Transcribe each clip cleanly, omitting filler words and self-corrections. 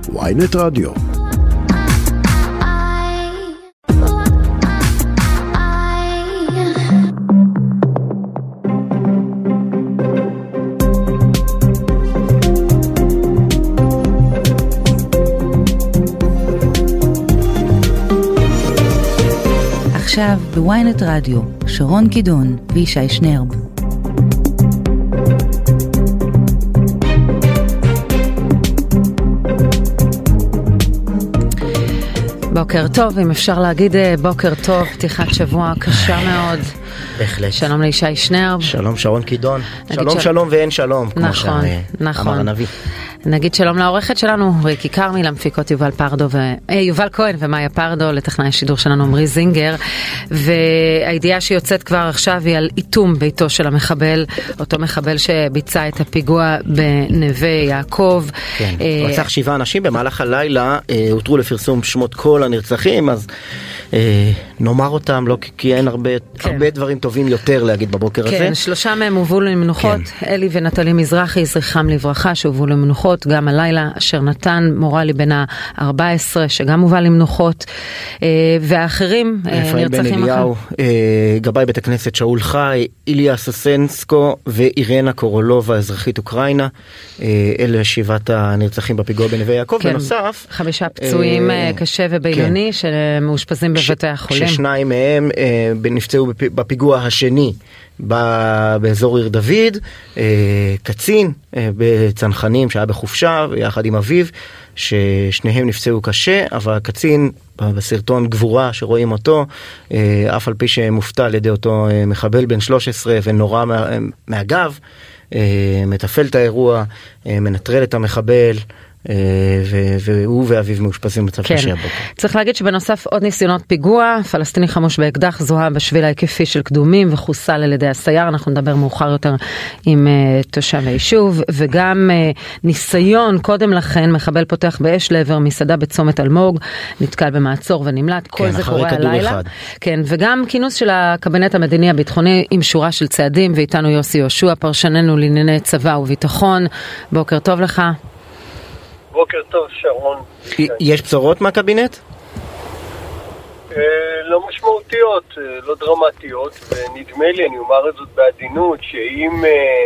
ynet רדיו. עכשיו בוויינט רדיו, שרון קידון וישי שנרב. בוקר טוב, אם אפשר להגיד בוקר טוב, פתיחת שבוע קשה מאוד. בהחלט. שלום לישי שנרב. שלום שרון קידון. שלום שלום ואין שלום, כמו שאמר הנביא. נגיד שלום לעורכת שלנו, ריקי קרמי, למפיקות יובל כהן ומאיה פרדו, לטכנאי השידור שלנו עמרי זינגר, והידיעה שיוצאת כבר עכשיו היא על איתום ביתו של המחבל, אותו מחבל שביצע את הפיגוע בנווה יעקב. כן, רצח 7 אנשים במהלך הלילה, הותרו לפרסום שמות כל הנרצחים, אז נאמר אותם, לא כי אין הרבה דברים טובים יותר להגיד בבוקר הזה. כן, 3 מהם הובאו למנוחות, אלי ונטלי מזרחי, זכרם לברכה, שהובאו למנוחות, גם הלילה אשר נתן מורלי בן ה-14, שגם הובא למנוחות, והאחרים רפאל בן אליהו, גבאי בית הכנסת שאול חי, איליה סוסנסקו ואירנה קורולובה, אזרחית אוקראינה, אלה 7 הנרצחים בפיגוע בנווה יעקב. בנוסף 5 פצועים קשה ובינוני שמאושפזים בבתי החולים. 2 מהם נפצעו בפיגוע השני באזור עיר דוד, קצין בצנחנים שהיה בחופשה יחד עם אביו, ששניהם נפצעו קשה, אבל הקצין בסרטון גבורה שרואים אותו, אף על פי שמופתע על ידי אותו מחבל בן 13 ונורא מהגב, מטפל את האירוע, מנטרל את המחבל, והוא ואביו מאושפזים במצב קשה הבוקר. צריך להגיד שבנוסף עוד ניסיונות פיגוע, פלסטיני חמוש באקדח זוהה בשביל ההיקפי של קדומים וחוסל על ידי הסייר, אנחנו נדבר מאוחר יותר עם תושב היישוב, וגם ניסיון קודם לכן, מחבל פותח באש לעבר מסעדה בצומת אלמוג, נתקל במעצור ונמלט, כל זה קורה הלילה. כן, וגם כינוס של הקבינט המדיני הביטחוני עם שורה של צעדים, ואיתנו יוסי יהושע, פרשננו לענייני צבא וביטחון. בוקר טוב לך. בוקר טוב שרון. יש בשורות מהקבינט? לא משמעותיות, לא דרמטיות, ונדמה לי, אני אומר את זאת בעדינות, שאם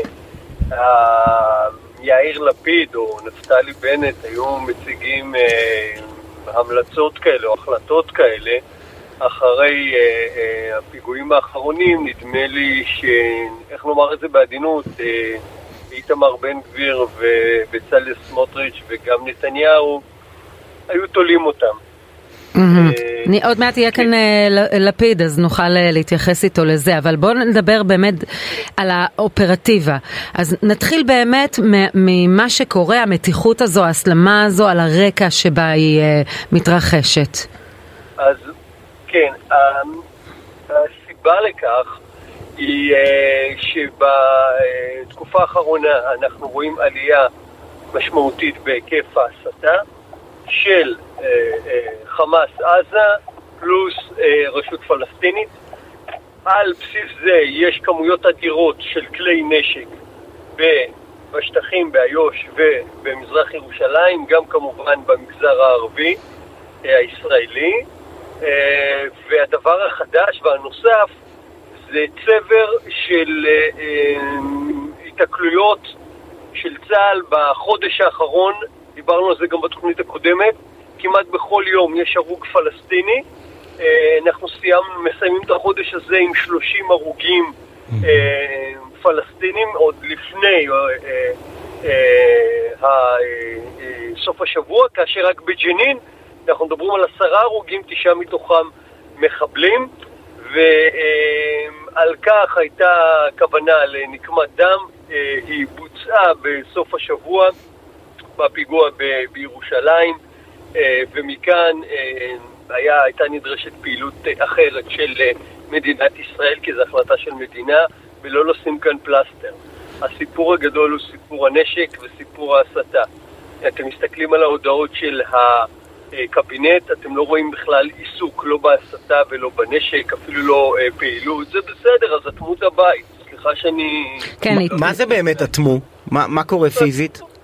יאיר לפיד או נפתלי בנט היו מציגים המלצות כאלה או החלטות כאלה אחרי הפיגועים האחרונים, נדמה לי איך לומר את זה בעדינות, איתמר בן גביר ובצלאל סמוטריץ' וגם נתניהו היו תולים אותם. עוד מעט יהיה כאן לפיד, אז נוכל להתייחס איתו לזה, אבל בואו נדבר באמת על האופרטיבה. אז נתחיל באמת ממה שקורה, המתיחות הזו, ההסלמה הזו, על הרקע שבה היא מתרחשת. אז כן, הסיבה לכך היא שבתקופה האחרונה אנחנו רואים עלייה משמעותית בהיקף ההסתה של חמאס עזה פלוס רשות פלסטינית. על בסיס זה יש כמויות אדירות של כלי נשק בשטחים, באיו"ש ובמזרח ירושלים, גם כמובן במגזר הערבי הישראלי. והדבר החדש והנוסף זה צבר של התקלויות של צה"ל בחודש האחרון, דיברנו על זה גם בתוכנית הקודמת, כמעט בכל יום יש הרוג פלסטיני. אנחנו מסיימים את החודש הזה עם 30 הרוגים פלסטינים, עוד לפני סוף השבוע, כאשר רק בג'נין אנחנו מדברים על 10 הרוגים, 9 מתוכם מחבלים, ועל כך הייתה כוונה לנקמת דם. היא בוצעה בסוף השבוע בפיגוע בירושלים, ומכאן הייתה נדרשת פעילות אחרת של מדינת ישראל, כי זו החלטה של מדינה, ולא לשים כאן פלסטר. הסיפור הגדול הוא סיפור הנשק וסיפור ההסתה. אתם מסתכלים על ההודעות של הקבינט, אתם לא רואים בכלל עיסוק, לא בהסתה ולא בנשק, אפילו לא פעילות. זה בסדר, אז אטמו את הבית. סליחה שאני... כן, מה זה באמת אטמו? מה קורה פיזית?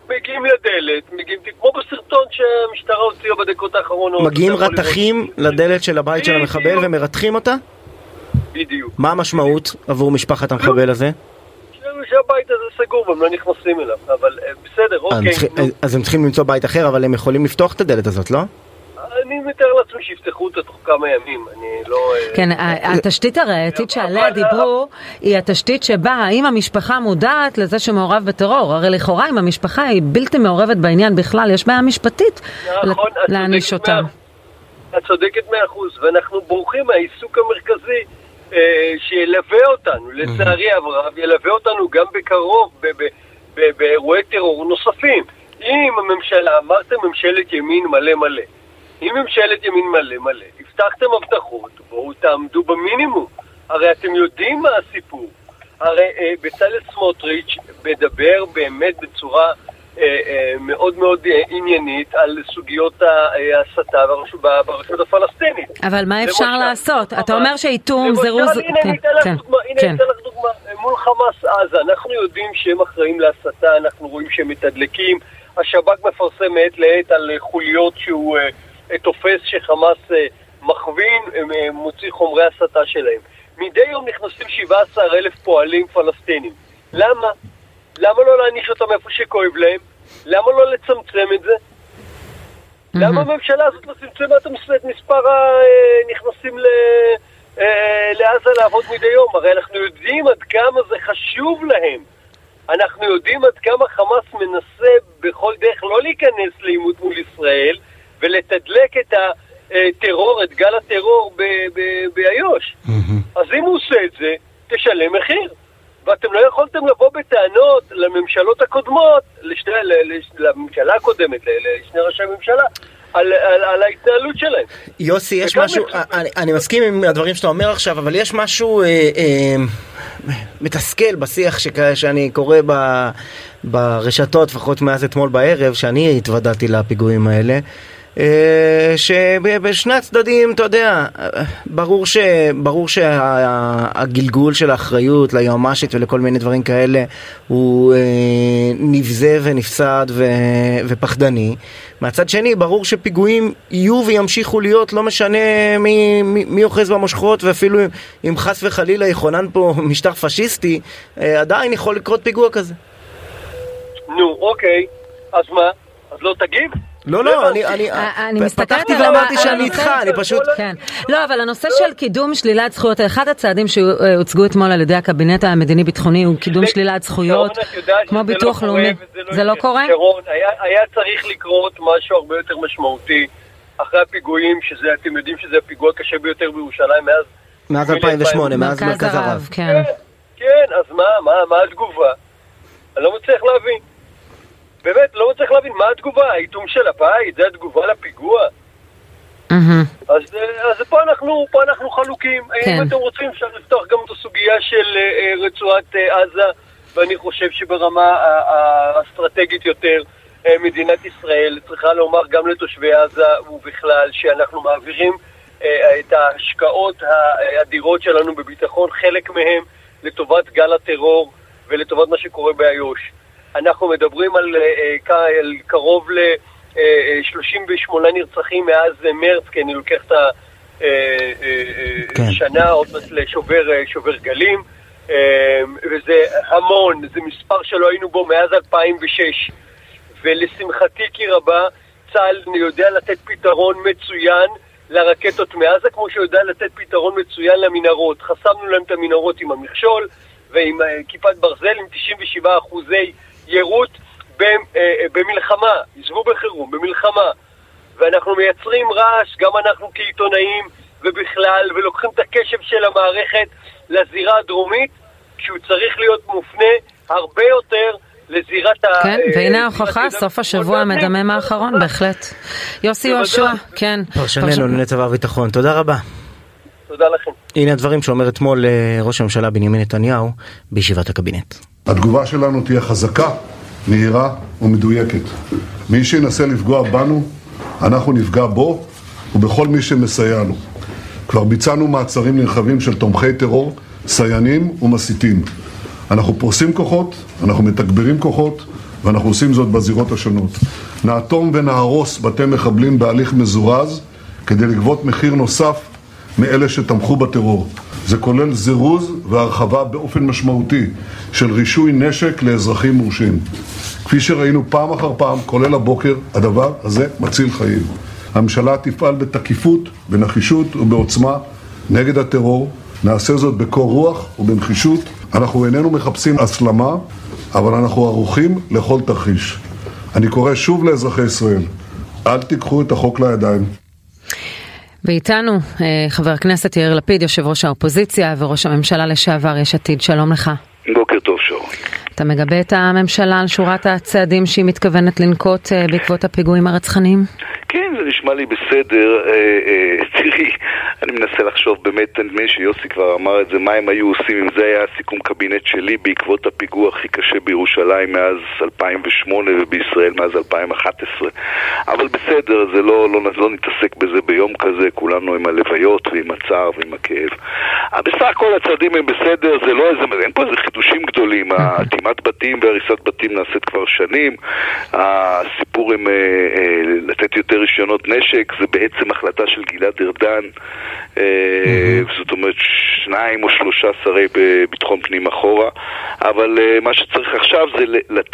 מגיעים לדלת, מגיעים כמו בסרטון שהמשטרה הוציאה בדקות האחרונות. מגיעים רתכים לדלת של הבית של המחבל ומרתחים אותה? בדיוק. מה המשמעות עבור משפחת המחבל הזה? שהבית הזה סגור והם לא נכנסים אליו, אבל בסדר, אוקיי. אז הם צריכים למצוא בית אחר, אבל הם יכולים לפתוח את הדלת הזאת, לא? אני מתאר לעצמי שיפתחו אותה תוך כמה ימים, אני לא... כן, התשתית הראייתית שעליה דיברו היא התשתית שבה האם המשפחה מודעת לזה שמעורב בטרור. הרי לכאורה אם המשפחה היא בלתי מעורבת בעניין בכלל, יש בעיה משפטית להעניש אותה. את צודקת 100%, ואנחנו בורחים מהעיסוק המרכזי שילווה אותנו, לצערי הרב, ילווה אותנו גם בקרוב באירועי טרור נוספים. אם הממשלה, אמרתם ממשלת ימין מלא מלא, אם ממשלת ימין מלא מלא, הבטחתם הבטחות, בואו תעמדו במינימום. הרי אתם יודעים מה הסיפור. הרי בצלאל סמוטריץ' מדבר באמת בצורה מאוד מאוד עניינית על סוגיות ההסתה ברשות הפלסטינית. אבל מה אפשר לעשות? אתה אומר שאיתום זירוז... הנה אני אתן לך דוגמה. מול חמאס עזה, אנחנו יודעים שהם אחראים להסתה, אנחנו רואים שהם מתדלקים. השב"כ מפרסם מעת לעת על חוליות שהוא תופס שחמאס מכווין, מוציא חומרי הסתה שלהם. מדי יום נכנסים 17,000 פועלים פלסטינים. למה? למה לא להעניש אותם איפה שכואב להם? למה לא לצמצם את זה? למה הממשלה הזאת לא צמצמה את מספר הנכנסים לעזה לעבוד מדי יום? הרי אנחנו יודעים עד כמה זה חשוב להם. אנחנו יודעים עד כמה חמאס מנסה בכל דרך לא להיכנס לעימות מול ישראל ולתדלק את הטרור, את גל הטרור באיו"ש. אז אם הוא עושה את זה, תשלם מחיר. ואתם לא יכולתם לבוא בטענות לממשלות הקודמות, לממשלה הקודמת, לשני ראשי הממשלה, על ההתנהלות שלהם. יוסי, יש משהו, אני מסכים עם הדברים שאתה אומר עכשיו, אבל יש משהו מתסכל בשיח שאני קורא ברשתות, לפחות מאז אתמול בערב, שאני התוודעתי לפיגועים האלה, שבשני הצדדים, אתה יודע, ברור שהגלגול של האחריות ליועמ"שית ולכל מיני דברים כאלה הוא נבזה ונפסד ופחדני. מהצד שני, ברור שפיגועים יהיו וימשיכו להיות, לא משנה מי אוחז במושכות, ואפילו אם חס וחלילה יכונן פה משטר פשיסטי, עדיין יכול לקרות פיגוע כזה. נו, אוקיי, אז מה? אז לא תגיב? לא, אני פתחתי ואמרתי שאני איתך, אני פשוט... לא, אבל הנושא של קידום שלילת זכויות, אחד הצעדים שהוצגו אתמול על ידי הקבינט המדיני-ביטחוני הוא קידום שלילת זכויות, כמו ביטוח לאומי. זה לא קורה? היה צריך לקרות משהו הרבה יותר משמעותי, אחרי הפיגועים, אתם יודעים שזה הפיגוע הקשה ביותר בירושלים מאז 2008, מאז מרכז הרב. כן, אז מה התגובה? אני לא מצליח להבין. באמת, לא צריך להבין מה התגובה, האיתום של הבית, זה התגובה לפיגוע. אז פה אנחנו חלוקים. אם אתם רוצים, אפשר לפתוח גם את הסוגיה של רצועת עזה, ואני חושב שברמה האסטרטגית יותר, מדינת ישראל צריכה לומר גם לתושבי עזה ובכלל, שאנחנו מעבירים את ההשקעות האדירות שלנו בביטחון, חלק מהם לטובת גל הטרור ולטובת מה שקורה באיו"ש. אנחנו מדברים על קרוב ל-38 נרצחים מאז מרץ, כי אני לוקח את השנה עוד לשובר גלים, וזה המון, זה מספר שלא היינו בו מאז 2006, ולשמחתי כי רבה, צה"ל יודע לתת פתרון מצוין לרקטות מעזה, כמו שיודע לתת פתרון מצוין למנהרות. חסמנו להם את המנהרות עם המכשול, ועם כיפת ברזל, עם 97% יירוט במלחמה, ישבו בחירום, במלחמה, ואנחנו מייצרים רעש, גם אנחנו כעיתונאים ובכלל, ולוקחים את הקשב של המערכת לזירה הדרומית, שהוא צריך להיות מופנה הרבה יותר לזירת כן, והנה ההוכחה, סוף השבוע המדמם האחרון, בהחלט. יוסי יהושע, כן. פרשננו לצבא הביטחון, תודה רבה. תודה לכם. הנה הדברים שאומר אתמול ראש הממשלה בנימין נתניהו בישיבת הקבינט. התגובה שלנו תהיה חזקה, מהירה ומדויקת. מי שינסה לפגוע בנו, אנחנו נפגע בו ובכל מי שמסייע לו. כבר ביצענו מעצרים נרחבים של תומכי טרור, סיינים ומסיתים. אנחנו פורסים כוחות, אנחנו מתגברים כוחות, ואנחנו עושים זאת בזירות השונות. נאטום ונהרוס בתי מחבלים בהליך מזורז כדי לגבות מחיר נוסף מאלה שתמכו בטרור. זה כולל זירוז והרחבה באופן משמעותי של רישוי נשק לאזרחים מורשים. כפי שראינו פעם אחר פעם, כולל הבוקר, הדבר הזה מציל חיים. הממשלה תפעל בתקיפות, בנחישות ובעוצמה נגד הטרור. נעשה זאת בקור רוח ובנחישות. אנחנו איננו מחפשים הסלמה, אבל אנחנו ערוכים לכל תרחיש. אני קורא שוב לאזרחי ישראל, אל תיקחו את החוק לידיים. ואיתנו חבר הכנסת יאיר לפיד, יושב ראש האופוזיציה וראש הממשלה לשעבר יש עתיד. שלום לך. בוקר טוב שרון. אתה מגבה את הממשלה על שורת הצעדים שהיא מתכוונת לנקוט בעקבות הפיגועים הרצחניים? כן, זה נשמע לי בסדר. תראי, אני מנסה לחשוב באמת, נדמה שיוסי כבר אמר את זה, מה הם היו עושים אם זה היה הסיכום קבינט שלי בעקבות הפיגוע הכי קשה בירושלים מאז 2008 ובישראל מאז 2011. אבל בסדר, זה לא נתעסק בזה ביום כזה, כולנו עם הלוויות ועם הצער ועם הכאב. בסך הכל הצעדים הם בסדר, זה לא אין פה איזה חידושים גדולים. התימת בתים והריסת בתים נעשית כבר שנים. הסיפור עם לתת יותר רישיונות נשק זה בעצם החלטה של גלעד ארדן, זאת אומרת 2 או 3 שרי בביטחון פנים אחורה, אבל מה שצריך עכשיו זה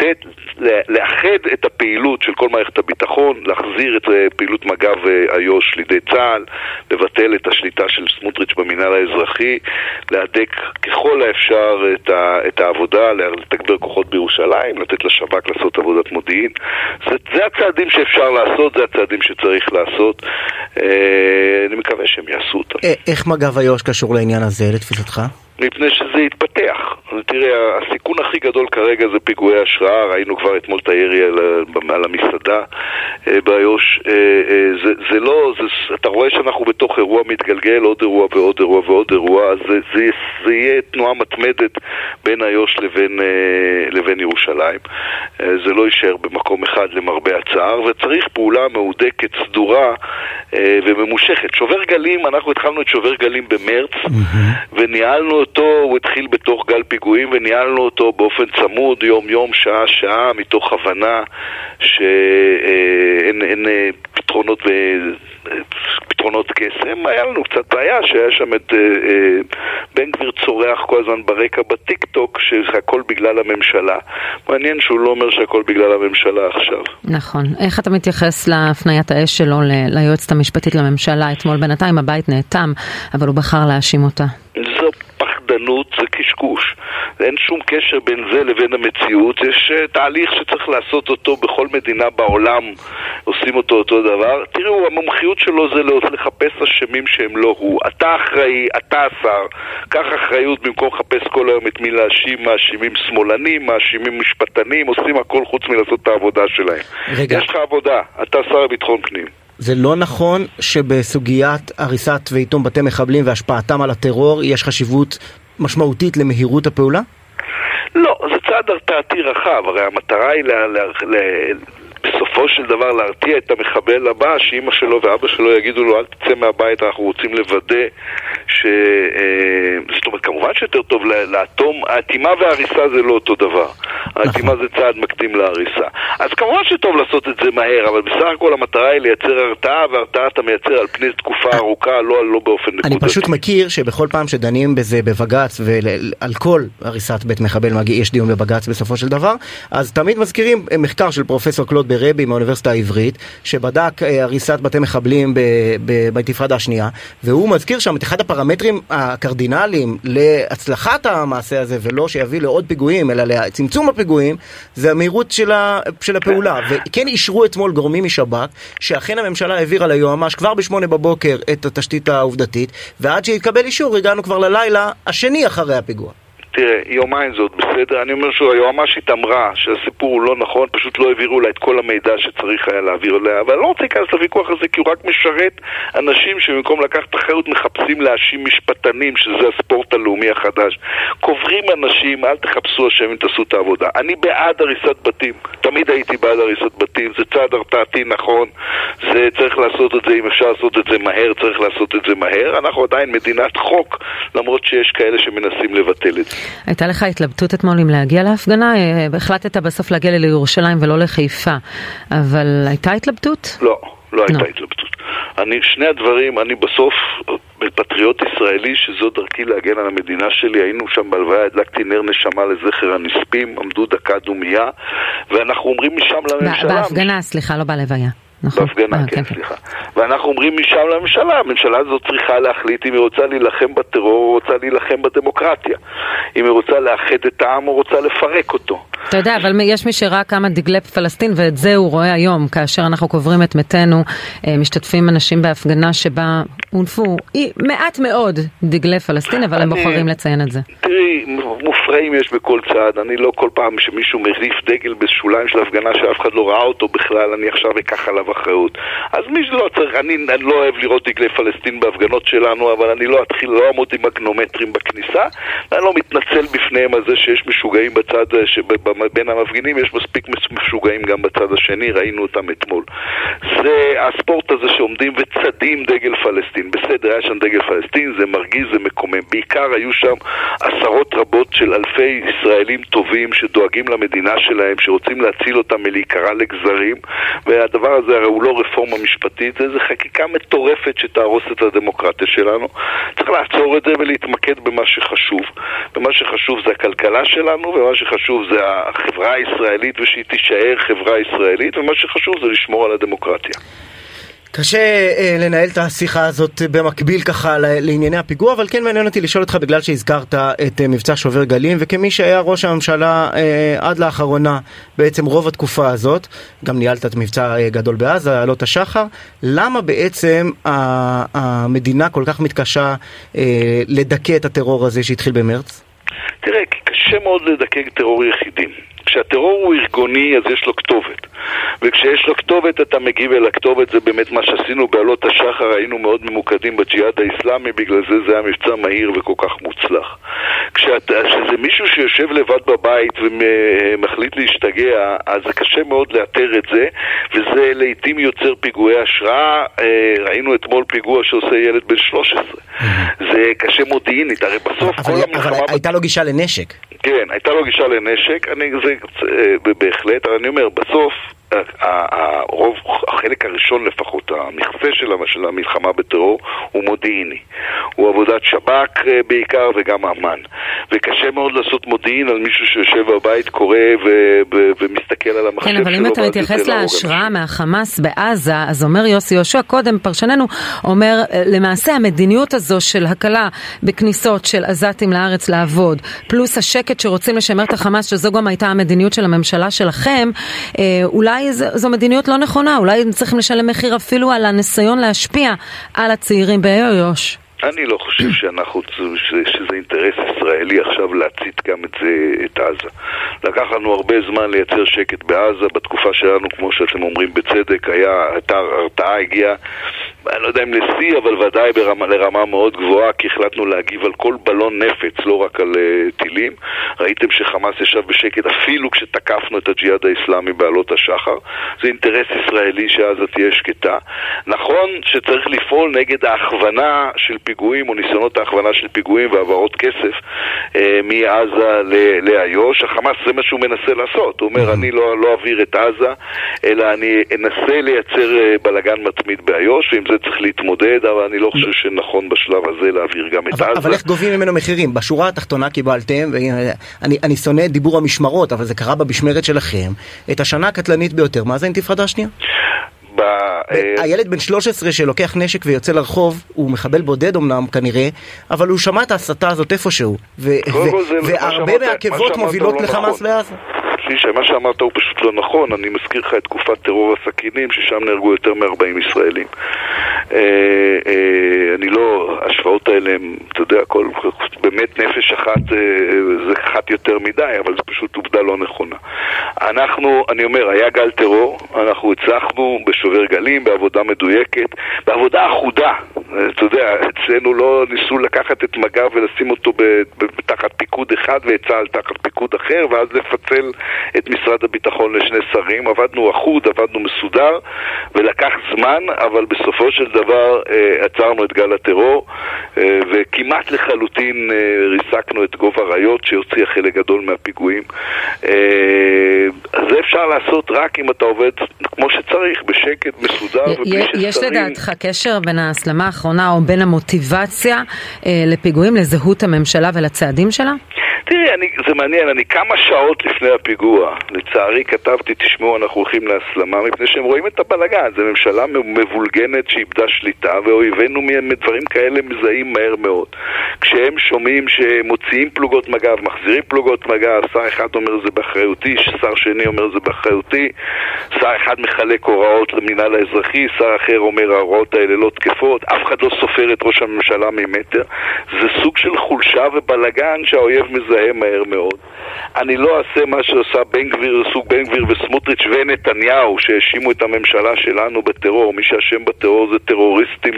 לאחד את הפעילות של כל מערכת הביטחון, להחזיר את פעילות מג"ב איו"ש לידי צה"ל, לבטל את השליטה של סמוטריץ' במינהל האזרחי, להדק ככל האפשר את העבודה, לתגבר כוחות בירושלים, לתת לשב"כ לעשות עבודת מודיעין. זה הצעדים שאפשר לעשות, זה הצעדים שצריך לעשות. אני מקווה שהם יעשו אותם. איך מג"ב איו"ש קשור לעניין הזה, לתפיסתך? מפני שזה יתפתח. תראה, הסיכון הכי גדול כרגע זה פיגועי השראה, ראינו כבר אתמול את הירי על המסעדה באיו"ש. זה לא, אתה רואה שאנחנו בתוך אירוע מתגלגל, עוד אירוע ועוד אירוע ועוד אירוע, אז זה יהיה תנועה מתמדת בין איו"ש לבין ירושלים. זה לא יישאר במקום אחד למרבה הצער, וצריך פעולה מהודקת, סדורה וממושכת. שובר גלים, אנחנו התחלנו את שובר גלים במרץ, וניהלנו אותו, הוא התחיל בתוך גל פיגועים וניהלנו אותו באופן צמוד, יום יום, שעה שעה, מתוך הבנה שאין פתרונות קסם. היה לנו קצת בעיה שהיה שם את בן גביר צורח כל הזמן ברקע בטיק טוק שהכל בגלל הממשלה. מעניין שהוא לא אומר שהכל בגלל הממשלה עכשיו. נכון. איך אתה מתייחס להפניית האש שלו ליועצת המשפטית לממשלה? אתמול בינתיים הבית נאטם, אבל הוא בחר להאשים אותה. זו פחדנות, זה קשקוש. אין שום קשר בין זה לבין המציאות. יש תהליך שצריך לעשות אותו בכל מדינה בעולם, עושים אותו דבר. תראו, המומחיות שלו זה לחפש אשמים שהם לא הוא. אתה אחראי, אתה השר. קח אחריות במקום לחפש כל היום את מי להאשים, מאשימים שמאלנים, מאשימים משפטנים, עושים הכל חוץ מלעשות את העבודה שלהם. יש לך עבודה, אתה שר לביטחון פנים. זה לא נכון שבסוגיית הריסת ואיתום בתי מחבלים והשפעתם על הטרור יש חשיבות משמעותית למהירות הפעולה? לא, זה צעד הרתעתי רחב. הרי המטרה היא בסופו של דבר להרתיע את המחבל הבא, שאמא שלו ואבא שלו יגידו לו אל תצא מהבית, אנחנו רוצים לוודא זאת אומרת, כמובן שיותר טוב לאטום. האטימה וההריסה זה לא אותו דבר. האטימה זה צעד מקדים להריסה. אז כמובן שטוב לעשות את זה מהר, אבל בסך הכל המטרה היא לייצר הרתעה, והרתעה אתה מייצר על פני תקופה ארוכה, לא באופן נקודתי. אני פשוט מכיר שבכל פעם שדנים בזה בבג"ץ, ועל כל הריסת בית מחבל יש דיון בבג"ץ בסופו של דבר, אז תמיד מזכירים מחקר של פרופסור קלוד ברבי מהאוניברסיטה העברית, שבדק הריסת בתי מחבלים באינתיפאדה השנייה, והוא מזכיר שם את אחד הפרמטרים הקרדינליים להצלחת המעשה הזה, ולא שיביא לעוד פיגועים, אלא לצמצום הפיגועים, זה המהירות של הפעולה. וכן אישרו אתמול גורמים משב"כ, שאכן הממשלה העבירה ליועמ"ש כבר ב8 בבוקר את התשתית העובדתית, ועד שהתקבל אישור הגענו כבר ללילה השני אחרי הפיגוע. תראה, יומיים זאת בסדר. אני אומר שהיועמ"שית אמרה שהסיפור הוא לא נכון, פשוט לא העבירו לה את כל המידע שצריך היה להעביר אליה, אבל אני לא רוצה להיכנס לוויכוח הזה, כי הוא רק משרת אנשים שבמקום לקחת אחריות מחפשים להאשים משפטנים, שזה הספורט הלאומי החדש. קוברים אנשים, אל תחפשו אשמים, תעשו את העבודה. אני בעד הריסת בתים, תמיד הייתי בעד הריסת בתים, זה צעד הרתעתי נכון, זה צריך לעשות את זה, אם אפשר לעשות את זה מהר, צריך לעשות את זה מהר. אנחנו עדיין מדינת חוק, למרות שיש כאלה שמנסים לבטל את זה. הייתה לך התלבטות אתמול אם להגיע להפגנה? החלטת בסוף להגיע לירושלים ולא לחיפה, אבל הייתה התלבטות? לא הייתה התלבטות. שני הדברים, אני בסוף פטריוט ישראלי שזו דרכי להגן על המדינה שלי, היינו שם בהלוויה, הדלקתי נר נשמה לזכר הנספים, עמדו דקה דומייה, ואנחנו אומרים משם לממשלה... בהפגנה, סליחה, לא בהלוויה. בהפגנה, כן, סליחה. ואנחנו אומרים משם לממשלה, הממשלה הזאת צריכה להחליט אם היא רוצה להילחם בטרור או רוצה להילחם בדמוקרטיה. אם היא רוצה לאחד את העם או רוצה לפרק אותו. אתה יודע, אבל יש מי שראה כמה דגלי פלסטין, ואת זה הוא רואה היום, כאשר אנחנו קוברים את מתנו, משתתפים אנשים בהפגנה שבה הונפו מעט מאוד דגלי פלסטין, אבל הם בוחרים לציין את זה. תראי, מופרעים יש בכל צעד. אני לא כל פעם שמישהו מריף דגל בשוליים של הפגנה שאף אחד לא ראה אותו בכלל, אני עכשיו אקח עליו אחריות. אז מי שלא צריך, אני לא אוהב לראות דגלי פלסטין בהפגנות שלנו, אבל אני לא לעמוד עם מגנומטרים בכניסה, אני לא מתנצל בפניהם על זה שיש משוגעים בצד, בין המפגינים יש מספיק משוגעים גם בצד השני, ראינו אותם אתמול. זה הספורט הזה שעומדים וצדים דגל פלסטין, בסדר, היה שם דגל פלסטין, זה מרגיז, זה מקומם. בעיקר היו שם עשרות רבות של אלפי ישראלים טובים שדואגים למדינה שלהם, שרוצים להציל אותם מלהיקרע לגזרים, והדבר הזה הרי הוא לא רפורמה משפטית, זה חקיקה מטורפת שתהרוס את הדמוקרטיה שלנו. צריך לעצור את זה ולהתמקד במה שחשוב. ומה שחשוב זה הכלכלה שלנו, ומה שחשוב זה החברה הישראלית ושהיא תישאר חברה ישראלית, ומה שחשוב זה לשמור על הדמוקרטיה. קשה לנהל את השיחה הזאת במקביל ככה לענייני הפיגוע, אבל כן מעניין אותי לשאול אותך בגלל שהזכרת את מבצע שובר גלים, וכמי שהיה ראש הממשלה עד לאחרונה בעצם רוב התקופה הזאת, גם ניהלת את מבצע גדול בעזה, עלות השחר, למה בעצם המדינה כל כך מתקשה לדכא את הטרור הזה שהתחיל במרץ? תראה, כי קשה מאוד לדכא טרור יחידים. כשהטרור הוא ארגוני אז יש לו כתובת, וכשיש לו כתובת אתה מגיב אל הכתובת. זה באמת מה שעשינו בעלות השחר, היינו מאוד ממוקדים בג'יהאד האסלאמי, בגלל זה היה מבצע מהיר וכל כך מוצלח. כשזה מישהו שיושב לבד בבית ומחליט להשתגע, אז זה קשה מאוד לאתר את זה, וזה לעתים יוצר פיגועי השראה. ראינו אתמול פיגוע שעושה ילד בן 13. זה קשה מודיעינית, הרי בסוף כל המלחמה... אבל הייתה לו גישה לנשק. כן, הייתה לו גישה לנשק, זה בהחלט, אבל אני אומר, בסוף החלק הראשון לפחות, המכסה של המלחמה בטרור הוא מודיעיני. הוא עבודת שב"כ בעיקר וגם אמן. וקשה מאוד לעשות מודיעין על מישהו שיושב בבית, קורא ומסתכל על המחשב שלו. כן, אבל אם אתה מתייחס להשראה מהחמאס בעזה, אז אומר יוסי יהושע, קודם פרשננו אומר, למעשה המדיניות הזו של הקלה בכניסות של עזתים לארץ לעבוד, פלוס השקט שרוצים לשמר את החמאס, שזו גם הייתה המדיניות של הממשלה שלכם, אולי זו מדיניות לא נכונה, אולי צריכים לשלם מחיר אפילו על הניסיון להשפיע על הצעירים באיו"ש. אני לא חושב שזה אינטרס ישראלי עכשיו להצית גם את עזה. לקח לנו הרבה זמן לייצר שקט בעזה, בתקופה שלנו, כמו שאתם אומרים בצדק, הרתעה הגיעה, אני לא יודע אם לשיא, אבל ודאי לרמה מאוד גבוהה, כי החלטנו להגיב על כל בלון נפץ, לא רק על טילים. ראיתם שחמאס ישב בשקט אפילו כשתקפנו את הג'יהאד האסלאמי בעלות השחר. זה אינטרס ישראלי שעזה תהיה שקטה. נכון שצריך לפעול נגד ההכוונה של פיגועים או ניסיונות ההכוונה של פיגועים והעברות כסף מעזה לאיו"ש. החמאס זה מה שהוא מנסה לעשות. הוא אומר, אני לא אעביר את עזה, אלא אני אנסה לייצר בלגן מתמיד באיו"ש, ועם זה צריך להתמודד, אבל אני לא חושב שנכון בשלב הזה להעביר גם את עזה. אבל איך גובים ממנו מחירים? בשורה התחתונה קיבלתם, אני שונא דיבור המשמרות, אבל זה קרה במשמרת שלכם, את השנה הקטלנית ביותר. מה זה אינתיפאדה השנייה? הילד בן 13 שלוקח נשק ויוצא לרחוב, הוא מחבל בודד אמנם כנראה, אבל הוא שמע את ההסתה הזאת איפשהו, והרבה מהעקבות מובילות לחמאס בעזה. מה שאמרת הוא פשוט לא נכון. אני מזכיר לך את תקופת טרור הסכינים, ששם נהרגו יותר מ-40 ישראלים. אני לא, השפעות האלה הם, אתה יודע, באמת נפש אחת, זה אחת יותר מדי, אבל זה פשוט עובדה לא נכונה. אני אומר, היה גל טרור, אנחנו הצלחנו בשובר גלים, בעבודה מדויקת, בעבודה אחודה. אתה יודע, אצלנו לא ניסו לקחת את מג"ב ולשים אותו תחת פיקוד אחד ואת צה"ל תחת פיקוד אחר, ואז לפצל את משרד הביטחון לשני שרים. עבדנו אחוד, עבדנו מסודר, ולקח זמן, אבל בסופו של דבר עצרנו את גל הטרור, וכמעט לחלוטין ריסקנו את גוב הריות שהוציאה חלק גדול מהפיגועים. אז זה אפשר לעשות רק אם אתה עובד כמו שצריך, בשקט, מסודר, ובלי ששרים. יש לדעתך קשר בין ההסלמה האחרונה או בין המוטיבציה לפיגועים, לזהות הממשלה ולצעדים שלה? תראי, זה מעניין, אני כמה שעות לפני הפיגוע, לצערי כתבתי, תשמעו, אנחנו הולכים להסלמה, מפני שהם רואים את הבלגן, זו ממשלה מבולגנת שאיבדה שליטה, ואויבינו מדברים כאלה מזהים מהר מאוד. כשהם שומעים שמוציאים פלוגות מג"ב, מחזירים פלוגות מג"ב, שר אחד אומר זה באחריותי, שר שני אומר זה באחריותי, שר אחד מחלק הוראות למינהל האזרחי, שר אחר אומר ההוראות האלה לא תקפות, אף אחד לא סופר את ראש הממשלה ממטר. זה סוג של חולשה ובלגן שהאויב מזהה מהר מאוד. אני לא אעשה מה שעושה בן גביר, סוג בן גביר וסמוטריץ' ונתניהו שהאשימו את הממשלה שלנו בטרור. מי שהשם בטרור זה טרוריסטים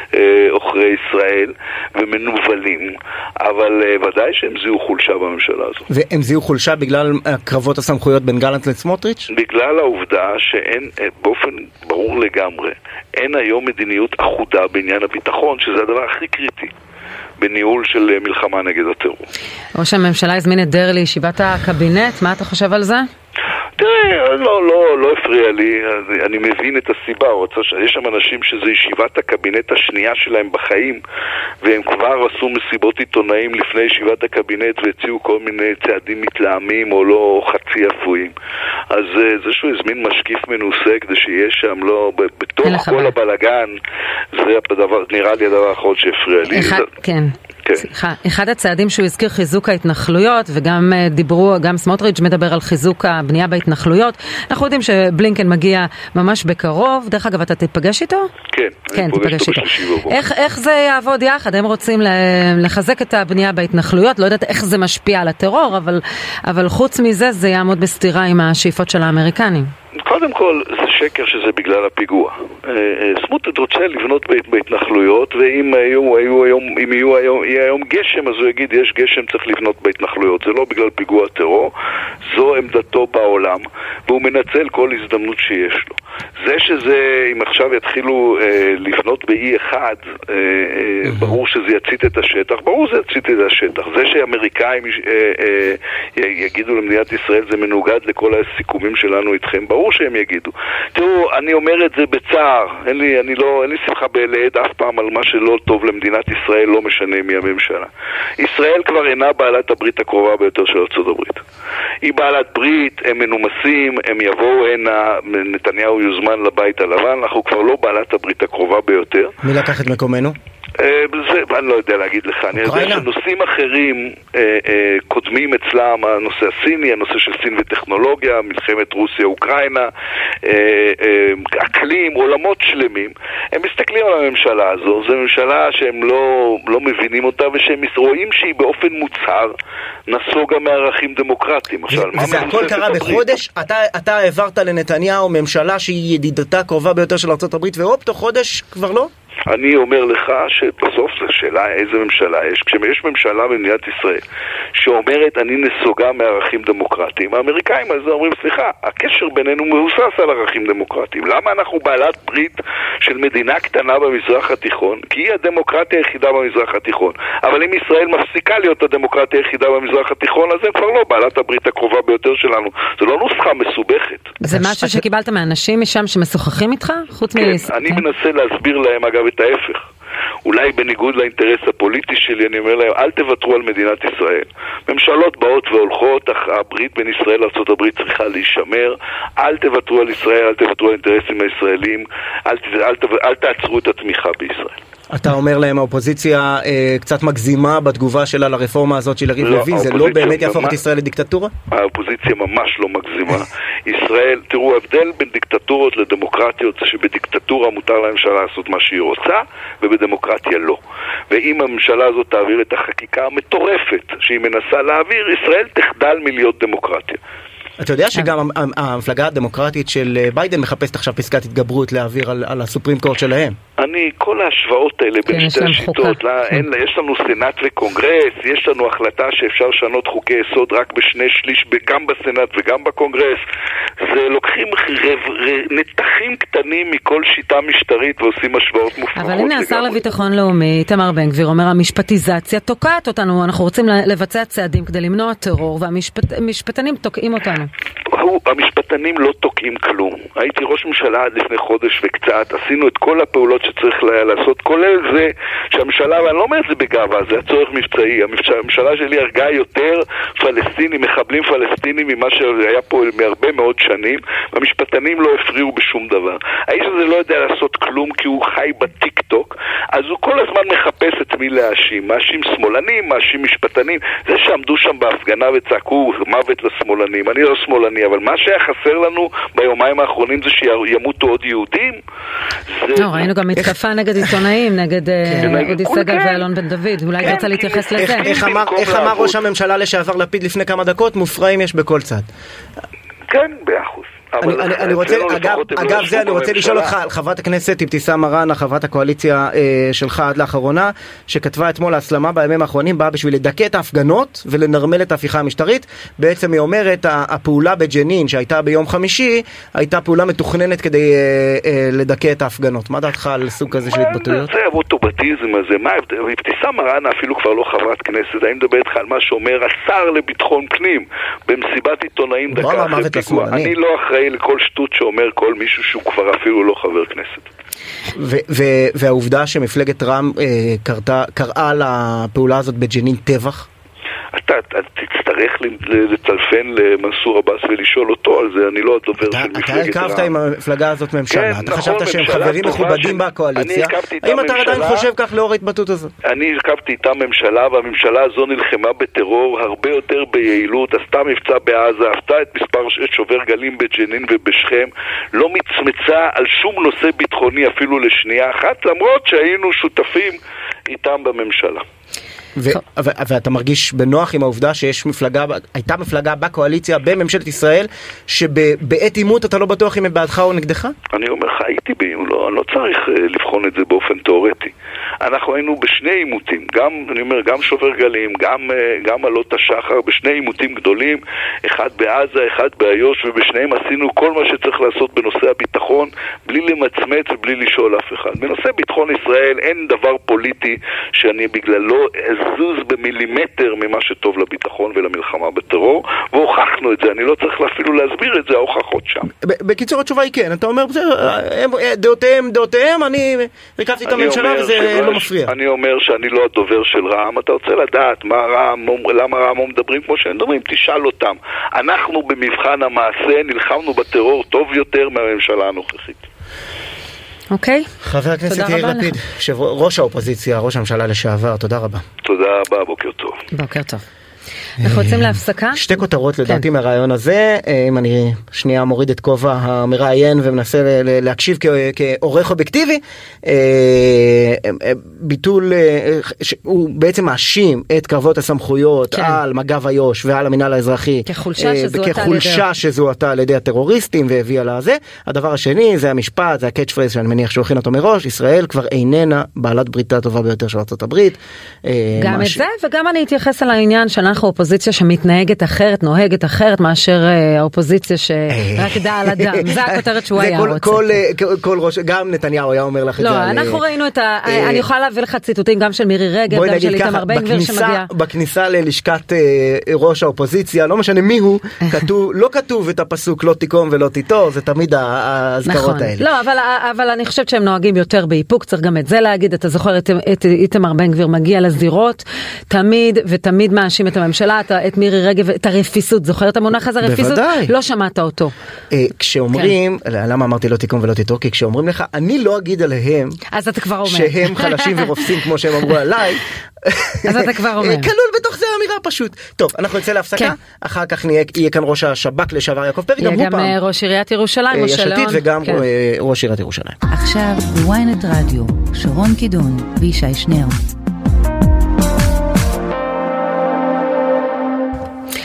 עוכרי ישראל ומנובלים, אבל ודאי שהם זיהו חולשה בממשלה הזו. והם זיהו חולשה בגלל קרבות הסמכויות בין גלנט לסמוטריץ'? בגלל העובדה שאין, באופן ברור לגמרי, אין היום מדיניות אחודה בעניין הביטחון, שזה הדבר הכי קריטי בניהול של מלחמה נגד הטרור. ראש הממשלה הזמין את דרעי לישיבת הקבינט, מה אתה חושב על זה? תראה, לא הפריע לי, אני מבין את הסיבה, יש שם אנשים שזה ישיבת הקבינט השנייה שלהם בחיים, והם כבר עשו מסיבות עיתונאים לפני ישיבת הקבינט והציעו כל מיני צעדים מתלהמים או לא חצי אפויים. אז זה שהוא הזמין משקיף מנוסה כדי שיהיה שם לא, בתוך כל הבלגן, זה נראה לי הדבר האחרון שהפריע לי. כן. אחד הצעדים שהוא הזכיר חיזוק ההתנחלויות, וגם דיברו, גם סמוטריץ' מדבר על חיזוק הבנייה בהתנחלויות. אנחנו יודעים שבלינקן מגיע ממש בקרוב. דרך אגב, אתה תיפגש איתו? כן, תיפגש איתו. איך זה יעבוד יחד? הם רוצים לחזק את הבנייה בהתנחלויות, לא יודעת איך זה משפיע על הטרור, אבל חוץ מזה זה יעמוד בסתירה עם השאיפות של האמריקנים. קודם כל, זה שקר שזה בגלל הפיגוע. סמוטריץ' רוצה לבנות בהתנחלויות, ואם יהיה היום גשם, אז הוא יגיד, יש גשם, צריך לבנות בהתנחלויות. זה לא בגלל פיגוע טרור, זו עמדתו בעולם, והוא מנצל כל הזדמנות שיש לו. זה שזה, אם עכשיו יתחילו לבנות ב-E1, ברור שזה יצית את השטח, ברור זה יצית את השטח. זה שאמריקאים יגידו למדינת ישראל, זה מנוגד לכל הסיכומים שלנו איתכם, ברור שהם יגידו. תראו, אני אומר את זה בצער, אין לי שמחה בלעד אף פעם על מה שלא טוב למדינת ישראל, לא משנה מי הממשלה. ישראל כבר אינה בעלת הברית הקרובה ביותר של ארצות הברית. היא בעלת ברית, הם מנומסים, הם יבואו הנה, נתניהו יוזמן לבית הלבן, אנחנו כבר לא בעלת הברית הקרובה ביותר. מי לקח את מקומנו? אני לא יודע להגיד לך, אני יודע שנושאים אחרים קודמים אצלם, הנושא הסיני, הנושא של סין וטכנולוגיה, מלחמת רוסיה-אוקראינה, אקלים, עולמות שלמים. הם מסתכלים על הממשלה הזו, זו ממשלה שהם לא מבינים אותה, ושהם רואים שהיא באופן מוצהר נסוגה מערכים דמוקרטיים. וזה הכל קרה בחודש? אתה העברת לנתניהו ממשלה שהיא ידידתה קרובה ביותר של ארצות הברית, והופ, תוך חודש כבר לא? אני אומר לך שבסוף זו שאלה איזה ממשלה יש. כשיש ממשלה במדינת ישראל שאומרת אני נסוגה מערכים דמוקרטיים, האמריקאים על זה אומרים סליחה, הקשר בינינו מבוסס על ערכים דמוקרטיים. למה אנחנו בעלת ברית של מדינה קטנה במזרח התיכון? כי היא הדמוקרטיה היחידה במזרח התיכון. אבל אם ישראל מפסיקה להיות הדמוקרטיה היחידה במזרח התיכון, אז הם כבר לא בעלת הברית הקרובה ביותר שלנו. זו לא נוסחה מסובכת. זה משהו שקיבלת מאנשים משם שמשוחחים איתך? אני מנסה להסביר להם אגב את ההפך. אולי בניגוד לאינטרס הפוליטי שלי, אני אומר להם, אל תוותרו על מדינת ישראל. ממשלות באות והולכות, אך הברית בין ישראל לארצות הברית צריכה להישמר. אל תוותרו על ישראל, אל תוותרו על אינטרסים הישראלים, אל תעצרו את התמיכה בישראל. אתה אומר להם, האופוזיציה קצת מגזימה בתגובה שלה לרפורמה הזאת של יריב לוין, זה לא באמת יהפוך את ישראל לדיקטטורה? האופוזיציה ממש לא מגזימה. ישראל, תראו, ההבדל בין דיקטטורות לדמוקרטיות זה שבדיקטטורה מותר לממשלה לעשות מה שהיא רוצה, ובדמוקרטיה לא. ואם הממשלה הזאת תעביר את החקיקה המטורפת שהיא מנסה להעביר, ישראל תחדל מלהיות דמוקרטיה. אתה יודע שגם המפלגה הדמוקרטית של ביידן מחפשת עכשיו פסקת התגברות להעביר על הסופרים קורט שלהם. כל ההשוואות האלה בין שתי השיטות, יש לנו סנאט וקונגרס, יש לנו החלטה שאפשר לשנות חוקי יסוד רק בשני שליש, גם בסנאט וגם בקונגרס. זה לוקחים נתחים קטנים מכל שיטה משטרית ועושים השוואות מופרכות. אבל הנה השר לביטחון לאומי, איתמר בן גביר, אומר המשפטיזציה תוקעת אותנו, אנחנו רוצים לבצע צעדים כדי למנוע טרור, והמשפטנים תוקעים אותנו. המשפטנים לא תוקעים כלום. הייתי ראש ממשלה עד לפני חודש וקצת, עשינו את כל הפעולות שצריך לעשות, כולל זה שהממשלה, ואני לא אומר את זה בגאווה, זה הצורך מבצעי, הממשלה שלי הרגה יותר פלסטינים, מחבלים פלסטינים ממה שהיה פה מהרבה מאוד שנים, והמשפטנים לא הפריעו בשום דבר. האיש הזה לא יודע לעשות כלום כי הוא חי בטיק טוק, אז הוא כל הזמן מחפש את מי להאשים, מאשים שמאלנים, מאשים משפטנים. זה שעמדו שם בהפגנה וצעקו מוות לשמאלנים, אני לא שמאלני, אבל מה שהיה חסר לנו ביומיים האחרונים זה שימותו עוד יהודים. לא, ראינו גם מתקפה נגד עיתונאים, נגד אודי סגל ואלון בן דוד, אולי רוצה להתייחס לזה. איך אמר ראש הממשלה לשעבר לפיד לפני כמה דקות, מופרעים יש בכל צד. כן, באחוז. אני רוצה, אגב זה, אני רוצה לשאול אותך על חברת הכנסת אבתיסאם מראענה, חברת הקואליציה שלך עד לאחרונה, שכתבה אתמול ההסלמה בימים האחרונים, באה בשביל לדכא את ההפגנות ולנרמל את ההפיכה המשטרית. בעצם היא אומרת, הפעולה בג'נין שהייתה ביום חמישי, הייתה פעולה מתוכננת כדי לדכא את ההפגנות. מה דעתך על סוג כזה של התבטאויות? זה האוטובטיזם הזה, אבתיסאם מראענה אפילו כבר לא חברת כנסת, אני מדבר איתך על מה שאומר השר לביטחון פנים במסיבת עיתונאים דקה אחרי פיגוע. אני לא אחראי לכל שטות שאומר כל מישהו שהוא כבר אפילו לא חבר כנסת. והעובדה שמפלגת רע"מ קראה לפעולה הזאת בג'נין טבח? אתה תצטרך לטלפן למנסור עבאס ולשאול אותו על זה, אני לא הדובר של מפלגת רע"מ. אתה הקרבת עם המפלגה הזאת ממשלה, אתה חשבת שהם חברים מכובדים בקואליציה, האם אתה עדיין חושב כך לאור ההתבטאות הזאת? אני הקמתי איתה ממשלה, והממשלה הזו נלחמה בטרור הרבה יותר ביעילות, עשתה מבצע בעזה, עשתה את שובר גלים בג'נין ובשכם, לא מצמצה על שום נושא ביטחוני אפילו לשנייה אחת, למרות שהיינו שותפים איתם בממשלה. ואתה מרגיש בנוח עם העובדה שיש הייתה מפלגה בקואליציה בממשלת ישראל שבעת עימות אתה לא בטוח אם הם בעדך או נגדך? אני אומר לך, הייתי בעימות, אני לא צריך לבחון את זה באופן תיאורטי. אנחנו היינו בשני עימותים, גם שובר גלים, גם עלות השחר, בשני עימותים גדולים, אחד בעזה, אחד באיו"ש, ובשניהם עשינו כל מה שצריך לעשות בנושא הביטחון, בלי למצמץ ובלי לשאול אף אחד. בנושא ביטחון ישראל אין דבר פוליטי שאני בגללו זוז במילימטר ממה שטוב לביטחון ולמלחמה בטרור, והוכחנו את זה, אני לא צריך אפילו להסביר את זה, ההוכחות שם. בקיצור התשובה היא כן, אתה אומר, דעותיהם, אני רכבתי את הממשלה וזה לא מפריע. אני אומר שאני לא הדובר של רע"מ, אתה רוצה לדעת למה רע"מ מדברים כמו שהם מדברים, תשאל אותם. אנחנו במבחן המעשה נלחמנו בטרור טוב יותר מהממשלה הנוכחית. אוקיי. חבר הכנסת יאיר לפיד, ראש האופוזיציה, ראש הממשלה לשעבר, תודה רבה. תודה רבה, בוקר טוב. בוקר טוב. אנחנו יוצאים להפסקה? שתי כותרות לדעתי מהרעיון הזה, אם אני שנייה מוריד את כובע המראיין ומנסה להקשיב כעורך אובייקטיבי, ביטול, הוא בעצם מאשים את קרבות הסמכויות על מג"ב איו"ש ועל המינהל האזרחי, כחולשה שזוהתה על ידי הטרוריסטים והביאה לזה. הדבר השני זה המשפט, זה הקאץ' פרייז שאני מניח שהוכין אותו מראש, ישראל כבר איננה בעלת בריתה הטובה ביותר של ארצות הברית. גם את זה, וגם אני אתייחס על העניין שאנחנו אופוזיציה שמתנהגת אחרת, נוהגת אחרת מאשר האופוזיציה שרקדה על הדם. זה הכותרת שהוא היה רוצה. כל ראש, גם נתניהו היה אומר לך את זה. לא, אנחנו ראינו את אני יכולה להביא לך ציטוטים גם של מירי רגב, גם של איתמר בן גביר שמגיע. בכניסה ללשכת ראש האופוזיציה, לא משנה מי הוא, לא כתוב את הפסוק לא תיקום ולא תיטור, זה תמיד ההזכרות האלה. לא, אבל אני חושבת שהם נוהגים יותר באיפוק, צריך גם את זה להגיד, אתה זוכר את איתמר בן גביר מגיע לזירות, תמיד ותמיד מאשים את הממשלה, את מירי רגב, את הרפיסות, זוכר את המונח הזה, רפיסות? לא שמעת אותו. כשאומרים, למה אמרתי לא תיקום ולא תיטור? כי כשאומרים לך, אני לא אגיד עליהם, אז אתה כבר אומר. שהם חלשים ורופסים כמו שהם אמרו עליי, אז אתה כבר אומר. כלול בתוך זה אמירה פשוט. טוב, אנחנו נצא להפסקה, אחר כך יהיה כאן ראש השב"כ לשעבר יעקב פרי, גם הוא פעם. גם ראש עיריית ירושלים, משה ליאון. וגם ראש עיריית ירושלים. עכשיו בוויינט רדיו, שרון קידון וישי שנר.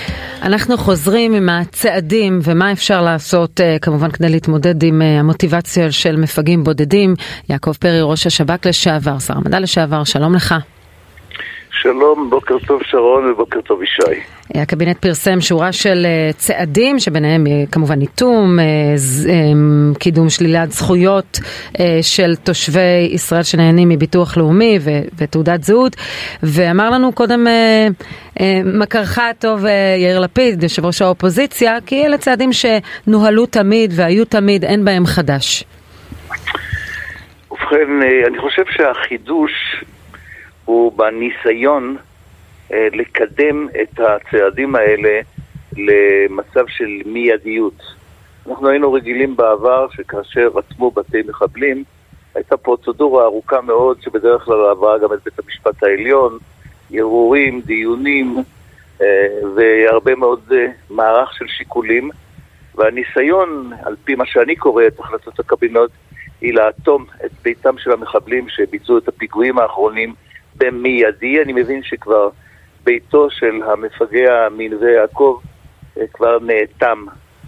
אנחנו חוזרים עם הצעדים ומה אפשר לעשות כמובן כדי להתמודד עם המוטיבציה של מפגעים בודדים. יעקב פרי, ראש השב"כ לשעבר, שר המדע לשעבר, שלום לך. שלום, בוקר טוב שרון ובוקר טוב ישי. הקבינט פרסם שורה של צעדים שביניהם כמובן איתום, קידום שלילת זכויות של תושבי ישראל שנהנים מביטוח לאומי ותעודת זהות, ואמר לנו קודם מכרך הטוב יאיר לפיד, יושב ראש האופוזיציה, כי אלה צעדים שנוהלו תמיד והיו תמיד, אין בהם חדש. ובכן, אני חושב שהחידוש הוא בניסיון לקדם את הצעדים האלה למצב של מיידיות. אנחנו היינו רגילים בעבר שכאשר רתמו בתי מחבלים, הייתה פרוצדורה ארוכה מאוד שבדרך כלל עברה גם את בית המשפט העליון, ערעורים, דיונים והרבה מאוד מערך של שיקולים, והניסיון, על פי מה שאני קורא את החלטות הקבינט, היא לאטום את ביתם של המחבלים שביצעו את הפיגועים האחרונים במיידי. אני מבין שכבר ביתו של המפגע מנווה יעקב כבר נאטם,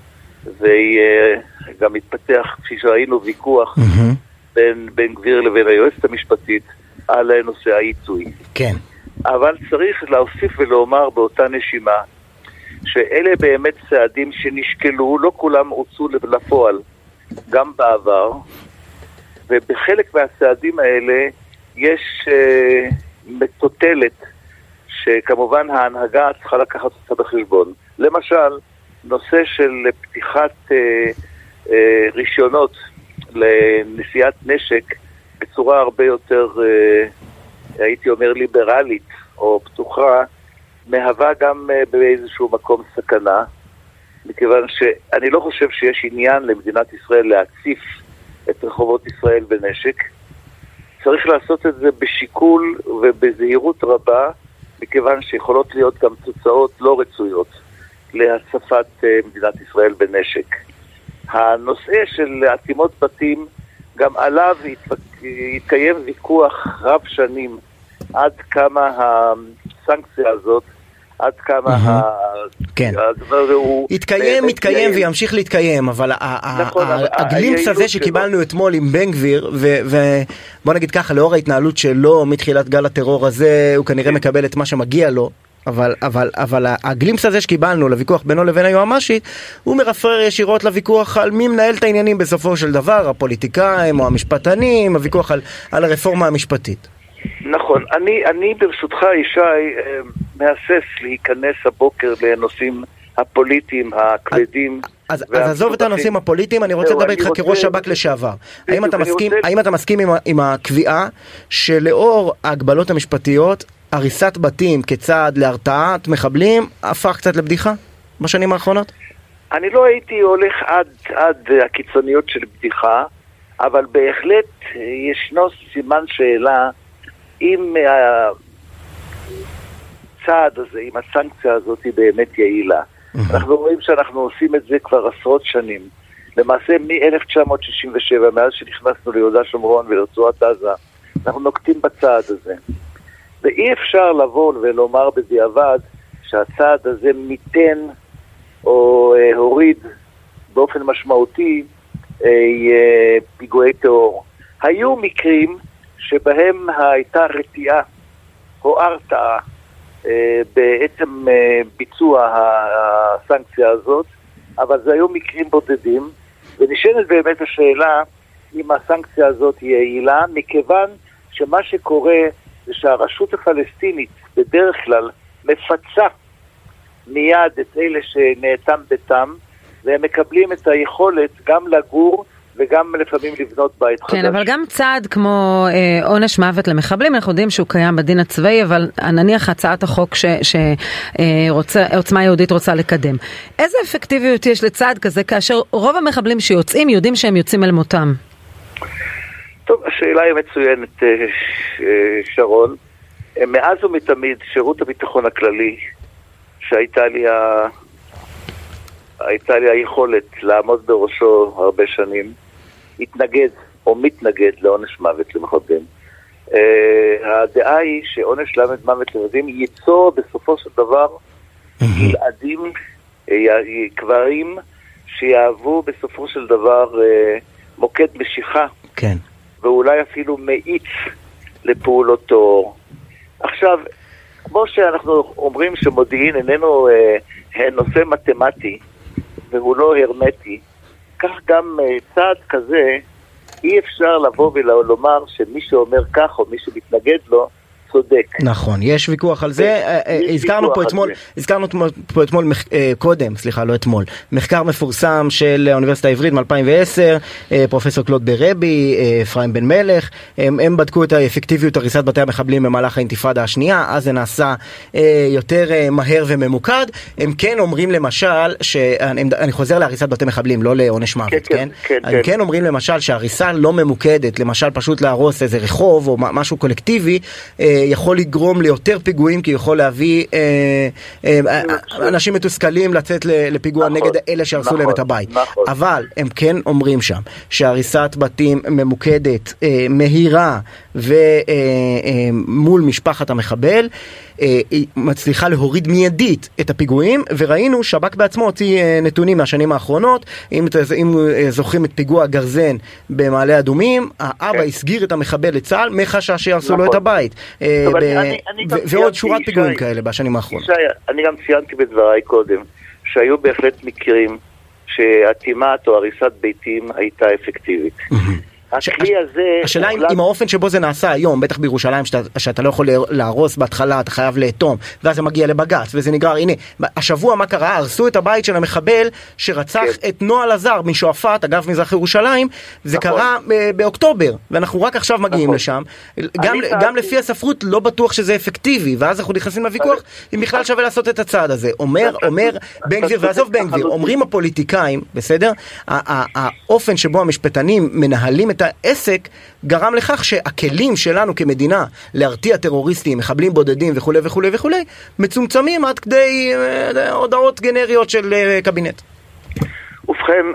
וגם התפתח, כפי שראינו, ויכוח בין גביר לבין היועצת המשפטית על נושא העיתוי. כן. אבל צריך להוסיף ולומר באותה נשימה שאלה באמת צעדים שנשקלו, לא כולם הוצאו לפועל גם בעבר, ובחלק מהצעדים האלה יש מטוטלת שכמובן ההנהגה צריכה לקחת אותה בחשבון. למשל, נושא של פתיחת רישיונות לנשיאת נשק בצורה הרבה יותר, הייתי אומר, ליברלית או פתוחה, מהווה גם באיזשהו מקום סכנה, מכיוון שאני לא חושב שיש עניין למדינת ישראל להציף את רחובות ישראל בנשק. צריך לעשות את זה בשיקול ובזהירות רבה, מכיוון שיכולות להיות גם תוצאות לא רצויות להצפת מדינת ישראל בנשק. הנושא של עצימות בתים, גם עליו יתקיים ויכוח רב שנים עד כמה הסנקציה הזאת, עד כמה הדבר הוא יתקיים וימשיך להתקיים, אבל הגלימפס הזה שקיבלנו אתמול עם בן גביר, ובוא נגיד ככה, לאור ההתנהלות שלו מתחילת גל הטרור הזה, הוא כנראה מקבל את מה שמגיע לו, אבל הגלימפס הזה שקיבלנו לוויכוח בינו לבין היועמ"שית, הוא מרפרר ישירות לוויכוח על מי מנהל את העניינים בסופו של דבר, הפוליטיקאים או המשפטנים, הוויכוח על הרפורמה המשפטית. נכון, אני ברשותך ישי מהסס להיכנס הבוקר לנושאים הפוליטיים הכבדים. אז עזוב את הנושאים הפוליטיים, אני רוצה לדבר איתך כראש שב"כ לשעבר. האם אתה מסכים עם הקביעה שלאור ההגבלות המשפטיות, הריסת בתים כצעד להרתעת מחבלים הפך קצת לבדיחה בשנים האחרונות? אני לא הייתי הולך עד הקיצוניות של בדיחה, אבל בהחלט ישנו סימן שאלה אם הצעד הזה, אם הסנקציה הזאת היא באמת יעילה. אנחנו רואים שאנחנו עושים את זה כבר עשרות שנים. למעשה מ-1967, מאז שנכנסנו ליהודה שומרון ולרצועת עזה, אנחנו נוקטים בצעד הזה. ואי אפשר לבוא ולומר בדיעבד שהצעד הזה מיתן או הוריד באופן משמעותי פיגועי טרור. היו מקרים שבהם הייתה רתיעה או הרתעה בעצם ביצוע הסנקציה הזאת, אבל זה היו מקרים בודדים, ונשאלת באמת השאלה אם הסנקציה הזאת היא יעילה, מכיוון שמה שקורה זה שהרשות הפלסטינית בדרך כלל מפצה מיד את אלה שנאטם ביתם, והם מקבלים את היכולת גם לגור וגם לפעמים לבנות בית חדש. כן, אבל גם צעד כמו עונש מוות למחבלים, אנחנו יודעים שהוא קיים בדין הצבאי, אבל נניח הצעת החוק שעוצמה יהודית רוצה לקדם. איזה אפקטיביות יש לצעד כזה, כאשר רוב המחבלים שיוצאים יודעים שהם יוצאים אל מותם? טוב, השאלה היא מצוינת, שרון. מאז ומתמיד שירות הביטחון הכללי, שהייתה לי היכולת לעמוד בראשו הרבה שנים, התנגד או מתנגד לעונש מוות למחבלים. הדעה היא שעונש מוות למחבלים ייצור בסופו של דבר ילדים, קברים שיהוו בסופו של דבר מוקד משיכה, כן. ואולי אפילו מאיץ לפעולות טרור. עכשיו, כמו שאנחנו אומרים שמודיעין איננו נושא מתמטי והוא לא הרמטי, כך גם צעד כזה אי אפשר לבוא ולומר שמי שאומר כך או מי שמתנגד לו צודק. נכון, יש ויכוח על זה. הזכרנו פה אתמול מחקר מפורסם של האוניברסיטה העברית מ-2010, פרופסור קלוד ברבי, אפרים בן מלך, הם בדקו את האפקטיביות הריסת בתי המחבלים במהלך האינתיפאדה השנייה, אז זה נעשה יותר מהר וממוקד. הם כן אומרים למשל, אני חוזר להריסת בתי מחבלים, לא לעונש מוות, כן? הם כן אומרים למשל שהריסה לא ממוקדת, למשל פשוט להרוס איזה רחוב או משהו קולקטיבי, יכול לגרום ליותר פיגועים, כי יכול להביא אנשים מתוסכלים לצאת לפיגוע נגד אלה שהרסו להם את הבית. אבל הם כן אומרים שם שהריסת בתים ממוקדת, מהירה ומול משפחת המחבל, היא מצליחה להוריד מיידית את הפיגועים, וראינו שב"כ בעצמו הוציא נתונים מהשנים האחרונות. אם זוכרים את פיגוע גרזן במעלה אדומים, האבא הסגיר את המחבל לצה"ל מחשש שירסו לו את הבית, ועוד שורת פיגועים כאלה בשנים האחרונות. אני גם ציינתי בדבריי קודם שהיו בהחלט מקרים שהתימת או הריסת ביתים הייתה אפקטיבית. השאלה אם האופן שבו זה נעשה היום, בטח בירושלים, שאתה לא יכול להרוס בהתחלה, אתה חייב לאטום, ואז זה מגיע לבג"ץ, וזה נגרר. הנה, השבוע מה קרה? הרסו את הבית של המחבל שרצח את נועה לזר משועפאט, אגב מזרח ירושלים. זה קרה באוקטובר, ואנחנו רק עכשיו מגיעים לשם. גם לפי הספרות לא בטוח שזה אפקטיבי, ואז אנחנו נכנסים לוויכוח אם בכלל שווה לעשות את הצעד הזה. אומר בן גביר, ועזוב בן גביר, אומרים הפוליטיקאים, בסדר? האופן שבו המשפטנים מנהלים את העסק גרם לכך שהכלים שלנו כמדינה להרתיע טרוריסטים, מחבלים בודדים וכו' וכו' וכו' מצומצמים עד כדי הודעות גנריות של קבינט. ובכן,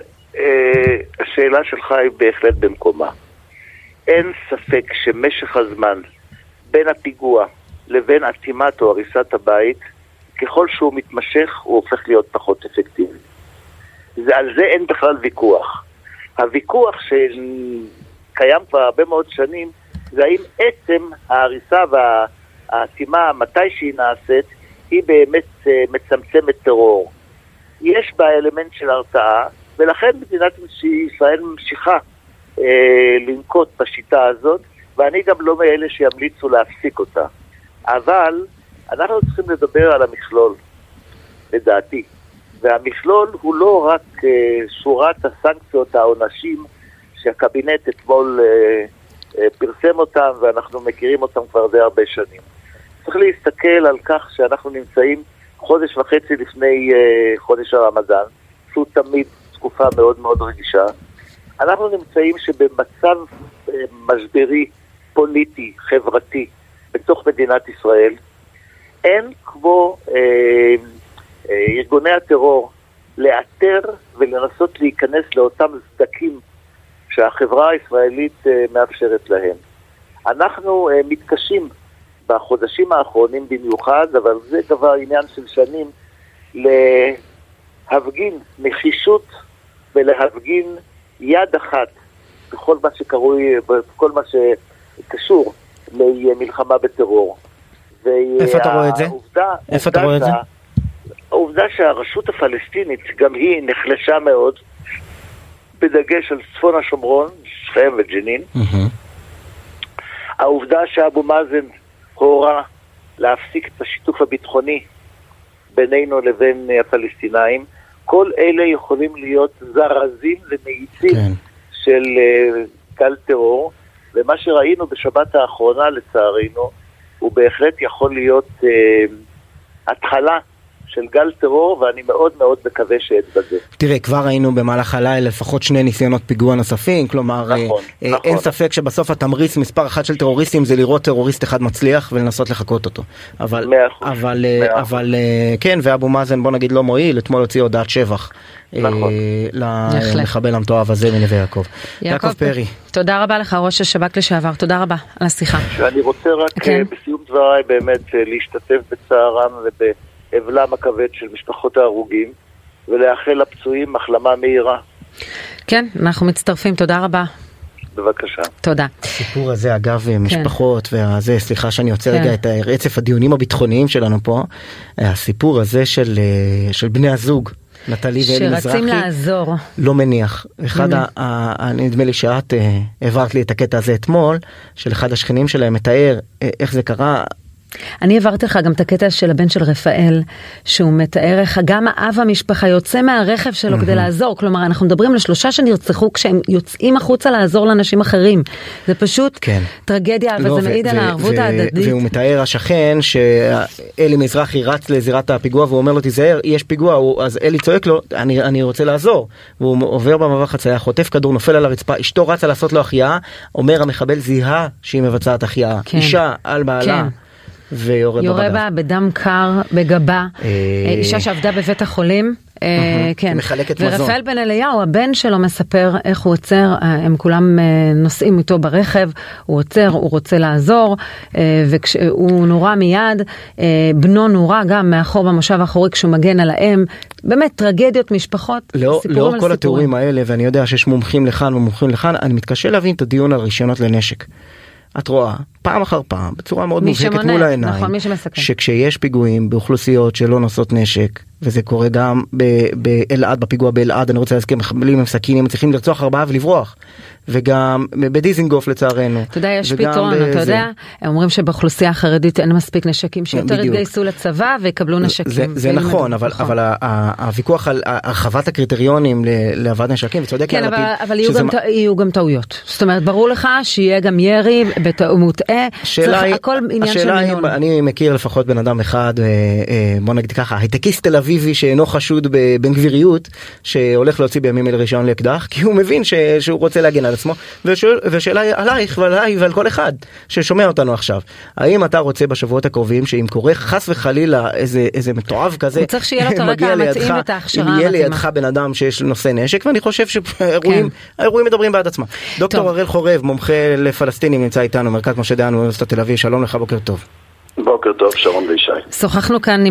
השאלה שלך היא בהחלט במקומה. אין ספק שמשך הזמן בין הפיגוע לבין אטימת או הריסת הבית, ככל שהוא מתמשך הוא הופך להיות פחות אפקטיבי. על זה אין בכלל ויכוח. הוויכוח שקיים כבר הרבה מאוד שנים, זה האם עצם ההריסה והאטימה, מתי שהיא נעשית, היא באמת מצמצמת טרור. יש בה אלמנט של הרתעה, ולכן מדינת ישראל ממשיכה לנקוט בשיטה הזאת, ואני גם לא מאלה שימליצו להפסיק אותה. אבל אנחנו צריכים לדבר על המכלול, לדעתי. והמכלול הוא לא רק שורת הסנקציות, העונשים, שהקבינט אתמול פרסם אותם, ואנחנו מכירים אותם כבר די הרבה שנים. צריך להסתכל על כך שאנחנו נמצאים חודש וחצי לפני חודש הרמדאן, שהוא תמיד תקופה מאוד מאוד רגישה. אנחנו נמצאים שבמצב משברי, פוליטי, חברתי, בתוך מדינת ישראל, אין כמו ארגוני הטרור לאתר ולנסות להיכנס לאותם סדקים שהחברה הישראלית מאפשרת להם. אנחנו מתקשים בחודשים האחרונים במיוחד, אבל זה דבר עניין של שנים, להפגין נחישות ולהפגין יד אחת בכל מה שקרוי, בכל מה שקשור למלחמה בטרור. איפה אתה רואה את זה? איפה אתה רואה את זה? העובדה שהרשות הפלסטינית גם היא נחלשה מאוד, בדגש על צפון השומרון, שכם וג'נין. העובדה שאבו מאזן הורה להפסיק את השיתוף הביטחוני בינינו לבין הפלסטינאים, כל אלה יכולים להיות זרזים ומאיצים של גל טרור, ומה שראינו בשבת האחרונה לצערנו, הוא בהחלט יכול להיות התחלה של גל טרור, ואני מאוד מאוד מקווה שאתבזה. תראה, כבר ראינו במהלך הלילה לפחות 2 ניסיונות פיגוע נוספים, כלומר, אין ספק שבסוף התמריץ מספר אחת של טרוריסטים זה לראות טרוריסט אחד מצליח ולנסות לחקות אותו. אבל כן, ואבו מאזן, בוא נגיד, לא מועיל, אתמול הוציא הודעת שבח למחבל המתועב הזה מנווה יעקב. יעקב פרי. תודה רבה לך, ראש השב"כ לשעבר, תודה רבה על השיחה. אני רוצה רק בסיום דבריי באמת להשתתף בצערם אבלם הכבד של משפחות ההרוגים, ולאחל לפצועים החלמה מהירה. כן, אנחנו מצטרפים, תודה רבה. בבקשה. תודה. הסיפור הזה, אגב, משפחות, והזה, סליחה שאני יוצא רגע את רצף הדיונים הביטחוניים שלנו פה, הסיפור הזה של בני הזוג, נטלי ואלי מזרחי, שרצים לעזור. לא מניח. נדמה לי שאת העברת לי את הקטע הזה אתמול, של אחד השכנים שלהם מתאר איך זה קרה. אני עברתי לך גם את הקטע של הבן של רפאל, שהוא מתאר איך גם האב המשפחה יוצא מהרכב שלו כדי לעזור. כלומר, אנחנו מדברים על 3 שנרצחו כשהם יוצאים החוצה לעזור לאנשים אחרים. זה פשוט טרגדיה, אבל זה מעיד על הערבות ההדדית. והוא מתאר השכן שאלי מזרחי רץ לזירת הפיגוע, והוא אומר לו, תיזהר, יש פיגוע, אז אלי צועק לו, אני רוצה לעזור. והוא עובר במעבר חצייה, חוטף כדור, נופל על הרצפה, אשתו רצה לעשות לו החייאה, אומר המחבל זיהה שהיא מבצעת החייאה. אישה על בעלה. יורה בה בדם קר, בגבה, אישה שעבדה בבית החולים, כן. ורפאל בן אליהו, הבן שלו מספר איך הוא עוצר, הם כולם נוסעים איתו ברכב, הוא עוצר, הוא רוצה לעזור, והוא נורא מיד, בנו נורא גם מאחור במושב האחורי כשהוא מגן על האם, באמת טרגדיות, משפחות, סיפורים על סיפורים. לא כל התיאורים האלה, ואני יודע שיש מומחים לכאן ומומחים לכאן, אני מתקשה להבין את הדיון על רישיונות לנשק. את רואה, פעם אחר פעם, בצורה מאוד מובהקת מול העיניים, נכון, שכשיש פיגועים באוכלוסיות שלא נושאות נשק, וזה קורה גם באלעד, בפיגוע באלעד, אני רוצה להזכיר, מחבלים עם סכינים, צריכים לרצוח 4 ולברוח, וגם בדיזינגוף לצערנו. אתה יודע, יש פתרון, אתה יודע, הם אומרים שבאוכלוסייה החרדית אין מספיק נשקים, שיותר יתגייסו לצבא ויקבלו נשקים. זה נכון, אבל הוויכוח על הרחבת הקריטריונים להבאת נשקים, וצודק כן, אבל יהיו גם טעויות. זאת אומרת, ברור לך שיהיה גם ירי מוטעה, הכל עניין של מינון. אני מכיר לפחות בן אדם אחד, בוא נגיד ככה, הייטקיסט תל אביבי שאינו חשוד בבן גביריות, שהולך להוציא בימים אלה רישיון לאקדח, כי הוא מבין שהוא רוצה להגן על עצמו, ושאלה עלייך ועליי ועל כל אחד ששומע אותנו עכשיו. האם אתה רוצה בשבועות הקרובים, שאם קורה חס וחלילה איזה מתועב כזה, הוא צריך שיהיה לו את הרקע המתאים ואת ההכשרה המתאימה. יהיה לידך בן אדם שיש נושא נשק, ואני חושב שהאירועים מדברים בעד עצמם. דוקטור הראל חורב, מומחה לפלסטינים, נמצא איתנו, מרכז משה דיין באוניברסיטת תל אביב. שלום לך, בוקר טוב. בוקר טוב, שרון וישי. שוחחנו כאן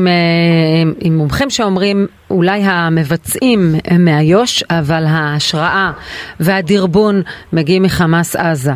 עם מומחים שאומרים אולי המבצעים הם מאיו"ש, אבל ההשראה והדרבון מגיעים מחמאס עזה.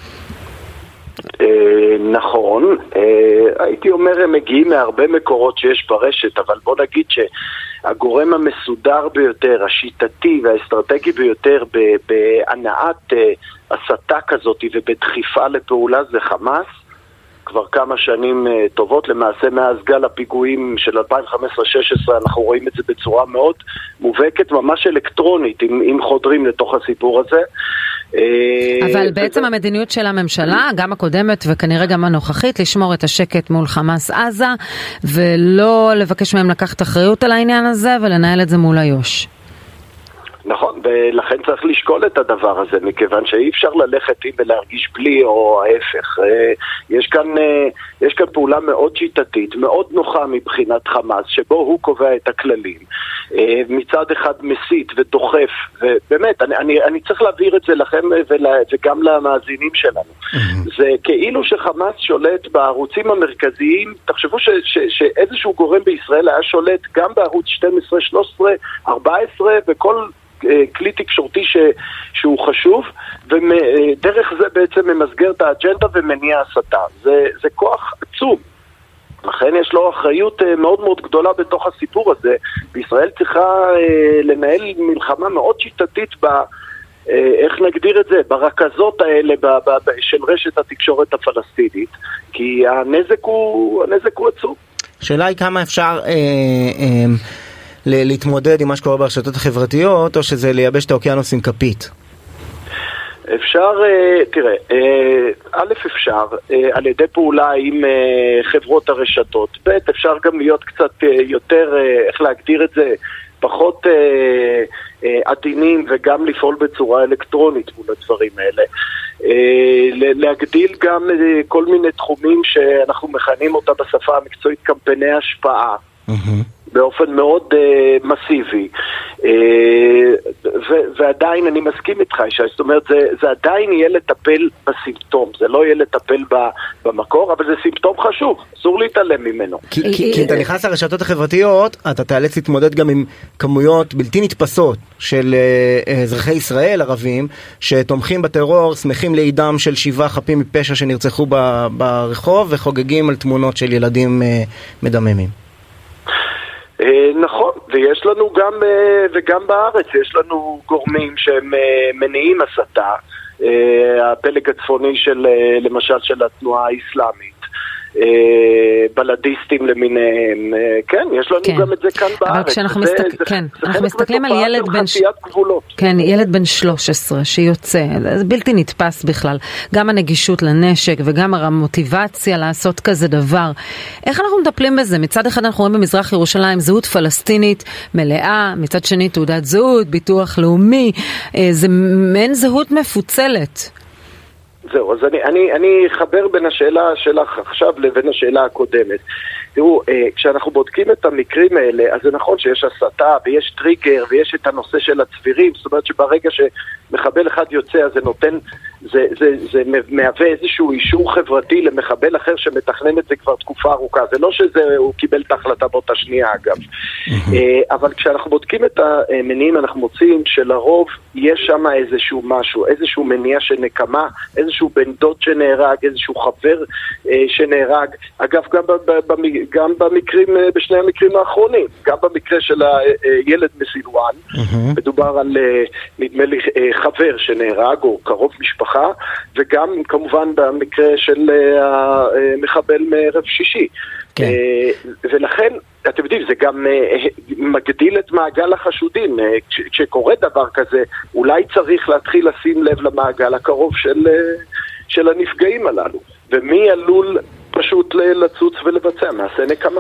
נכון, הייתי אומר הם מגיעים מהרבה מקורות שיש ברשת, אבל בוא נגיד שהגורם המסודר ביותר, השיטתי והאסטרטגי ביותר בהנעת הסתה כזאת ובדחיפה לפעולה זה חמאס. כבר כמה שנים טובות, למעשה מאז גל הפיגועים של 2015-2016 אנחנו רואים את זה בצורה מאוד מובהקת, ממש אלקטרונית, אם חודרים לתוך הסיפור הזה. אבל בעצם המדיניות של הממשלה, גם הקודמת וכנראה גם הנוכחית, לשמור את השקט מול חמאס עזה, ולא לבקש מהם לקחת אחריות על העניין הזה, ולנהל את זה מול איו"ש. נכון, ולכן צריך לשקול את הדבר הזה, מכיוון שאי אפשר ללכת עם ולהרגיש בלי או ההפך. יש כאן פעולה מאוד שיטתית, מאוד נוחה מבחינת חמאס, שבו הוא קובע את הכללים. מצד אחד מסית ודוחף, ובאמת, אני צריך להעביר את זה לכם וגם למאזינים שלנו. זה כאילו שחמאס שולט בערוצים המרכזיים, תחשבו שאיזשהו גורם בישראל היה שולט גם בערוץ 12, 13, 14 וכל כלי תקשורתי שהוא חשוב, ודרך זה בעצם ממסגר את האג'נדה ומניע הסתה. זה כוח עצום. לכן יש לו אחריות מאוד מאוד גדולה בתוך הסיפור הזה. בישראל צריכה לנהל מלחמה מאוד שיטתית איך נגדיר את זה? ברכזות האלה של רשת התקשורת הפלסטינית, כי הנזק הוא עצום. השאלה היא כמה אפשר להתמודד עם מה שקורה ברשתות החברתיות, או שזה לייבש את האוקיינוס עם כפית? אפשר, תראה, א' אפשר, על ידי פעולה עם חברות הרשתות, ב' אפשר גם להיות קצת יותר, איך להגדיר את זה, פחות עדינים וגם לפעול בצורה אלקטרונית מול הדברים האלה. להגדיל גם כל מיני תחומים שאנחנו מכנים אותה בשפה המקצועית קמפייני השפעה. באופן מאוד מסיבי. ועדיין אני מסכים איתך, זאת אומרת, זה עדיין יהיה לטפל בסימפטום, זה לא יהיה לטפל במקור, אבל זה סימפטום חשוב, אסור להתעלם ממנו. כי אתה נכנס לרשתות החברתיות, אתה תאלץ להתמודד גם עם כמויות בלתי נתפסות של אזרחי ישראל, ערבים, שתומכים בטרור, שמחים לעידם של 7 חפים מפשע שנרצחו ברחוב, וחוגגים על תמונות של ילדים מדממים. נכון, ויש לנו גם, וגם בארץ, יש לנו גורמים שהם מניעים הסתה, הפלג הצפוני של, למשל, של התנועה האסלאמית, בלדיסטים למיניהם, כן, יש לנו גם את זה כאן בארץ. אבל כשאנחנו מסתכלים על ילד בן... כן, ילד בן 13 שיוצא, זה בלתי נתפס בכלל. גם הנגישות לנשק וגם המוטיבציה לעשות כזה דבר. איך אנחנו מטפלים בזה? מצד אחד אנחנו רואים במזרח ירושלים זהות פלסטינית מלאה, מצד שני תעודת זהות, ביטוח לאומי, זה מעין זהות מפוצלת. זהו, אז אני אחבר בין השאלה שלך עכשיו לבין השאלה הקודמת. תראו, כשאנחנו בודקים את המקרים האלה, אז זה נכון שיש הסתה ויש טריגר ויש את הנושא של הצבירים, זאת אומרת שברגע שמחבל אחד יוצא, אז זה נותן, זה מהווה איזשהו אישור חברתי למחבל אחר שמתכנן את זה כבר תקופה ארוכה. זה לא שהוא קיבל את ההחלטה באותה שנייה, אגב. אבל כשאנחנו בודקים את המניעים, אנחנו מוצאים שלרוב יש שם איזשהו משהו, איזשהו מניע שנקמה, איזשהו בן דוד שנהרג, איזשהו חבר שנהרג. אגב, גם במקרים, בשני המקרים האחרונים, גם במקרה של הילד מסילואן, מדובר על, נדמה לי, חבר שנהרג או קרוב משפחה, וגם כמובן במקרה של המחבל מערב שישי. כן. ולכן, אתם יודעים, זה גם מגדיל את מעגל החשודים. כשקורה דבר כזה, אולי צריך להתחיל לשים לב למעגל הקרוב של הנפגעים הללו. ומי עלול פשוט לצוץ ולבצע מעשה נקמה.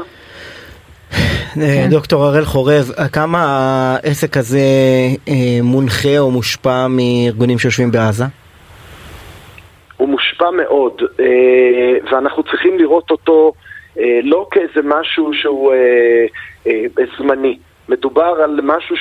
דוקטור הראל חורב, כמה העסק הזה מונחה או מושפע מארגונים שיושבים בעזה? הוא מושפע מאוד, ואנחנו צריכים לראות אותו לא כאיזה משהו שהוא זמני. מדובר על משהו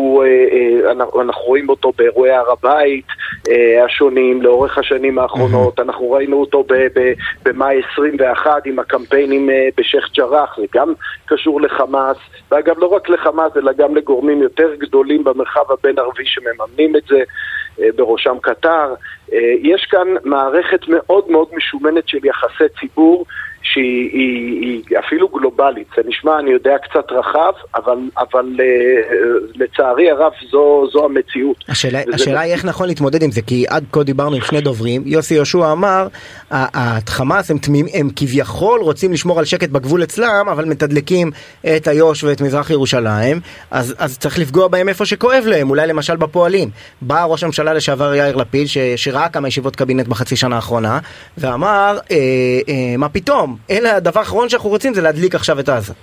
אנחנו רואים אותו באירועי הר הבית השונים לאורך השנים האחרונות. אנחנו ראינו אותו במאי 21 עם הקמפיינים בשייח ג'ראח, זה גם קשור לחמאס, ואגב לא רק לחמאס אלא גם לגורמים יותר גדולים במרחב הבין ערבי שמממנים את זה, בראשם קטר. יש כאן מערכת מאוד מאוד משומנת של יחסי ציבור שהיא אפילו גלובלית. זה נשמע, אני יודע, קצת רחב, אבל לצערי הרב זו המציאות. השאלה היא איך נכון להתמודד עם זה, כי עד כה דיברנו עם שני דוברים. יוסי יהושע אמר, החמאס הם כביכול רוצים לשמור על שקט בגבול אצלם, אבל מתדלקים את איו"ש ואת מזרח ירושלים, אז צריך לפגוע בהם איפה שכואב להם, אולי למשל בפועלים. בא ראש הממשלה לשעבר יאיר לפיד, שראה כמה ישיבות קבינט בחצי שנה האחרונה, ואמר, מה פתאום? אלא הדבר האחרון שאנחנו רוצים זה להדליק עכשיו את עזה.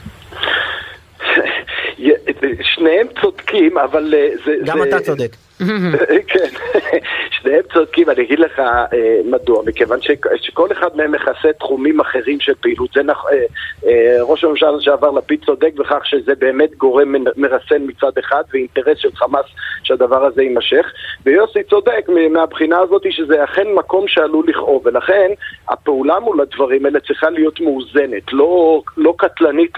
שניהם צודקים, אבל גם אתה צודק. כן, שניהם צודקים. אני אגיד לך מדוע, מכיוון שכל אחד מהם מכסה תחומים אחרים של פעילות. זה ראש הממשלה שעבר לפיד צודק בכך שזה באמת גורם מרסן מצד אחד ואינטרס של חמאס שהדבר הזה יימשך, ויוסי צודק מהבחינה הזאת שזה אכן מקום שעלול לכאוב, ולכן הפעולה מול הדברים האלה צריכה להיות מאוזנת, לא קטלנית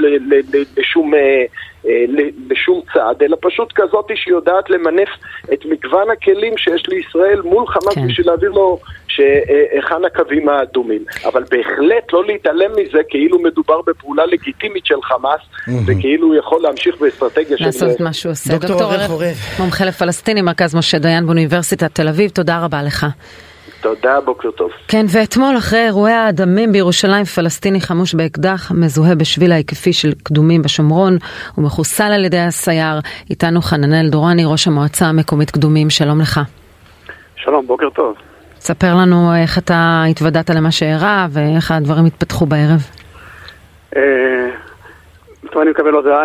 לשום צעד, אלא פשוט כזאת שיודעת למנף את מגוון הכלים שיש לישראל מול חמאס בשביל להעביר לו שהכן הקווים האדומים. אבל בהחלט לא להתעלם מזה כאילו מדובר בפעולה לגיטימית של חמאס, וכאילו הוא יכול להמשיך באסטרטגיה של... לעשות מה שהוא עושה. דוקטור הראל חורב, מומחה לפלסטינים, מרכז משה דיין באוניברסיטת תל אביב, תודה רבה לך. תודה, בוקר טוב. כן, ואתמול אחרי אירועי הדמים בירושלים, פלסטיני חמוש באקדח מזוהה בשביל ההיקפי של קדומים בשומרון, הוא מחוסל על ידי הסייר. איתנו חננאל דורני, ראש המועצה המקומית קדומים, שלום לך. שלום, בוקר טוב. תספר לנו איך אתה התוודעת למה שאירע ואיך הדברים התפתחו בערב. אני מקבל הודעה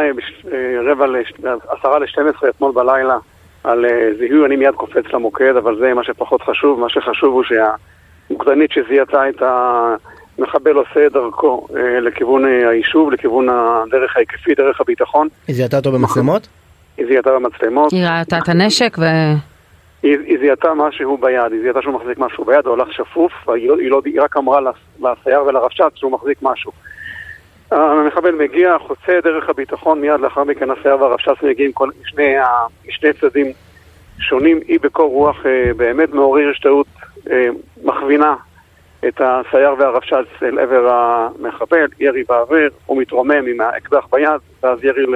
11:50 אתמול בלילה על זיהוי, אני מיד קופץ למוקד, אבל זה מה שפחות חשוב. מה שחשוב הוא שהמוקדנית שזיהתה את המחבל עושה דרכו לכיוון היישוב, לכיוון הדרך ההיקפי, דרך הביטחון. זיהתה אותו במצלמות? היא זיהתה במצלמות. היא ראתה את הנשק היא זיהתה משהו ביד, היא זיהתה שהוא מחזיק משהו ביד, הוא הולך שפוף, היא רק אמרה לסייר ולרבש"ץ שהוא מחזיק משהו. המחבל מגיע, חוצה דרך הביטחון, מיד לאחר מכן הסייר והרבש"ץ מגיעים משני צדדים שונים, היא בקור רוח באמת מעורר השתאות, מכווינה את הסייר והרבש"ץ אל עבר המחבל, ירי באוויר, הוא מתרומם עם האקדח ביד, ואז ירי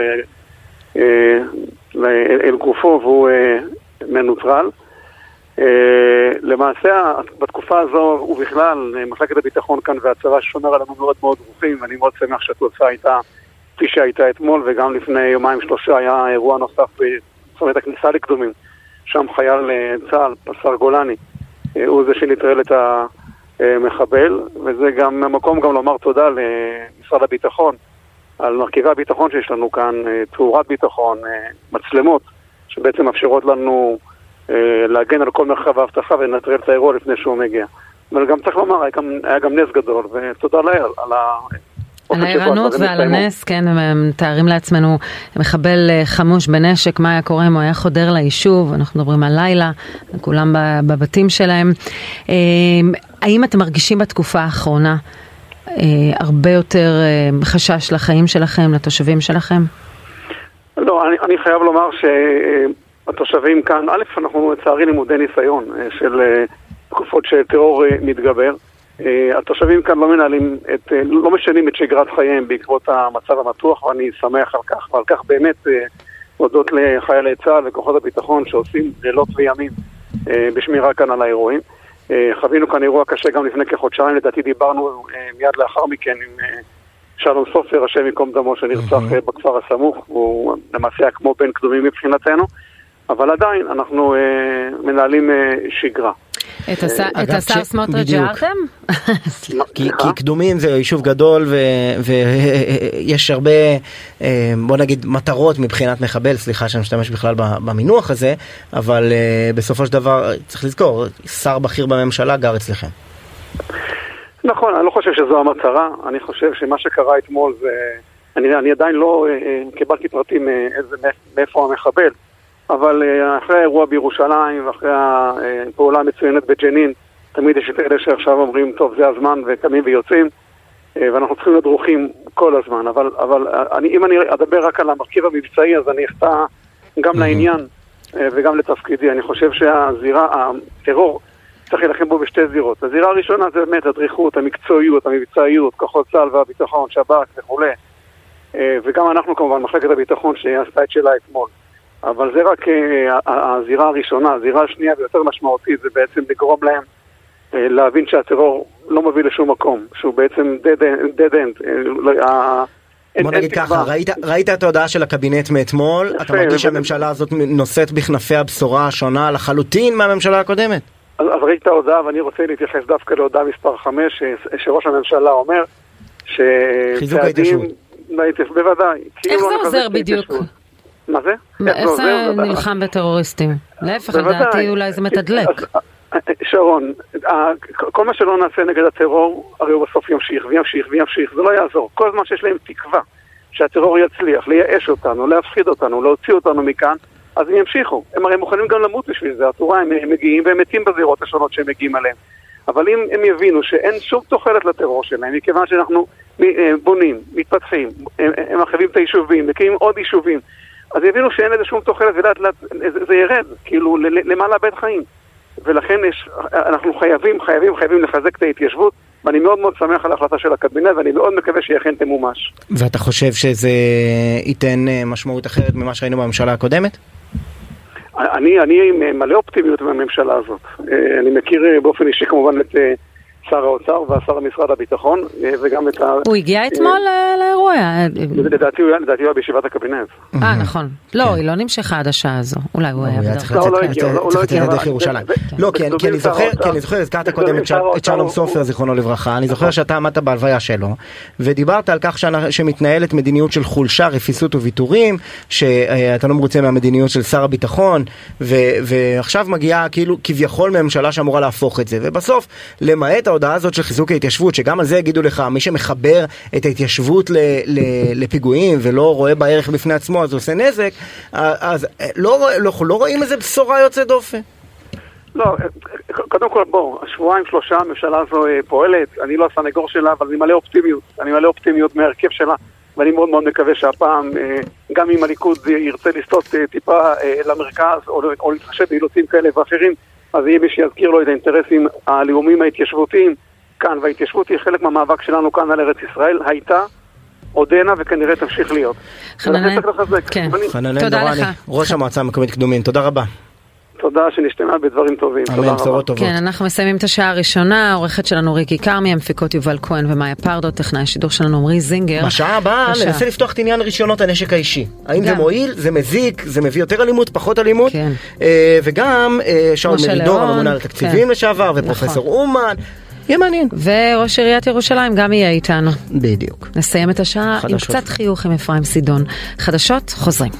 אל גופו והוא מנוטרל. למעשה בתקופה הזו ובכלל מחלקת הביטחון כאן והצבא שומר עלינו מאוד מאוד דרוכים, ואני מאוד שמח שהתוצאה הייתה כפי שהייתה אתמול, וגם לפני יומיים שלושה היה אירוע נוסף בצומת הכניסה לקדומים, שם חייל צה"ל, פסר גולני, הוא זה שנטרל את המחבל, וזה גם המקום גם לומר תודה למשרד הביטחון על מרכיבי הביטחון שיש לנו כאן, תאורת ביטחון, מצלמות שבעצם מאפשרות לנו להגן על כל מרחב ההבטחה ולנטרל את האירוע לפני שהוא מגיע. אבל גם צריך לומר, היה גם נס גדול, ותודה לאל על הערנות ועל הנס, כן, הם מתארים לעצמנו מחבל חמוש בנשק, מה היה קורה אם הוא היה חודר ליישוב, אנחנו מדברים על לילה, כולם בבתים שלהם. האם אתם מרגישים בתקופה האחרונה הרבה יותר חשש לחיים שלכם, לתושבים שלכם? לא, אני חייב לומר שהתושבים כאן, א', אנחנו לצערי לימודי ניסיון של תקופות שטרור מתגבר. התושבים כאן לא משנים את שגרת חייהם בעקבות המצב המתוח, ואני שמח על כך, ועל כך באמת הודות לחיילי צה"ל וכוחות הביטחון שעושים לילות וימים בשמירה כאן על האירועים. חווינו כאן אירוע קשה גם לפני כחודשיים, לדעתי דיברנו מיד לאחר מכן עם שלום סופר, השם מקום דמו, שנרצח בכפר הסמוך, הוא למעשה היה כמו בן קדומים מבחינתנו, אבל עדיין אנחנו מנהלים שגרה. את השר סמוטריץ' הערתם? כי קדומים זה יישוב גדול ויש הרבה, בוא נגיד, מטרות מבחינת מחבל, סליחה שאני משתמש בכלל במינוח הזה, אבל בסופו של דבר צריך לזכור, שר בכיר בממשלה גר אצלכם. נכון, אני לא חושב שזו המטרה, אני חושב שמה שקרה אתמול זה, אני עדיין לא קיבלתי פרטים מאיפה המחבל, אבל אחרי האירוע בירושלים ואחרי הפעולה המצוינת בג'נין, תמיד יש את אלה שעכשיו אומרים, טוב, זה הזמן, וקמים ויוצאים, ואנחנו צריכים להיות דרוכים כל הזמן. אבל אם אני אדבר רק על המרכיב המבצעי, אז אני אחטא גם לעניין וגם לתפקידי. אני חושב שהזירה, הטרור, צריך להילחם בו בשתי זירות. הזירה הראשונה זה באמת הדריכות, המקצועיות, המבצעיות, כוחות צה"ל והביטחון, שב"כ וכו'. וגם אנחנו כמובן, מחלקת הביטחון שעשתה את שלה אתמול. אבל זה רק הזירה הראשונה. הזירה השנייה ויותר משמעותית זה בעצם לגרום להם להבין שהטרור לא מביא לשום מקום, שהוא בעצם dead end. בוא נגיד ככה, ראית את ההודעה של הקבינט מאתמול, אתה מרגיש שהממשלה הזאת נושאת בכנפי הבשורה השונה לחלוטין מהממשלה הקודמת? אז ראית את ההודעה, ואני רוצה להתייחס דווקא להודעה מספר 5, שראש הממשלה אומר חיזוק ההתיישבות. בוודאי. איך זה עוזר בדיוק? מה זה? איך זה נלחם בטרוריסטים? להפך, לדעתי אולי זה מתדלק. שרון, כל מה שלא נעשה נגד הטרור, הרי הוא בסוף ימשיך וימשיך וימשיך, זה לא יעזור. כל זמן שיש להם תקווה שהטרור יצליח, לייאש אותנו, להפחיד אותנו, להוציא אותנו מכאן, אז הם ימשיכו. הם הרי מוכנים גם למות בשביל זה, התורה, הם מגיעים והם מתים בזירות השונות שהם מגיעים עליהם. אבל אם הם יבינו שאין שום תוחלת לטרור שלהם, מכיוון שאנחנו בונים, מתפתחים, הם מחייבים את היישובים, מקימים עוד יישובים, אז יבינו שאין לזה שום תוחלת, זה ירד, כאילו, למעלה בית חיים. ולכן אנחנו חייבים לחזק את ההתיישבות, ואני מאוד מאוד שמח על ההחלטה של הקבינט, ואני מאוד מקווה שאכן תמומש. ואתה חושב שזה ייתן משמעות אחרת ממה שראינו בממשלה הקודמת? אני מלא אופטימיות בממשלה הזאת. אני מכיר באופן אישי כמובן את שר האוצר והשר המשרד הביטחון, וגם את הוא הגיע אתמול לאירוע? לדעתי הוא היה בישיבת הקבינט. נכון. לא, היא לא נמשכה עד השעה הזו. אולי הוא היה בדרך. צריך לצאת דרך ירושלים. לא, כי אני זוכר, הזכרת קודם את שלום סופר, זיכרונו לברכה, אני זוכר שאתה עמדת בהלוויה שלו, ודיברת על כך שמתנהלת מדיניות של חולשה, רפיסות וויתורים, שאתה לא מרוצה מהמדיניות של שר הביטחון, ועכשיו מגיעה כאילו כביכול ממשלה שאמורה להפוך את זה, ובסוף, למעט את ההודעה הזאת של חיזוק ההתיישבות, שגם על זה יגידו לך, מי שמחבר את ההתיישבות לפיגועים ולא רואה בערך בפני עצמו, אז עושה נזק, אז לא רואים איזה בשורה יוצא דופן. לא, קודם כל בוא, שבועיים שלושה הממשלה הזו פועלת, אני לא הסנגור שלה, אבל אני מלא אופטימיות מהרכב שלה, ואני מאוד מאוד מקווה שהפעם, גם אם הליכוד ירצה לסטות טיפה למרכז, או להתחשב באילוצים כאלה ואחרים, אז יהיה מי שיזכיר לו את האינטרסים הלאומיים ההתיישבותיים כאן, וההתיישבות היא חלק מהמאבק שלנו כאן על ארץ ישראל, הייתה, עודנה וכנראה תמשיך להיות. חננאל דורני, ראש המועצה המקומית קדומים, תודה רבה. תודה, שנשתמע בדברים טובים. תודה רבה. כן, אנחנו מסיימים את השעה הראשונה, העורכת שלנו ריקי קרמי, המפיקות יובל כהן ומאיה פרדו, טכנאי השידור שלנו עמרי זינגר. בשעה הבאה ננסה לפתוח את עניין רישיונות הנשק האישי. האם זה מועיל, זה מזיק, זה מביא יותר אלימות, פחות אלימות, וגם שאול מרידור, הממונה על התקציבים לשעבר, ופרופסור אומן. יהיה מעניין. וראש עיריית ירושלים גם יהיה איתנו. בדיוק. נסיים את השעה עם קצת חיוך עם אפרים סידון. חדשות, חוזרים.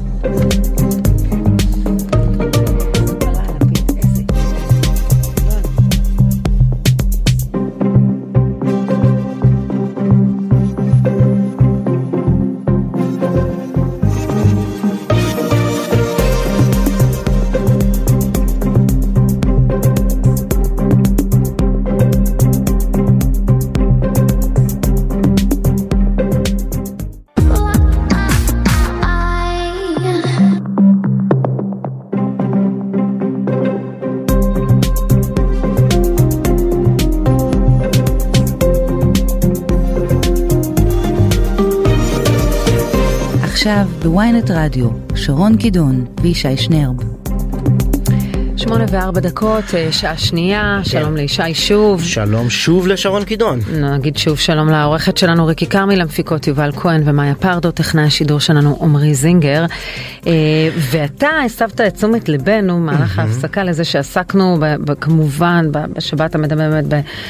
עכשיו בוויינט רדיו, שרון קידון וישי שנרב. 8:04, שעה שנייה, שלום לישי שוב. שלום שוב לשרון קידון. נגיד שוב שלום לעורכת שלנו ריקי קרמי, למפיקות יובל כהן ומאיה פרדו, טכנאי השידור שלנו עמרי זינגר. ואתה הסבת את תשומת ליבנו מהלך ההפסקה לזה שעסקנו כמובן בשבת המדממת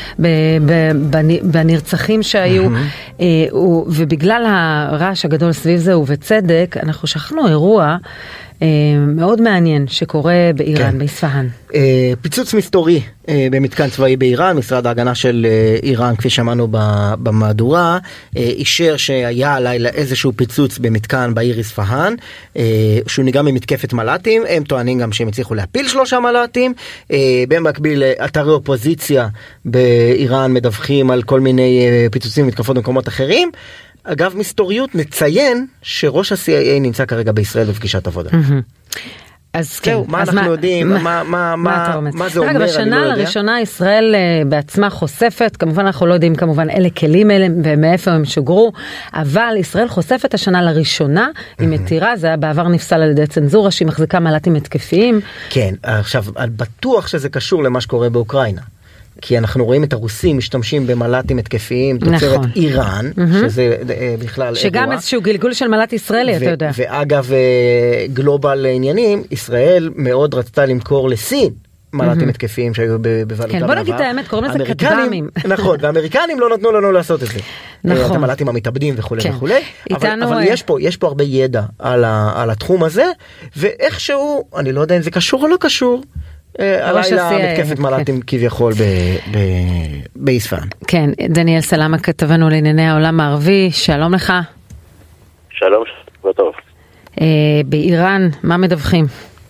בנרצחים שהיו, ובגלל הרעש הגדול סביב זה ובצדק, אנחנו שכחנו אירוע מאוד מעניין שקורה באיראן, באספהאן. פיצוץ מסתורי במתקן צבאי באיראן, משרד ההגנה של איראן, כפי שמענו במהדורה, אישר שהיה הלילה איזשהו פיצוץ במתקן בעיר אספהאן, שהוא נגרם ממתקפת מל"טים, הם טוענים גם שהם הצליחו להפיל 3 מל"טים, במקביל אתרי אופוזיציה באיראן מדווחים על כל מיני פיצוצים ומתקפות במקומות אחרים. אגב מסתוריות נציין שראש ה-CIA נמצא כרגע בישראל בפגישת עבודה. אז כן, מה אנחנו יודעים, מה זה אומר, בשנה לראשונה ישראל בעצמה חושפת, כמובן אנחנו לא יודעים כמובן אלה כלים אלה ומאיפה הם שוגרו, אבל ישראל חושפת השנה לראשונה, היא מתירה, זה היה בעבר נפסל על ידי צנזורה, שהיא מחזיקה מל"טים התקפיים. כן, עכשיו, בטוח שזה קשור למה שקורה באוקראינה. כי אנחנו רואים את הרוסים משתמשים במל"טים התקפיים, תוצרת איראן, שזה בכלל שגם איזשהו גלגול של מל"ט ישראלי, אתה יודע. ואגב, גלובל עניינים, ישראל מאוד רצתה למכור לסין מל"טים התקפיים שהיו בבעלותה. כן, בוא נגיד את האמת, קוראים לזה כטב"מים. נכון, והאמריקנים לא נתנו לנו לעשות את זה. נכון. את המל"טים המתאבדים וכו' וכו'. אבל יש פה הרבה ידע על התחום הזה, ואיכשהו, אני לא יודע אם זה קשור או לא קשור, הלילה מתקפת מל"טים כביכול באספהאן. כן, דניאל סלאמה כתבנו לענייני העולם הערבי, שלום לך. שלום, וטוב. באיראן, מה מדווחים?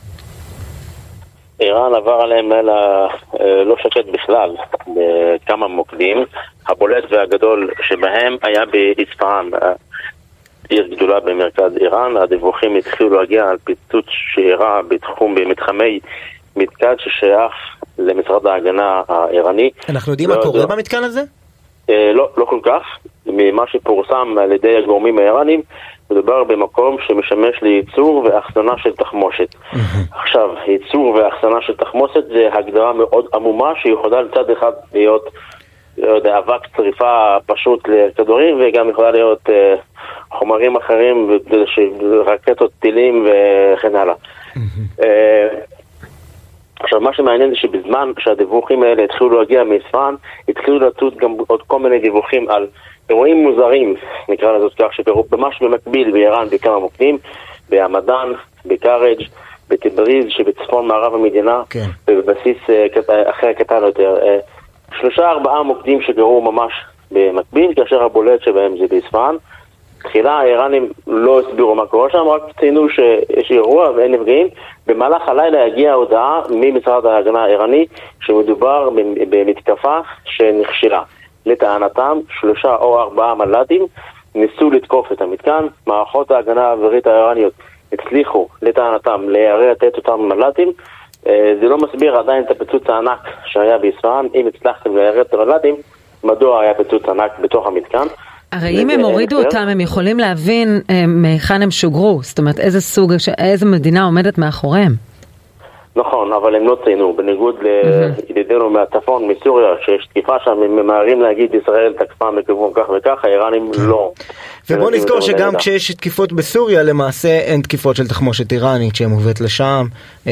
איראן עבר עליהם לילה לא שקט בכלל, בכמה מוקדים. הבולט והגדול שבהם היה באספהאן, עיר גדולה במרכז איראן. הדיווחים התחילו להגיע על פיצוץ שאירע במתחמי מתקן ששייך למשרד ההגנה האיראני. אנחנו יודעים מה קורה במתקן הזה? לא כל כך. ממה שפורסם על ידי הגורמים האיראנים, מדובר במקום שמשמש לייצור ואחסנה של תחמושת. עכשיו, ייצור ואחסנה של תחמושת זה הגדרה מאוד עמומה, שיכולה לצד אחד להיות אבק צריפה פשוט לכדורים, וגם יכולה להיות חומרים אחרים, רקטות, טילים וכן הלאה. עכשיו, מה שמעניין זה שבזמן שהדיווחים האלה התחילו להגיע מאספהאן, התחילו לצוד גם עוד כל מיני דיווחים על אירועים מוזרים, נקרא לזאת כך, שקרו ממש במקביל באיראן בכמה מוקדים, בהמדאן, בקארג', בטיבריז, שבצפון מערב המדינה, ובבסיס אחר קטן יותר. 3-4 מוקדים שקרו ממש במקביל, כאשר הבולט שבהם זה באספהאן. תחילה האיראנים לא הסבירו מה קורה שם, רק ציינו שיש אירוע ואין נפגעים. במהלך הלילה הגיעה הודעה ממשרד ההגנה האיראני שמדובר במתקפה שנכשלה. לטענתם 3 או 4 מל"טים ניסו לתקוף את המתקן, מערכות ההגנה האווירית האיראניות הצליחו לטענתם להרע את אותם מל"טים. זה לא מסביר עדיין את הפיצוץ הענק שהיה באספהאן. אם הצלחתם להרע את המל"טים, מדוע היה פיצוץ ענק בתוך המתקן? הרי אם הם הורידו אותם, הם יכולים להבין מהיכן הם שוגרו, זאת אומרת איזה מדינה עומדת מאחוריהם. נכון, אבל הם לא ציינו, בניגוד לידידינו מהצפון, מסוריה, שיש תקיפה שם, הם ממהרים להגיד ישראל תקפה מכיוון כך וכך, האיראנים לא. ובוא נזכור שגם כשיש תקיפות בסוריה, למעשה אין תקיפות של תחמושת איראנית שמובאת לשם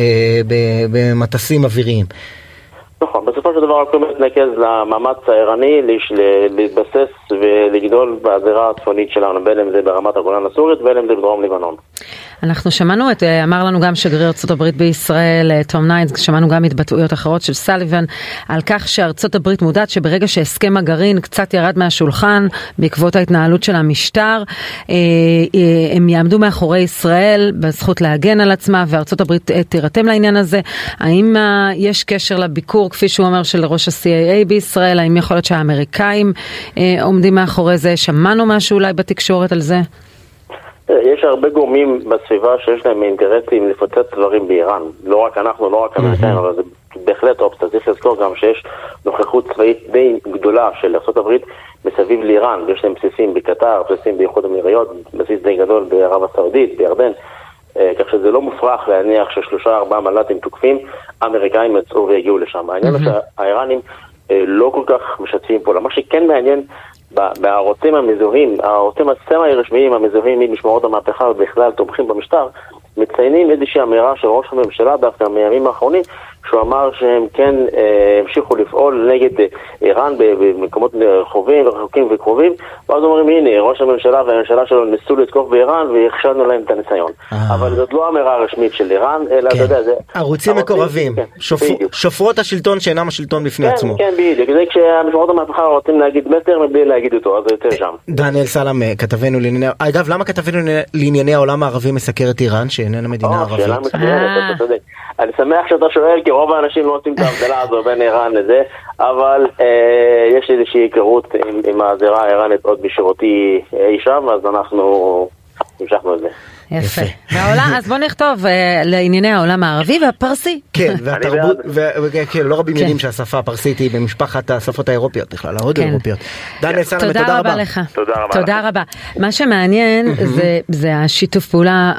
במטסים אוויריים. נכון, בסופו של דבר הכל מתנקז למאמץ האיראני להתבסס ולגדול בזירה הצפונית שלנו, בין אם זה ברמת הגולן הסורית, בין אם זה בדרום לבנון. אנחנו שמענו אמר לנו גם שגריר ארצות הברית בישראל, תום ניידס, שמענו גם התבטאויות אחרות של סליבן, על כך שארצות הברית מודעת שברגע שהסכם הגרעין קצת ירד מהשולחן, בעקבות ההתנהלות של המשטר, הם יעמדו מאחורי ישראל בזכות להגן על עצמה, וארצות הברית תירתם לעניין הזה. האם יש קשר לביקור, כפי שהוא אומר, של ראש ה-CIA בישראל? האם יכול להיות שהאמריקאים עומדים מאחורי זה? שמענו משהו אולי בתקשורת על זה? יש הרבה גורמים בסביבה שיש להם אינטרסים לפוצץ דברים באיראן. לא רק אנחנו, לא רק אמריקאים, אבל זה בהחלט אופציה. צריך לזכור גם שיש נוכחות צבאית די גדולה של ארצות הברית מסביב לאיראן. יש להם בסיסים בקטר, בסיסים באיחוד האמירויות, בסיס די גדול בערב הסעודית, בירדן. כך שזה לא מופרך להניח ש3-4 מל"טים תוקפים, האמריקאים יצאו והגיעו לשם. העניין הוא שהאיראנים לא כל כך משתפים פה. מה שכן מעניין, בערוצים המזוהים, הערוצים הסמי-רשמיים המזוהים ממשמרות המהפכה ובכלל תומכים במשטר, מציינים איזושהי אמירה של ראש הממשלה דווקא מימים האחרונים, שהוא אמר שהם כן המשיכו לפעול נגד איראן במקומות רחובים ורחוקים וקרובים, ואז אומרים הנה ראש הממשלה והממשלה שלו ניסו לתקוף באיראן והכשלנו להם את הניסיון. אבל זאת לא אמירה רשמית של איראן, אלא אתה יודע, זה ערוצים מקורבים, שופרות השלטון שאינם השלטון בפני עצמו. כן, בדיוק, זה כשהמשמרות המהפכה רוצים להגיד מסר מבלי להגיד אותו, אז זה יותר שם. דניאל סלם, כתבנו לענייני, אגב, למה כתבנו לענייני העולם הערבי מסקר את איראן שאיננה מדינה ערבית? שאלה מצוינת, אתה צודק. אני שמח שאתה שואל, כי רוב האנשים לא עושים את ההבדלה הזו בין איראן לזה, אבל יש איזושהי היכרות עם הזירה האיראנית עוד בשירותי אי שם, אז אנחנו המשכנו את זה. יפה. אז בוא נכתוב לענייני העולם הערבי והפרסי. כן, והתרבות, לא רבים יודעים שהשפה הפרסית היא במשפחת השפות האירופיות בכלל, ההודו האירופיות. דניאל סלם, תודה רבה לך. תודה רבה. מה שמעניין זה השיתוף פעולה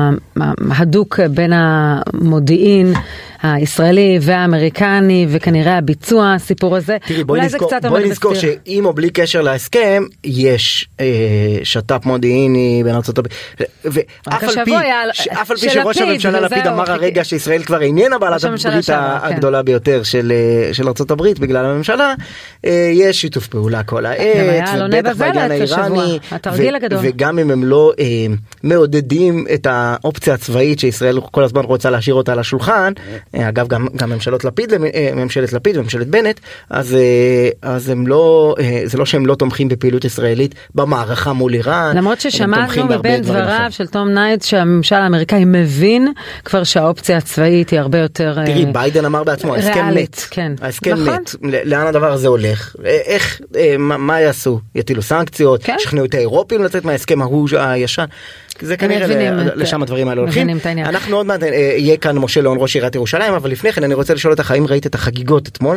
ההדוק בין המודיעין הישראלי והאמריקני, וכנראה הביצוע, הסיפור הזה. תראי, בואי נזכור שאם או בלי קשר להסכם, יש שת"פ מודיעיני בין ארצות הברית. אף על פי שראש הממשלה לפיד אמר הרגע שישראל כבר איננה בעלת הברית הגדולה ביותר של ארצות הברית בגלל הממשלה, יש שיתוף פעולה כל העת, ובטח בעניין האיראני, וגם אם הם לא מעודדים את האופציה הצבאית שישראל כל הזמן רוצה להשאיר אותה על השולחן, אגב גם ממשלת לפיד וממשלת בנט, אז הם לא, זה לא שהם לא תומכים בפעילות ישראלית במערכה מול איראן. למרות ששמענו מבין דבריו של תום ניידס שהממשל האמריקאי מבין כבר שהאופציה הצבאית היא הרבה יותר תראי, ביידן אמר בעצמו, ההסכם מת. ההסכם מת. לאן הדבר הזה הולך? איך, מה יעשו? יטילו סנקציות? שכנעו את האירופים לצאת מההסכם ההוא הישן? זה כנראה לשם הדברים האלה הולכים. אנחנו עוד מעט, יהיה כאן משה ליאון ראש עיריית ירושלים, אבל לפני כן אני רוצה לשאול אותך, האם ראית את החגיגות אתמול?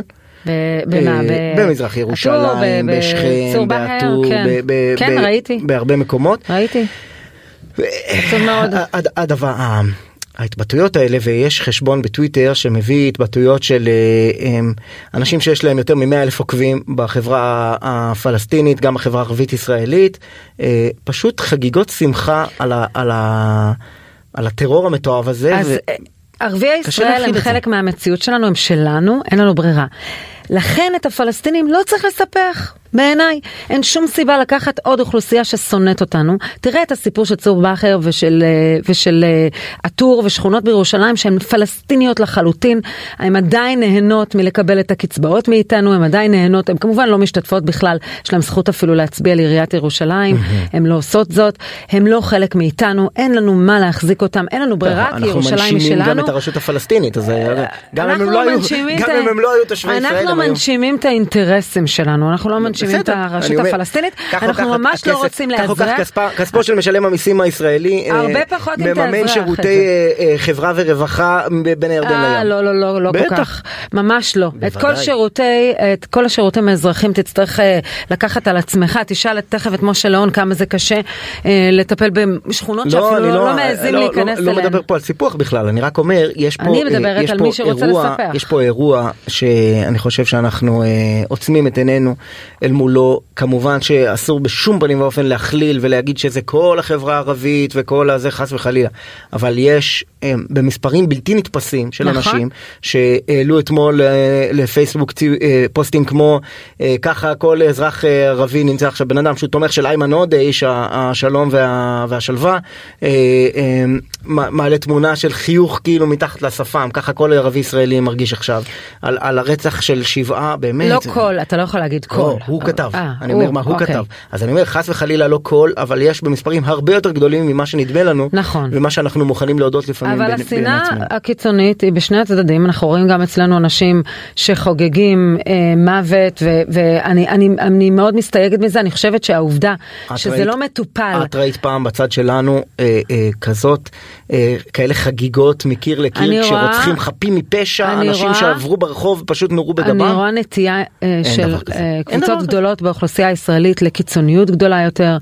במזרח ירושלים, בשכם, באטור, כן, ראיתי. בהרבה מקומות. ראיתי. ההתבטאויות האלה, ויש חשבון בטוויטר שמביא התבטאויות של אנשים שיש להם יותר מ100,000 עוקבים בחברה הפלסטינית, גם בחברה הערבית ישראלית, פשוט חגיגות שמחה על הטרור המתועב הזה. אז ערביי ישראל הם חלק מהמציאות שלנו, הם שלנו, אין לנו ברירה. לכן את הפלסטינים לא צריך לספח. בעיניי. אין שום סיבה לקחת עוד אוכלוסייה ששונאת אותנו. תראה את הסיפור של צור באחר ושל עטור ושכונות בירושלים שהן פלסטיניות לחלוטין. הן עדיין נהנות מלקבל את הקצבאות מאיתנו, הן עדיין נהנות, הן כמובן לא משתתפות בכלל, יש להם זכות אפילו להצביע לעיריית ירושלים, הן לא עושות זאת, הן לא חלק מאיתנו, אין לנו מה להחזיק אותם, אין לנו ברירה, כי ירושלים היא שלנו. אנחנו מנשימים גם את הרשות הפלסטינית, אז גם אם הם לא היו תושבי ישראל. אנחנו מנשימים את האינטרסים שלנו, אנחנו לא מנשימים את הרשות הפלסטינית, אנחנו ממש לא רוצים לאזרח. כספו של משלם המיסים הישראלי מממן שירותי חברה ורווחה בין הירדן לים. לא כל כך, ממש לא. את כל השירותים האזרחים תצטרך לקחת על עצמך, תשאל תכף את משה לאון כמה זה קשה לטפל בשכונות שאפילו לא מעזים להיכנס אליהם. לא מדבר פה על סיפוח בכלל, אני רק אומר, אני מדברת על מי שרוצה לספח. יש פה אירוע שאני חושב שאנחנו עוצמים את עינינו אל מולו, כמובן שאסור בשום פנים ואופן להכליל ולהגיד שזה כל החברה הערבית וכל הזה חס וחלילה, אבל יש במספרים בלתי נתפסים של אנשים שהעלו אתמול לפייסבוק פוסטים כמו ככה כל אזרח ערבי נמצא עכשיו, בן אדם שהוא תומך של איימן עודה, איש השלום והשלווה, מעלה תמונה של חיוך כאילו מתחת לשפם, ככה כל ערבי ישראלי מרגיש עכשיו על הרצח של 7 באמת. לא כל, אתה לא יכול להגיד כל. הוא כתב, אני אומר מה הוא כתב, אז אני אומר חס וחלילה לא כל, אבל יש במספרים הרבה יותר גדולים ממה שנדמה לנו, ומה שאנחנו מוכנים להודות לפעמים. אבל השנאה הקיצונית היא בשני הצדדים, אנחנו רואים גם אצלנו אנשים שחוגגים מוות, ואני מאוד מסתייגת מזה, אני חושבת שהעובדה שזה לא מטופל. את ראית פעם בצד שלנו כזאת, כאלה חגיגות מקיר לקיר, כשרוצחים חפים מפשע, אנשים שעברו ברחוב פשוט נורו בגבם? אני רואה נטייה של קבוצות גדולות באוכלוסייה הישראלית לקיצוניות גדולה יותר,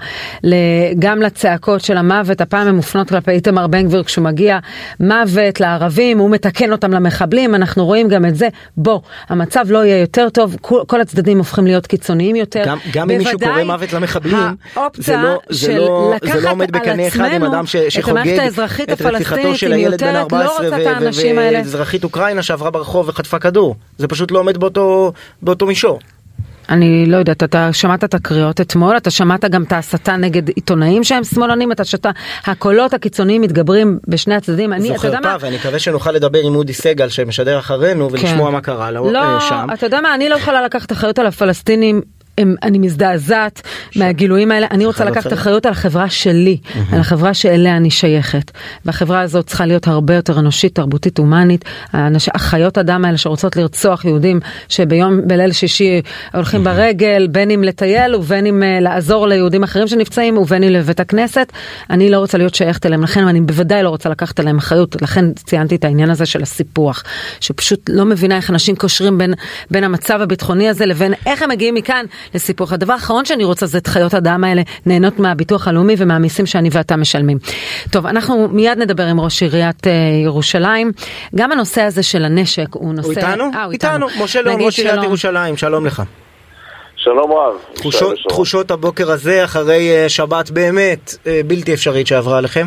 גם לצעקות של המוות, הפעם הם מופנות כלפי איתמר בן גביר כשהוא מגיע, מוות לערבים, הוא מתקן אותם למחבלים, אנחנו רואים גם את זה, המצב לא יהיה יותר טוב, כל הצדדים הופכים להיות קיצוניים יותר. גם אם מישהו קורא מוות למחבלים, זה לא עומד בקנה אחד עם אדם שחוגג את רציחתו של הילד בן 14 ואזרחית אוקראינה שעברה ברחוב וחטפה כדור. זה פשוט לא עומד באותו מישור. אני לא יודעת, אתה שמעת את הקריאות אתמול, אתה שמעת גם את ההסתה נגד עיתונאים שהם שמאלנים, הקולות הקיצוניים מתגברים בשני הצדדים. זו חרפה, ואני מקווה שנוכל לדבר עם אודי סגל שמשדר אחרינו ולשמוע מה קרה שם. אתה יודע מה, אני לא יכולה לקחת אחריות על הפלסטינים, אני מזדעזעת מהגילויים האלה, אני רוצה לקחת אחריות על החברה שלי, על החברה שאליה אני שייכת, והחברה הזאת צריכה להיות הרבה יותר אנושית, תרבותית, הומנית, החיות אדם האלה שרוצות לרצוח יהודים, בליל שישי הולכים ברגל, בין אם לטייל ובין אם לעזור ליהודים אחרים שנפצעים, ובין אם לבית הכנסת, אני לא רוצה להיות שייכת אליהם, לכן אני בוודאי לא רוצה לקחת עליהם אחריות, לכן ציינתי את העניין הזה של הסיפוח, שפשוט לא מבינה איך אנשים קושרים בין המצב הביטחוני הזה לבין איך הם מגיעים מכאן לסיפוח. הדבר האחרון שאני רוצה זה את חיות אדם האלה נהנות מהביטוח הלאומי ומהמיסים שאני ואתה משלמים. טוב, אנחנו מיד נדבר עם ראש עיריית ירושלים. גם הנושא הזה של הנשק הוא נושא... הוא איתנו. משה לאון, ראש עיריית ירושלים, שלום לך. שלום רב. תחושות הבוקר הזה אחרי שבת באמת בלתי אפשרית שעברה עליכם?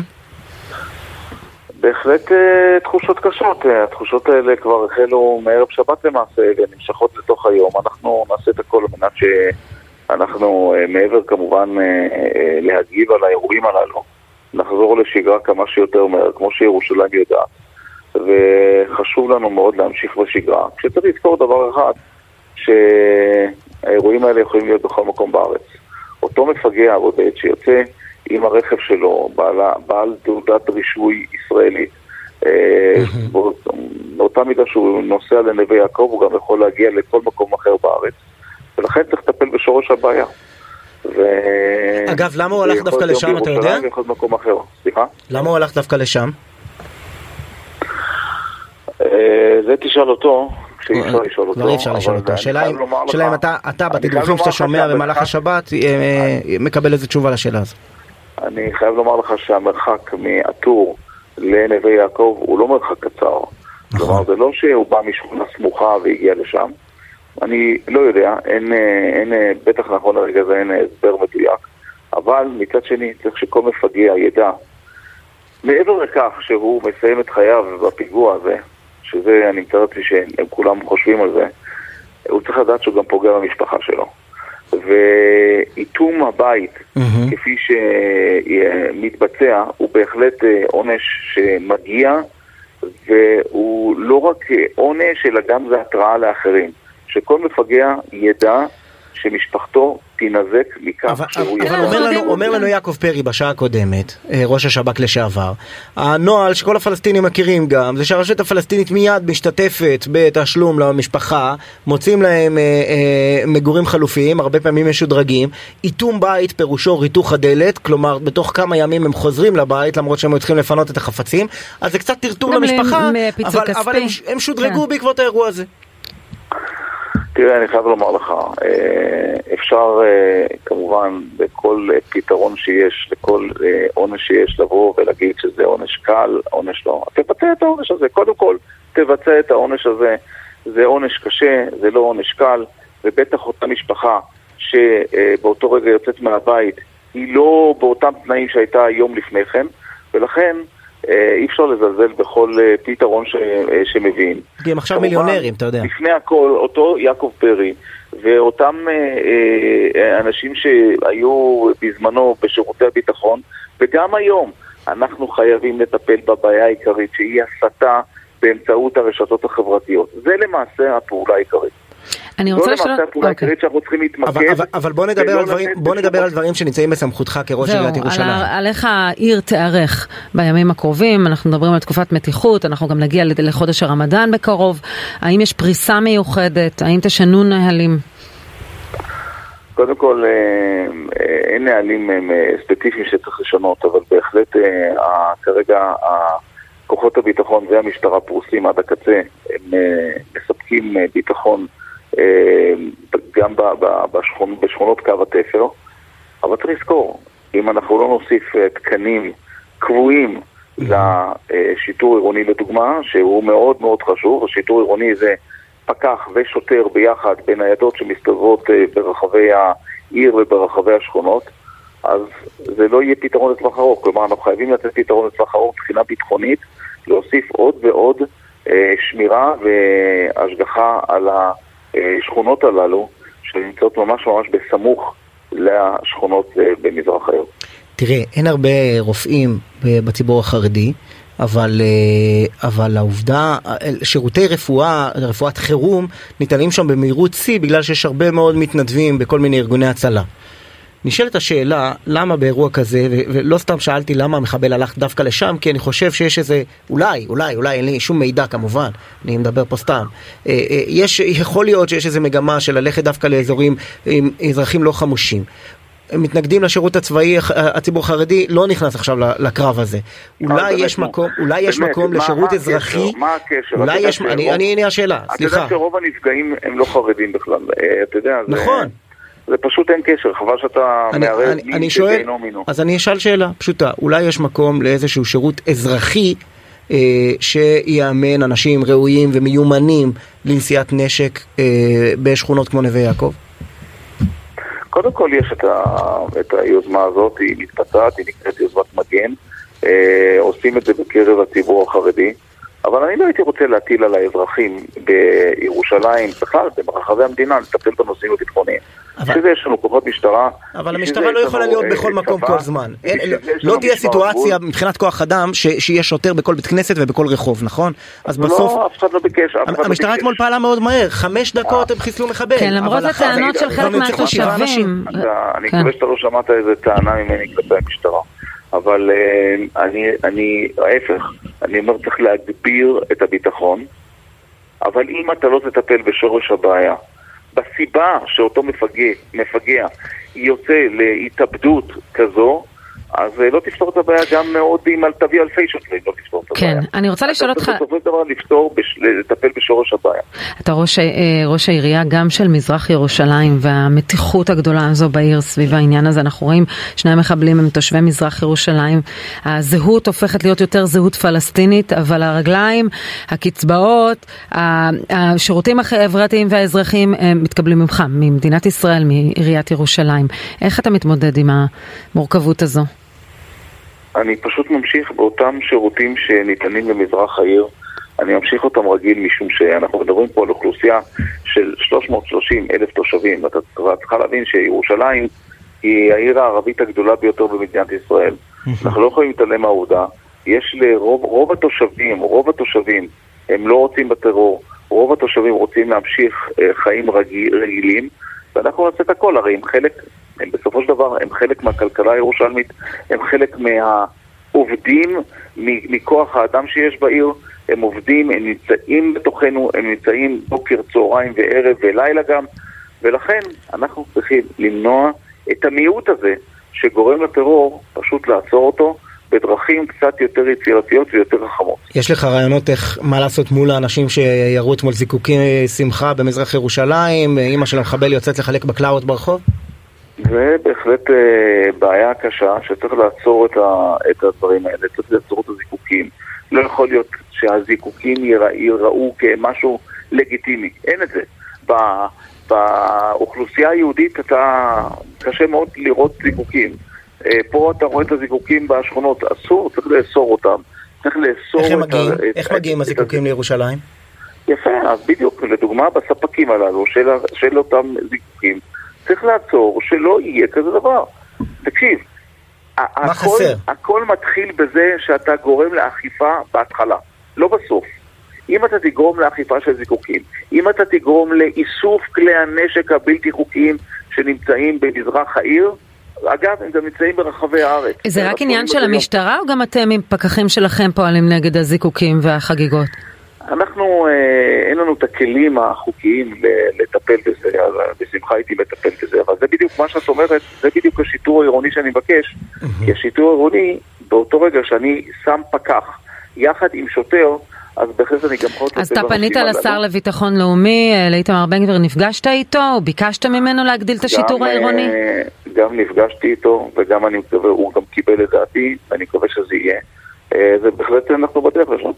בהחלט תחושות קשות, התחושות האלה כבר החלו מערב שבת למעשה ונמשכות לתוך היום. אנחנו נעשה את הכל על מנת שאנחנו מעבר כמובן להגיב על האירועים הללו, נחזור לשגרה כמה שיותר מהר, כמו שירושלים יודעת, וחשוב לנו מאוד להמשיך בשגרה. כשצריך לזכור דבר אחד, שהאירועים האלה יכולים להיות בכל מקום בארץ. אותו מפגע הבודד שיוצא עם הרכב שלו, בעל תעודת רישוי ישראלית, באותה מידה שהוא נוסע לנווה יעקב, הוא גם יכול להגיע לכל מקום אחר בארץ, ולכן צריך לטפל בשורש הבעיה. אגב, למה הוא הלך דווקא לשם, אתה יודע? למה הוא הלך דווקא לשם? זה תשאל אותו, כשאי אפשר לשאול אותו. השאלה אם אתה בתדרוכים שאתה שומע במהלך השבת, מקבל איזה תשובה לשאלה הזו. אני חייב לומר לך שהמרחק מעטור לנווה יעקב הוא לא מרחק קצר. כלומר, זה לא שהוא בא משכונה סמוכה והגיע לשם. אני לא יודע, אין בטח נכון לרגע זה אין הסבר מדויק. אבל מצד שני, צריך שכל מפגע ידע, מעבר לכך שהוא מסיים את חייו בפיגוע הזה, שזה, אני מתארת לי שהם כולם חושבים על זה, הוא צריך לדעת שהוא גם פוגע במשפחה שלו. ואיתום הבית, כפי שמתבצע, הוא בהחלט עונש שמגיע, והוא לא רק עונש, אלא גם זה התראה לאחרים. שכל מפגע ידע שמשפחתו תינזק מכך שהוא אבל אומר לנו יעקב פרי בשעה הקודמת, ראש השב"כ לשעבר, הנוהל שכל הפלסטינים מכירים גם, זה שהרשות הפלסטינית מיד משתתפת בתשלום למשפחה, מוצאים להם מגורים חלופיים, הרבה פעמים משודרגים, איתום בית פירושו ריתוך הדלת, כלומר בתוך כמה ימים הם חוזרים לבית, למרות שהם צריכים לפנות את החפצים, אז זה קצת טרטור למשפחה, אבל הם שודרגו בעקבות האירוע הזה. תראה, אני חייב לומר לך, אפשר כמובן בכל פתרון שיש, לכל עונש שיש לבוא ולהגיד שזה עונש קל, עונש לא. תבצע את העונש הזה, קודם כל תבצע את העונש הזה, זה עונש קשה, זה לא עונש קל, ובטח אותה משפחה שבאותו רגע יוצאת מהבית, היא לא באותם תנאים שהייתה יום לפני כן, ולכן אי אפשר לזלזל בכל פתרון שמביאים. כי הם עכשיו מיליונרים, אתה יודע. לפני הכל, אותו יעקב פרי ואותם אנשים שהיו בזמנו בשירותי הביטחון, וגם היום אנחנו חייבים לטפל בבעיה העיקרית שהיא הסתה באמצעות הרשתות החברתיות. זה למעשה הפעולה העיקרית. אני רוצה לשאול... שאנחנו צריכים להתמקד. אבל בוא נדבר על דברים שנמצאים בסמכותך כראש עיריית ירושלים. על איך העיר תארך בימים הקרובים, אנחנו מדברים על תקופת מתיחות, אנחנו גם נגיע לחודש הרמדאן בקרוב. האם יש פריסה מיוחדת? האם תשנו נהלים? קודם כל, אין נהלים ספציפיים שצריך לשנות, אבל בהחלט כרגע כוחות הביטחון והמשטרה פרוסים עד הקצה, הם מספקים ביטחון גם בשכונות קו התפר, אבל צריך לזכור, אם אנחנו לא נוסיף תקנים קבועים לשיטור עירוני לדוגמה, שהוא מאוד מאוד חשוב, השיטור עירוני זה פקח ושוטר ביחד בניידות שמסתובבות ברחבי העיר וברחבי השכונות, אז זה לא יהיה פתרון לטווח ארוך, כלומר אנחנו חייבים לתת פתרון לטווח ארוך מבחינה ביטחונית, להוסיף עוד ועוד שמירה והשגחה על השכונות הללו, שנמצאות ממש ממש בסמוך לשכונות במזרח העיר. תראה, אין הרבה רופאים בציבור החרדי, אבל העובדה, שירותי רפואת חירום, ניתנים שם במהירות C, בגלל שיש הרבה מאוד מתנדבים בכל מיני ארגוני הצלה. נשאלת השאלה, למה באירוע כזה, ולא סתם שאלתי למה המחבל הלך דווקא לשם, כי אני חושב שיש איזה, אולי, אין לי שום מידע כמובן, אני מדבר פה סתם, יכול להיות שיש איזה מגמה של ללכת דווקא לאזורים עם אזרחים לא חמושים. הם מתנגדים לשירות הצבאי, הציבור החרדי לא נכנס עכשיו לקרב הזה. אולי יש מקום לשירות אזרחי. מה הקשר? אני השאלה, סליחה. אתה יודע שרוב הנפגעים הם לא חרדים בכלל, אתה יודע, נכון. זה פשוט אין קשר, חבל שאתה מערב מי שבאינו מינו. אז אני אשאל שאלה פשוטה, אולי יש מקום לאיזשהו שירות אזרחי שיאמן אנשים ראויים ומיומנים לנשיאת נשק בשכונות כמו נווה יעקב? קודם כל יש את היוזמה הזאת, היא מתפתחת, היא נקראת יוזמת מגן, עושים את זה בקרב הציבור החרדי, אבל אני לא הייתי רוצה להטיל על האזרחים בירושלים, בכלל, ברחבי המדינה, לטפל בנושאים הביטחוניים. שזה יש לנו כוחות משטרה. אבל המשטרה לא יכולה להיות בכל מקום כל זמן. לא תהיה סיטואציה מבחינת כוח אדם שיש שוטר בכל בית כנסת ובכל רחוב, נכון? אז בסוף... לא, אף אחד לא ביקש. המשטרה אתמול פעלה מאוד מהר, 5 דקות הם חיסלו מחבל. כן, למרות הטענות של חלק מהתושבים. אני מקווה שאתה לא שמעת איזה טענה ממני כלפי המשטרה. אבל אני, ההפך, אני אומר צריך להגביר את הביטחון, אבל אם אתה לא תטפל בשורש הבעיה, בסיבה שאותו מפגע יוצא להתאבדות כזו, אז לא תפתור את הבעיה גם מאוד אם תביא אלפי שוטרים, לא תפתור את הבעיה. כן, אני רוצה לשאול אותך... אתה בסופו של דבר לטפל בשורש הבעיה. אתה ראש העירייה גם של מזרח ירושלים, והמתיחות הגדולה הזו בעיר סביב העניין הזה, אנחנו רואים שני המחבלים הם תושבי מזרח ירושלים, הזהות הופכת להיות יותר זהות פלסטינית, אבל הרגליים, הקצבאות, השירותים החברתיים והאזרחיים מתקבלים ממך, ממדינת ישראל, מעיריית ירושלים. איך אתה מתמודד עם המורכבות הזו? אני פשוט ממשיך באותם שירותים שניתנים במזרח העיר, אני ממשיך אותם רגיל משום שאנחנו מדברים פה על אוכלוסייה של 330,000 תושבים. ואתה צריכה להבין שירושלים היא העיר הערבית הגדולה ביותר במדינת ישראל. אנחנו לא יכולים להתעלם מהעובדה. יש לרוב התושבים, הם לא רוצים בטרור, רוב התושבים רוצים להמשיך חיים רגילים, ואנחנו נעשה את הכל, הרי הם בסופו של דבר, הם חלק מהכלכלה הירושלמית, הם חלק מהעובדים, מכוח האדם שיש בעיר, הם עובדים, הם נמצאים בתוכנו, הם נמצאים בוקר, צהריים וערב ולילה גם, ולכן אנחנו צריכים למנוע את המיעוט הזה שגורם לטרור, פשוט לעצור אותו בדרכים קצת יותר יצירתיות ויותר רחמות. יש לך רעיונות מה לעשות מול האנשים שיראו אתמול זיקוקי שמחה במזרח ירושלים, אמא של המחבל יוצאת לחלק בקלאות ברחוב? זה בהחלט בעיה קשה שצריך לעצור את הדברים האלה, צריך לעצור את הזיקוקים. לא יכול להיות שהזיקוקים ייראו כמשהו לגיטימי, אין את זה. באוכלוסייה היהודית קשה מאוד לראות זיקוקים. פה אתה רואה את הזיקוקים בשכונות, אסור, צריך לאסור אותם. צריך לאסור איך מגיעים הזיקוקים לירושלים? יפה, אז בדיוק, לדוגמה, בספקים הללו של אותם זיקוקים, צריך לעצור שלא יהיה כזה דבר. תקשיב, הכל מתחיל בזה שאתה גורם לאכיפה בהתחלה, לא בסוף. אם אתה תגרום לאכיפה של זיקוקים, אם אתה תגרום לאיסוף כלי הנשק הבלתי חוקיים שנמצאים במזרח העיר, אגב, הם גם נמצאים ברחבי הארץ. זה רק עניין של המשטרה, או גם אתם עם פקחים שלכם פועלים נגד הזיקוקים והחגיגות? אנחנו, אין לנו את הכלים החוקיים לטפל בזה, אז בשמחה הייתי מטפל בזה, אבל זה בדיוק מה שאת אומרת, זה בדיוק השיטור העירוני שאני מבקש, כי השיטור העירוני, באותו רגע שאני שם פקח, יחד עם שוטר, אז בהחלט אני גם יכול... אז אתה פנית לשר לביטחון לאומי, לאיתמר בן גביר, נפגשת איתו, או ביקשת ממנו להגדיל את השיטור העירוני? גם נפגשתי איתו, וגם אני מקווה, הוא גם קיבל את דעתי, ואני מקווה שזה יהיה. זה בהחלט אנחנו בדרך לשם.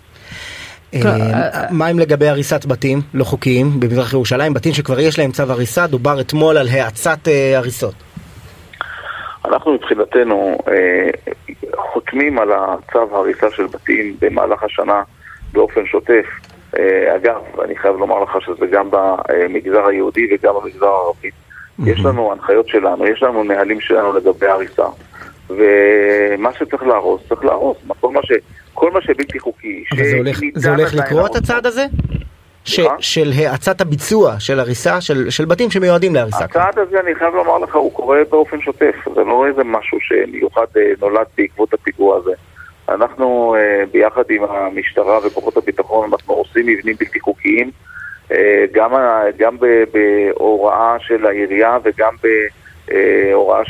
מה עם לגבי הריסת בתים לא חוקיים במזרח ירושלים, בתים שכבר יש להם צו הריסה, דובר אתמול על האצת הריסות? אנחנו מבחינתנו חותמים על הצו הריסה של בתים במהלך השנה באופן שוטף. אגב, אני חייב לומר לך שזה גם במגזר היהודי וגם במגזר הערבי. יש לנו הנחיות שלנו, יש לנו נהלים שלנו לגבי הריסה, ומה שצריך להרוס, צריך להרוס. כל מה שבלתי חוקי. זה הולך לקרות הצעד הזה? של האצת הביצוע, של הריסה, של בתים שמיועדים להריסה. הצעד הזה, אני חייב לומר לך, הוא קורה באופן שוטף. זה לא איזה משהו שמיוחד נולד בעקבות הפיגוע הזה. אנחנו ביחד עם המשטרה וכוחות הביטחון, אנחנו עושים מבנים בלתי חוקיים, גם בהוראה של העירייה וגם בהוראה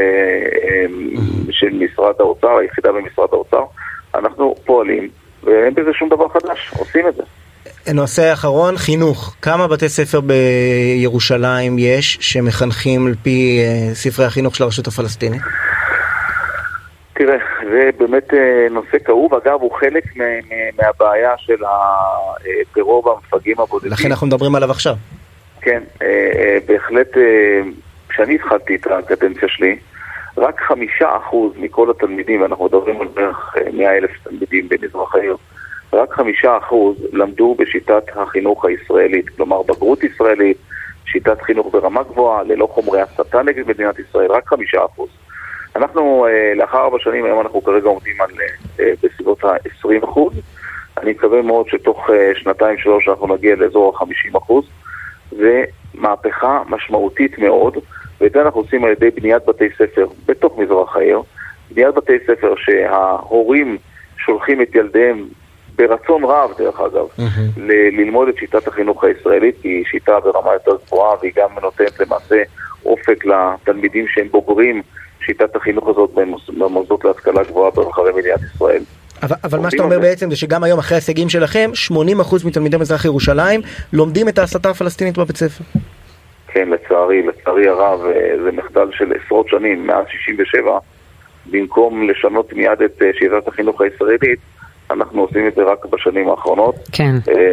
של משרד האוצר, היחידה במשרד האוצר. אנחנו פועלים, ואין בזה שום דבר חדש, עושים את זה. נושא האחרון, חינוך. כמה בתי ספר בירושלים יש שמחנכים על פי ספרי החינוך של הרשות הפלסטינית? תראה, זה באמת נושא כאוב. אגב, הוא חלק מהבעיה של הטרור והמפגעים הבודדים. לכן אנחנו מדברים עליו עכשיו. כן, בהחלט, כשאני התחלתי את הקדנציה שלי, רק 5% מכל התלמידים, ואנחנו מדברים על בערך 100,000 תלמידים במזרח העיר, רק 5% למדו בשיטת החינוך הישראלית, כלומר בגרות ישראלית, שיטת חינוך ברמה גבוהה, ללא חומרי הסתה נגד מדינת ישראל, רק 5%. אנחנו, לאחר 4 שנים, היום אנחנו כרגע עומדים על בסביבות ה-20%. אני מקווה מאוד שתוך 2-3 אנחנו נגיע לאזור ה-50%. זה מהפכה משמעותית מאוד, ואת זה אנחנו עושים על ידי בניית בתי ספר בתוך מזרח העיר, בניית בתי ספר שההורים שולחים את ילדיהם ברצון רב, דרך אגב, ללמוד את שיטת החינוך הישראלית, כי היא שיטה ברמה יותר גבוהה, והיא גם נותנת למעשה אופק לתלמידים שהם בוגרים שיטת החינוך הזאת במוסדות להשכלה גבוהה ברחבי מדינת ישראל. אבל מה שאתה אומר בעצם זה שגם היום אחרי ההישגים שלכם, 80% מתלמידי מזרח ירושלים לומדים את ההסתה הפלסטינית בבית ספר. כן, לצערי הרב, זה מחדל של עשרות שנים, מאז 67, במקום לשנות מיד את שיטת החינוך הישראלית, אנחנו עושים את זה רק בשנים האחרונות. כן.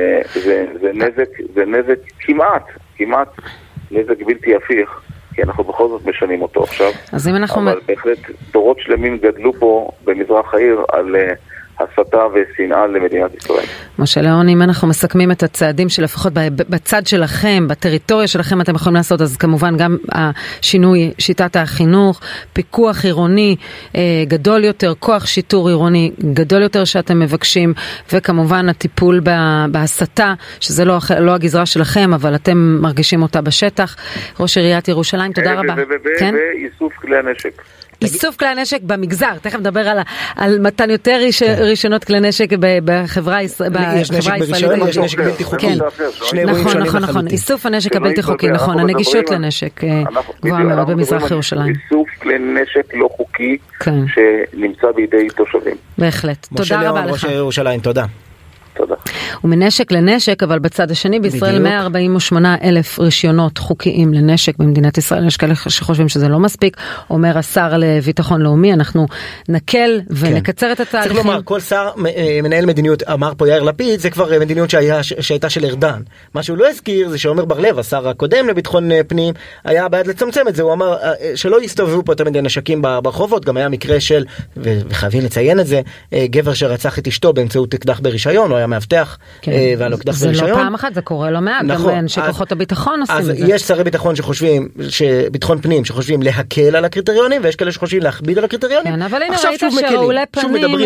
זה נזק כמעט נזק בלתי הפיך, כי אנחנו בכל זאת משנים אותו עכשיו. אז אם אנחנו... אבל בהחלט דורות שלמים גדלו פה במזרח העיר הסתה ושנאה למדינת ישראל. משה ליאון, אם אנחנו מסכמים את הצעדים שלפחות בצד שלכם, בטריטוריה שלכם אתם יכולים לעשות, אז כמובן גם השינוי שיטת החינוך, פיקוח עירוני גדול יותר, כוח שיטור עירוני גדול יותר שאתם מבקשים, וכמובן הטיפול בהסתה, שזה לא הגזרה שלכם, אבל אתם מרגישים אותה בשטח. ראש עיריית ירושלים, תודה רבה. ואיסוף כלי הנשק. איסוף כלי הנשק במגזר, תכף נדבר על מתן יותר רישיונות כלי נשק בחברה הישראלית. יש נשק ברישיון, יש נשק בלתי חוקי. נכון, איסוף הנשק הבלתי חוקי, נכון, הנגישות לנשק גבוהה מאוד במזרח ירושלים. איסוף כלי נשק לא חוקי שנמצא בידי תושבים. בהחלט, תודה רבה לך. ראש ירושלים, תודה. תודה. ומנשק לנשק, אבל בצד השני, בישראל 148,000 רישיונות חוקיים לנשק במדינת ישראל. יש כאלה שחושבים שזה לא מספיק, אומר השר לביטחון לאומי, אנחנו נקל ונקצר את התהליכים. צריך לומר, כל שר מנהל מדיניות, אמר פה יאיר לפיד, זה כבר מדיניות שהייתה של ארדן. מה שהוא לא הזכיר זה שעומר בר לב, השר הקודם לביטחון פנים, היה בעד לצמצם את זה, הוא אמר שלא יסתובבו פה תמיד נשקים ברחובות, גם היה מקרה של, וחייבים לציין את זה, גבר שרצח את אשתו באמצעות אקדח ברישיון, הוא היה מאבטח, זה לא פעם אחת, זה קורה לא מעט, גם שכוחות הביטחון עושים את זה. אז יש שרי ביטחון שחושבים, ביטחון פנים שחושבים להקל על הקריטריונים, ויש כאלה שחושבים להכביד על הקריטריונים. כן, אבל הנה ראית שרעולי פנים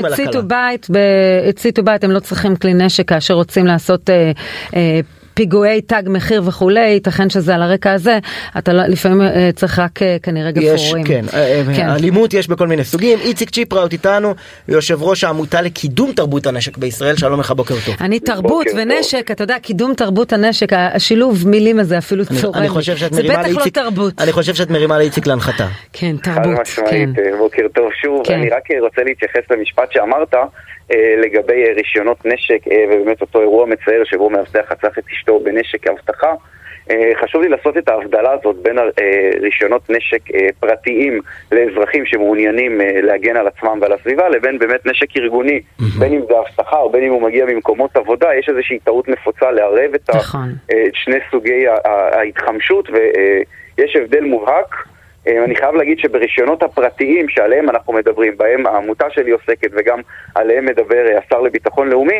הציתו בית, הם לא צריכים כלי נשק כאשר רוצים לעשות פיגועי תג מחיר וכולי, ייתכן שזה על הרקע הזה, אתה לפעמים צריך רק כנראה גפורים. כן, אלימות יש בכל מיני סוגים. איציק צ'יפראוט איתנו, יושב ראש העמותה לקידום תרבות הנשק בישראל, שלום לך, בוקר טוב. אני תרבות ונשק, אתה יודע, קידום תרבות הנשק, השילוב מילים הזה אפילו צורם. זה בטח לא תרבות. אני חושב שאת מרימה לאיציק להנחתה. כן, תרבות. בוקר טוב שוב, אני רק רוצה להתייחס למשפט שאמרת, לגבי רישיונות נשק ובאמת אותו אירוע מצער שבו מאבטח רצח את אשתו בנשק אבטחה. חשוב לי לעשות את ההבדלה הזאת בין רישיונות נשק פרטיים לאזרחים שמעוניינים להגן על עצמם ועל הסביבה לבין באמת נשק ארגוני, בין אם זה אבטחה או בין אם הוא מגיע ממקומות עבודה. יש איזושהי טעות נפוצה לערב את שני סוגי ההתחמשות, ויש הבדל מובהק. אני חייב להגיד שברישיונות הפרטיים שעליהם אנחנו מדברים, בהם העמותה שלי עוסקת וגם עליהם מדבר השר לביטחון לאומי,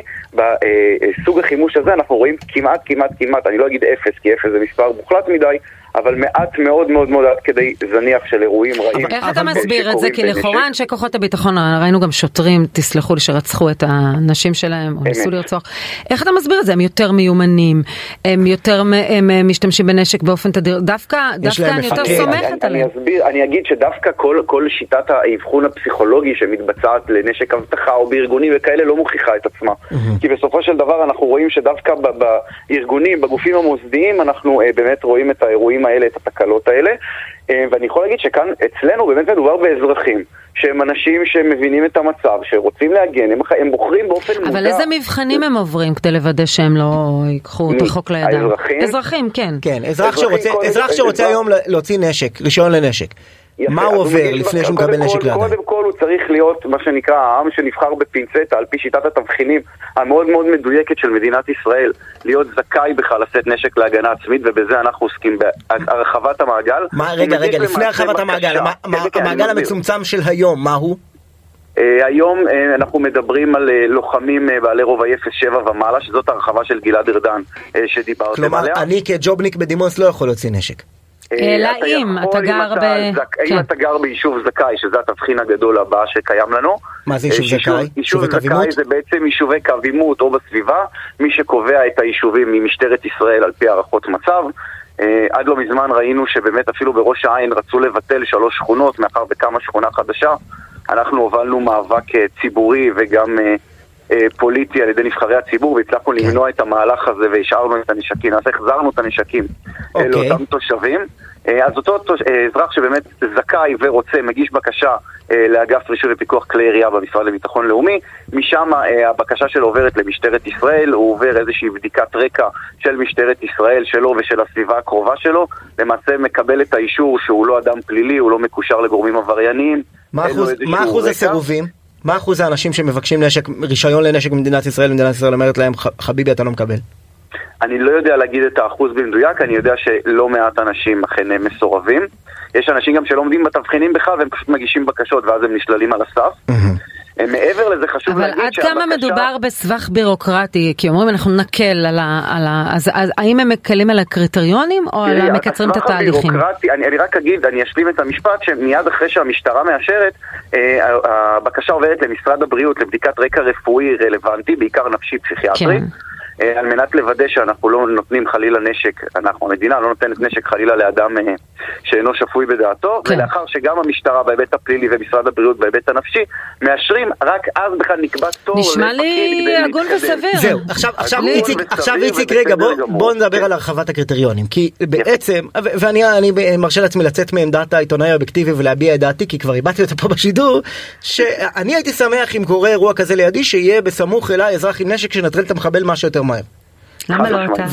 בסוג החימוש הזה אנחנו רואים כמעט, אני לא אגיד אפס, כי אפס זה מספר מוחלט מדי, אבל מעט מאוד מאוד מאוד עד כדי זניח של אירועים רעים. אבל איך אתה מסביר את זה? כי לכאורה אנשי כוחות הביטחון, ראינו גם שוטרים, תסלחו לי, שרצחו את הנשים שלהם, או ניסו לרצוח. איך אתה מסביר את זה? הם יותר מיומנים, הם יותר משתמשים בנשק באופן תדיר, דווקא אני יותר סומכת עליהם. אני אגיד שדווקא כל שיטת האבחון הפסיכולוגי שמתבצעת לנשק אבטחה או בארגונים וכאלה לא מוכיחה את עצמה. כי בסופו של דבר אנחנו רואים שדווקא בארגונים, בגופים המוסדיים, אנחנו באמת רואים את האירועים האלה, את התקלות האלה, ואני יכול להגיד שכאן אצלנו באמת מדובר באזרחים שהם אנשים שמבינים את המצב, שרוצים להגן, הם בוחרים באופן מודע. אבל איזה מבחנים הם עוברים כדי לוודא שהם לא ייקחו את החוק לידיים? אזרחים, כן. כן, אזרח שרוצה היום להוציא נשק, רישיון לנשק. מה הוא עובר לפני שהוא מקבל נשק לידיים? קודם כל הוא צריך להיות מה שנקרא העם שנבחר בפינצטה על פי שיטת התבחינים המאוד מאוד מדויקת של מדינת ישראל, להיות זכאי בכלל לשאת נשק להגנה עצמית, ובזה אנחנו עוסקים בהרחבת המעגל. רגע, לפני הרחבת המעגל, המעגל המצומצם של היום, מה הוא? היום אנחנו מדברים על לוחמים בעלי רובעי 07 ומעלה, שזאת הרחבה של גלעד ארדן שדיברתם עליה. כלומר, אני כג'ובניק בדימוס לא יכול להוציא נשק. אלא אם אתה גר ביישוב זכאי, שזה התבחין הגדול הבא שקיים לנו. מה זה יישוב זכאי? יישוב זכאי זה בעצם יישובי קו עימות או בסביבה, מי שקובע את היישובים ממשטרת ישראל על פי הערכות מצב. עד לא מזמן ראינו שבאמת אפילו בראש העין רצו לבטל 3 שכונות מאחר בכמה שכונה חדשה. אנחנו הובלנו מאבק ציבורי וגם פוליטי על ידי נבחרי הציבור, והצלחנו למנוע את המהלך הזה והשארנו את הנשקים, אז החזרנו את הנשקים לאותם תושבים. אז אותו אזרח שבאמת זכאי ורוצה, מגיש בקשה לאגף רישוי ופיקוח כלי ירייה במשרד לביטחון לאומי, משם הבקשה שלו עוברת למשטרת ישראל, הוא עובר איזושהי בדיקת רקע של משטרת ישראל שלו ושל הסביבה הקרובה שלו, למעשה מקבל את האישור שהוא לא אדם פלילי, הוא לא מקושר לגורמים עברייניים. מה אחוז הסירובים? מה אחוז האנשים שמבקשים רישיון לנשק במדינת ישראל, ומדינת ישראל אומרת להם, חביבי, אתה לא מקבל? אני לא יודע להגיד את האחוז במדויק, אני יודע שלא מעט אנשים אכן מסורבים. יש אנשים גם שלא עומדים בתבחינים בכלל, והם פשוט מגישים בקשות, ואז הם נשללים על הסף. מעבר לזה חשוב להגיד שהבקשה... אבל עד כמה מדובר בסבך בירוקרטי? כי אומרים אנחנו נקל אז האם הם מקלים על הקריטריונים או על מקצרים את התהליכים? אני רק אגיד, אני אשלים את המשפט שמיד אחרי שהמשטרה מאשרת, הבקשה עוברת למשרד הבריאות לבדיקת רקע רפואי רלוונטי, בעיקר נפשי פסיכיאטרי. על מנת לוודא שאנחנו לא נותנים חלילה נשק, המדינה לא נותנת נשק חלילה לאדם שאינו שפוי בדעתו, ולאחר שגם המשטרה בהיבט הפלילי ומשרד הבריאות בהיבט הנפשי מאשרים, רק אז בכלל נקבע תור. נשמע לי הגון וסביר. זהו, עכשיו איציק רגע, בוא נדבר על הרחבת הקריטריונים, כי בעצם, ואני מרשה לעצמי לצאת מעמדת העיתונאי האובייקטיבי ולהביע את דעתי, כי כבר איבדתי אותה פה בשידור, שאני הייתי שמח אם קורה אירוע כזה לידי, שיהיה בסמוך אליי אזרח עם נשק שנטרל את המחבל משהו יותר מהר. למה לא אתה?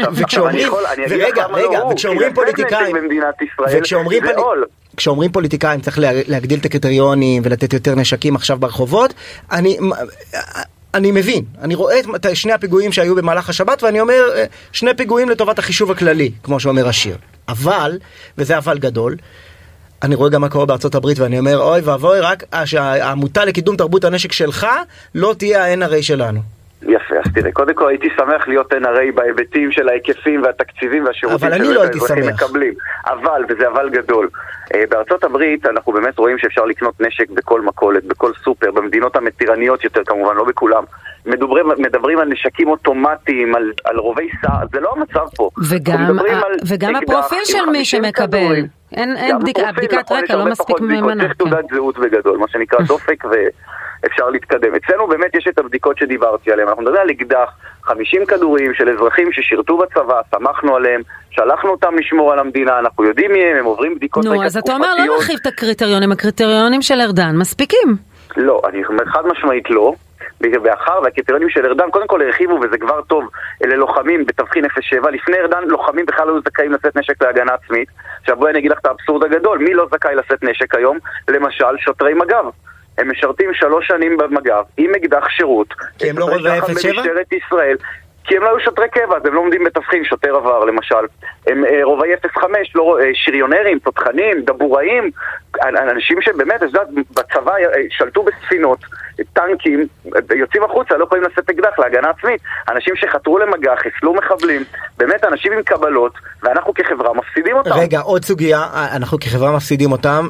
וכשאומרים פוליטיקאים צריך להגדיל את הקריטריונים ולתת יותר נשקים עכשיו ברחובות, אני מבין, אני רואה את שני הפיגועים שהיו במהלך השבת ואני אומר שני פיגועים לטובת החישוב הכללי, כמו שאומר השיר. אבל, וזה אבל גדול, אני רואה גם מה קורה בארצות הברית ואני אומר אוי ואבוי, רק שהעמותה לקידום תרבות הנשק שלך לא תהיה ה-NRA שלנו. יפה, אז תראה, קודם כל הייתי שמח להיות NRA בהיבטים של ההיקפים והתקציבים והשירותים שהאזרחים מקבלים. וזה אבל גדול. בארצות הברית אנחנו באמת רואים שאפשר לקנות נשק בכל מכולת, בכל סופר, במדינות המתירניות יותר כמובן, לא בכולם. מדברים על נשקים אוטומטיים, על רובי סער, זה לא המצב פה. וגם הפרופיל של מי שמקבל. אין בדיקת רקע, לא מספיק ממנה. צריך תעודת זהות בגדול, מה שנקרא דופק ואפשר להתקדם. אצלנו באמת יש את הבדיקות שדיברתי עליהן. אנחנו מדברים על אקדח, 50 כדורים של אזרחים ששירתו בצבא, שמחנו עליהם, שלחנו אותם לשמור על המדינה, אנחנו יודעים מי הם עוברים בדיקות רקע תקופתיות. אז אתה אומר לא נרחיב את הקריטריונים, הקריטריונים של ארדן מספיקים. לא, אני אומר חד משמעית לא. באחר והקריטריונים של ארדן קודם כל הרחיבו וזה כבר טוב, אלה לוחמים בתבחין 07, לפני ארדן לוחמים בכלל לא זכאים לשאת נשק להגנה עצמית. עכשיו בואי אני אגיד לך את האבסורד הגדול, מי לא זכאי לשאת נשק היום? למשל שוטרי מג"ב, הם משרתים 3 שנים במג"ב עם אקדח שירות, כי הם לא רובי 07? במשטרת ישראל, כי הם לא היו שוטרי קבע, אז הם לא עומדים בתבחין, שוטר עבר למשל, הם רובי 05, לא, שריונרים, תותחנים, דבוראים, אנשים שבאמת, בצבא שלטו בספינות, טנקים, יוצאים החוצה, לא יכולים לשאת אקדח להגנה עצמית, אנשים שחתרו למגע, חיסלו מחבלים, באמת אנשים עם קבלות, ואנחנו כחברה מפסידים אותם. רגע, עוד סוגיה, אנחנו כחברה מפסידים אותם,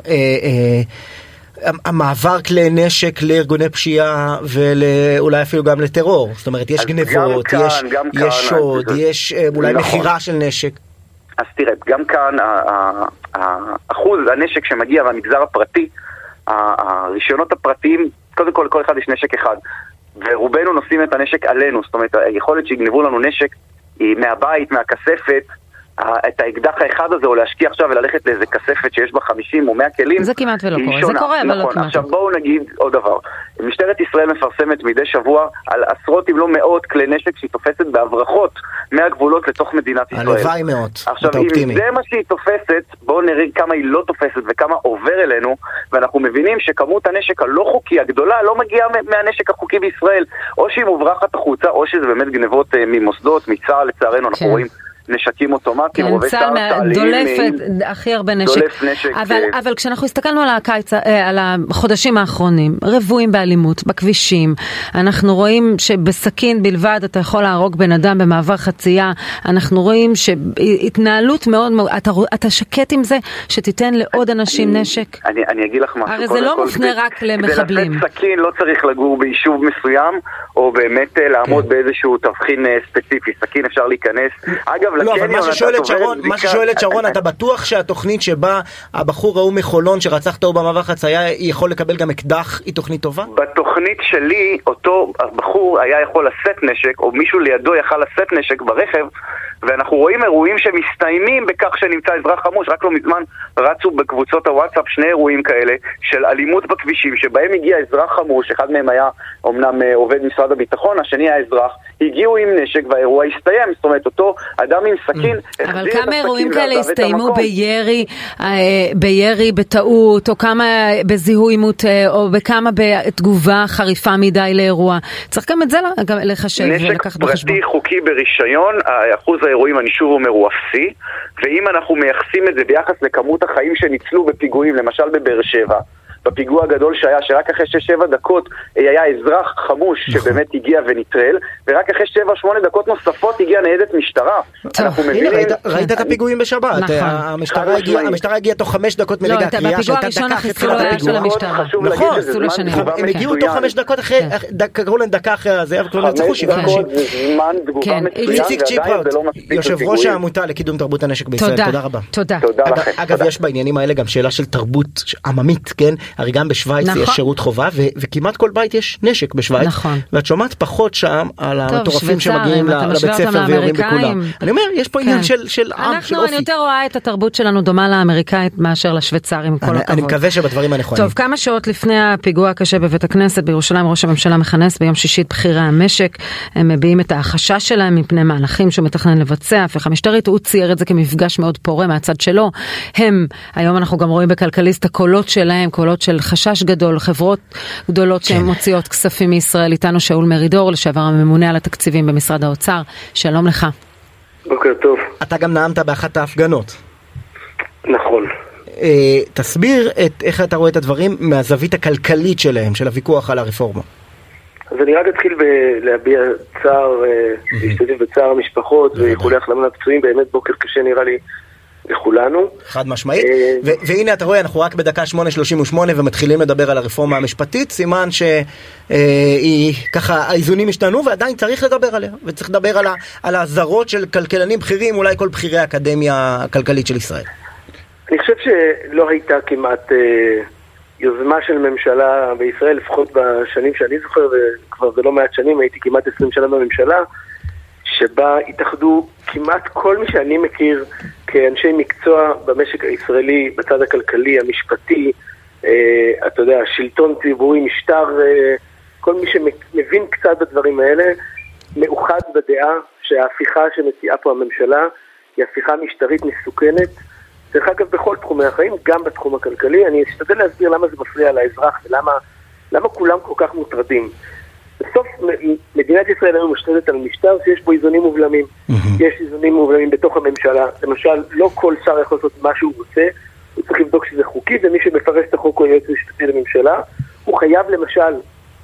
המעבר כלי נשק לארגוני פשיעה ואולי אפילו גם לטרור, זאת אומרת יש גנבות, יש שוד, יש אולי מחירה של נשק. אז תראה, גם כאן אחוז הנשק שמגיע מהמגזר הפרטי, הרישיונות הפרטיים, קודם כל לכל אחד יש נשק אחד, ורובנו נושאים את הנשק עלינו, זאת אומרת היכולת שיגנבו לנו נשק היא מהבית, מהכספת, את האקדח האחד הזה, או להשקיע עכשיו וללכת לאיזה כספת שיש בה 50 או 100 כלים. זה כמעט ולא קורה, זה קורה, אבל לא כמעט. עכשיו בואו נגיד עוד דבר. משטרת ישראל מפרסמת מדי שבוע על עשרות אם לא מאות כלי נשק שהיא תופסת בהברחות מהגבולות לתוך מדינת ישראל. הלוואי מאות. עכשיו אם זה מה שהיא תופסת, בואו נראה כמה היא לא תופסת וכמה עובר אלינו, ואנחנו מבינים שכמות הנשק הלא חוקי הגדולה לא מגיעה מהנשק החוקי בישראל, או שהיא מוברחת החוצה, או שזה באמת גנבות ממוסדות, מצה"ל, לצערנו אנחנו רואים נשקים אוטומטיים, רובי סער, דולפת הכי הרבה נשק. אבל כשאנחנו הסתכלנו על הקיץ, על החודשים האחרונים, רבועים באלימות, בכבישים, אנחנו רואים שבסכין בלבד אתה יכול להרוג בן אדם במעבר חצייה, אנחנו רואים שהתנהלות מאוד, אתה שקט עם זה שתיתן לעוד אנשים נשק? אני אגיד לך משהו. הרי זה לא מופנה רק למחבלים. כדי לשאת סכין לא צריך לגור ביישוב מסוים, או באמת לעמוד באיזשהו תבחין ספציפי. סכין אפשר להיכנס. אגב, לא, אבל מה ששואלת שרון, אתה בטוח שהתוכנית שבה הבחור ראו מחולון שרצח אותו במעבר חצייה יכול לקבל גם אקדח, היא תוכנית טובה? בתוכנית שלי, אותו הבחור היה יכול לשאת נשק, או מישהו לידו יכל לשאת נשק ברכב, ואנחנו רואים אירועים שמסתיימים בכך שנמצא אזרח חמוש. רק לא מזמן רצו בקבוצות הוואטסאפ 2 אירועים כאלה של אלימות בכבישים, שבהם הגיע אזרח חמוש, אחד מהם היה אומנם עובד משרד הביטחון, השני היה אזרח, הגיעו עם נשק והאירוע הסתיים. זאת אומרת, אותו אדם עם סכין אבל כמה אירועים כאלה הסתיימו בירי בטעות, או כמה בזיהוי מוטעה, או בכמה בתגובה חריפה מדי לאירוע? צריך גם את זה לחשב ולקחת בחשבון. נשק פרטי חוקי ברישיון, אחוז האירועים אני שוב אומר הוא אפסי, ואם אנחנו מייחסים את זה ביחס לכמות החיים שניצלו בפיגועים, למשל בבאר שבע, בפיגוע הגדול שהיה, שרק אחרי 6-7 דקות היה אזרח חמוש שבאמת הגיע ונטרל, ורק אחרי 7-8 דקות נוספות הגיעה ניידת משטרה. ראית את הפיגועים בשבת, המשטרה הגיעה תוך 5 דקות מרגע הקריאה שהייתה דקה אחרי תחילת הפיגוע. נכון, הם הגיעו תוך 5 דקות אחרי, קראו להם דקה אחרי הזה, אבל כבר נרצחו 7 אנשים. איציק צ'יפראוט, יושב ראש העמותה לקידום תרבות הנשק בישראל, תודה רבה. תודה. אגב, יש בעניינים האלה גם שאלה של תרבות עממית, כן? הרי גם בשוויץ יש שירות חובה, וכמעט כל בית יש נשק בשוויץ, ואת שומעת פחות שם על המטורפים שמגיעים לבית ספר ויורים בכולם. אני אומר, יש פה עניין של עם, של אופי. אני יותר רואה את התרבות שלנו דומה לאמריקאית מאשר לשוויצרים, כל הכבוד. אני מקווה שבדברים הנכונים. טוב, כמה שעות לפני הפיגוע הקשה בבית הכנסת בירושלים, ראש הממשלה מכנס ביום שישי את בכירי המשק, הם מביעים את החשש שלהם מפני מהלכים שהוא מתכנן לבצע, הפך המשטרית, הוא צייר את זה כמפגש מאוד פורה מהצד שלו. היום אנחנו גם רואים בכלכליסט הקולות שלהם, קולות של חשש גדול, חברות גדולות שהן מוציאות כספים מישראל. איתנו שאול מרידור, לשעבר הממונה על התקציבים במשרד האוצר. שלום לך. בוקר טוב. אתה גם נעמת באחת ההפגנות. נכון. תסביר איך אתה רואה את הדברים מהזווית הכלכלית שלהם, של הוויכוח על הרפורמה. אז אני רק אתחיל להביע צער, להשתתף בצער המשפחות ואיחולי החלמה לפצועים. באמת בוקר קשה נראה לי לכולנו. חד משמעית. והנה אתה רואה, אנחנו רק בדקה 8:38 ומתחילים לדבר על הרפורמה המשפטית, סימן שהיא ככה, האיזונים השתנו ועדיין צריך לדבר עליה, וצריך לדבר על הזרות של כלכלנים בכירים, אולי כל בכירי האקדמיה הכלכלית של ישראל. אני חושב שלא הייתה כמעט יוזמה של ממשלה בישראל, לפחות בשנים שאני זוכר, וכבר בלא מעט שנים, הייתי כמעט 20 שנה בממשלה, שבה התאחדו כמעט כל מי שאני מכיר כאנשי מקצוע במשק הישראלי, בצד הכלכלי, המשפטי, אתה יודע, שלטון ציבורי, משטר, כל מי שמבין קצת בדברים האלה, מאוחד בדעה שההפיכה שמציעה פה הממשלה היא הפיכה משטרית מסוכנת, דרך אגב בכל תחומי החיים, גם בתחום הכלכלי. אני אשתדל להסביר למה זה מפריע לאזרח ולמה כולם כל כך מוטרדים. בסוף מדינת ישראל היום משתלטת על משטר שיש בו איזונים מובלמים. יש איזונים מובלמים בתוך הממשלה. למשל, לא כל שר יכול לעשות מה שהוא רוצה, הוא צריך לבדוק שזה חוקי, ומי שמפרש את החוק הוא היועץ המשפטי לממשלה. הוא חייב למשל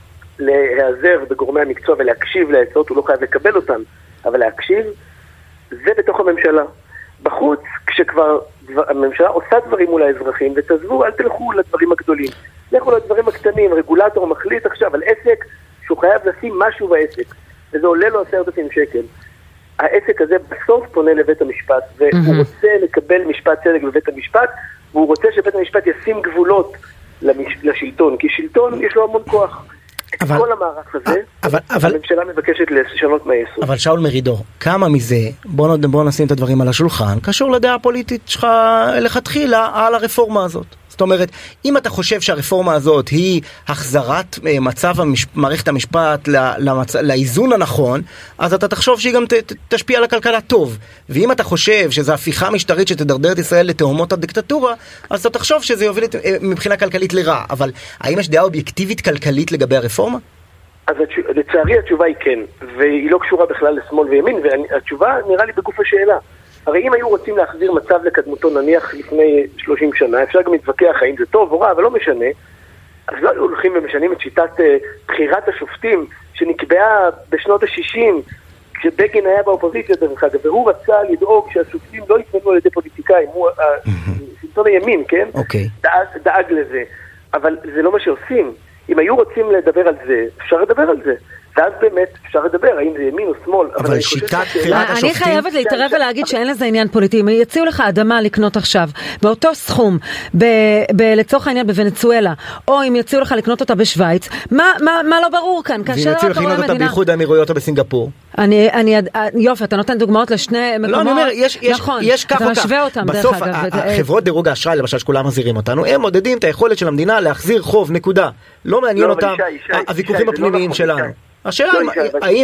להיעזר בגורמי המקצוע ולהקשיב לעצות, הוא לא חייב לקבל אותן, אבל להקשיב. זה בתוך הממשלה. בחוץ, כשכבר הממשלה עושה דברים מול האזרחים, ותעזבו, אל תלכו לדברים הגדולים. לכו לדברים הקטנים, רגולטור מחליט עכשיו על עסק שהוא חייב לשים משהו בעסק, וזה עולה לו 10,000 שקל. העסק הזה בסוף פונה לבית המשפט, והוא רוצה לקבל משפט צדק בבית המשפט, והוא רוצה שבית המשפט ישים גבולות לשלטון, כי שלטון יש לו המון כוח. את כל המערך הזה, הממשלה מבקשת לשנות מהיסוד. אבל שאול מרידור, כמה מזה, בוא נשים את הדברים על השולחן, קשור לדעה הפוליטית שלך לכתחילה על הרפורמה הזאת. זאת אומרת, אם אתה חושב שהרפורמה הזאת היא החזרת מצב מערכת המשפט לאיזון הנכון, אז אתה תחשוב שהיא גם תשפיע על הכלכלה טוב. ואם אתה חושב שזו הפיכה משטרית שתדרדר את ישראל לתהומות הדיקטטורה, אז אתה תחשוב שזה יוביל מבחינה כלכלית לרע. אבל האם יש דעה אובייקטיבית כלכלית לגבי הרפורמה? אז לצערי התשובה היא כן, והיא לא קשורה בכלל לשמאל וימין, והתשובה נראה לי בגוף השאלה. הרי אם היו רוצים להחזיר מצב לקדמותו נניח לפני 30 שנה, אפשר גם להתווכח האם זה טוב או רע, אבל לא משנה, אז לא היו הולכים ומשנים את שיטת בחירת השופטים שנקבעה בשנות ה-60, כשבגין היה באופוזיציה דרך אגב, והוא רצה לדאוג שהשופטים לא יתמנו על ידי פוליטיקאים, הוא שלטון הימין, כן? דאג לזה. אבל זה לא מה שעושים. אם היו רוצים לדבר על זה, אפשר לדבר על זה. ואז באמת אפשר לדבר, האם זה ימין או שמאל. אבל שיטת בחירת השופטים... אני חייבת להתערב ולהגיד שאין לזה עניין פוליטי. אם יציעו לך אדמה לקנות עכשיו, באותו סכום, לצורך העניין בוונצואלה, או אם יציעו לך לקנות אותה בשוויץ, מה לא ברור כאן? ואם יציעו לקנות אותה באיחוד האמירויות או בסינגפור? יופי, אתה נותן דוגמאות לשני מקומות. לא, אני אומר, יש כך או כך. אתה משווה אותם, דרך בסוף, אגב. חברות דירוג האשראי, למשל, שכולם מזהירים אותנו, הם מודדים את היכולת של המדינה להחזיר חוב, נקודה. לא מעניין אותם הוויכוחים הפנימיים שלנו. השאלה, האם...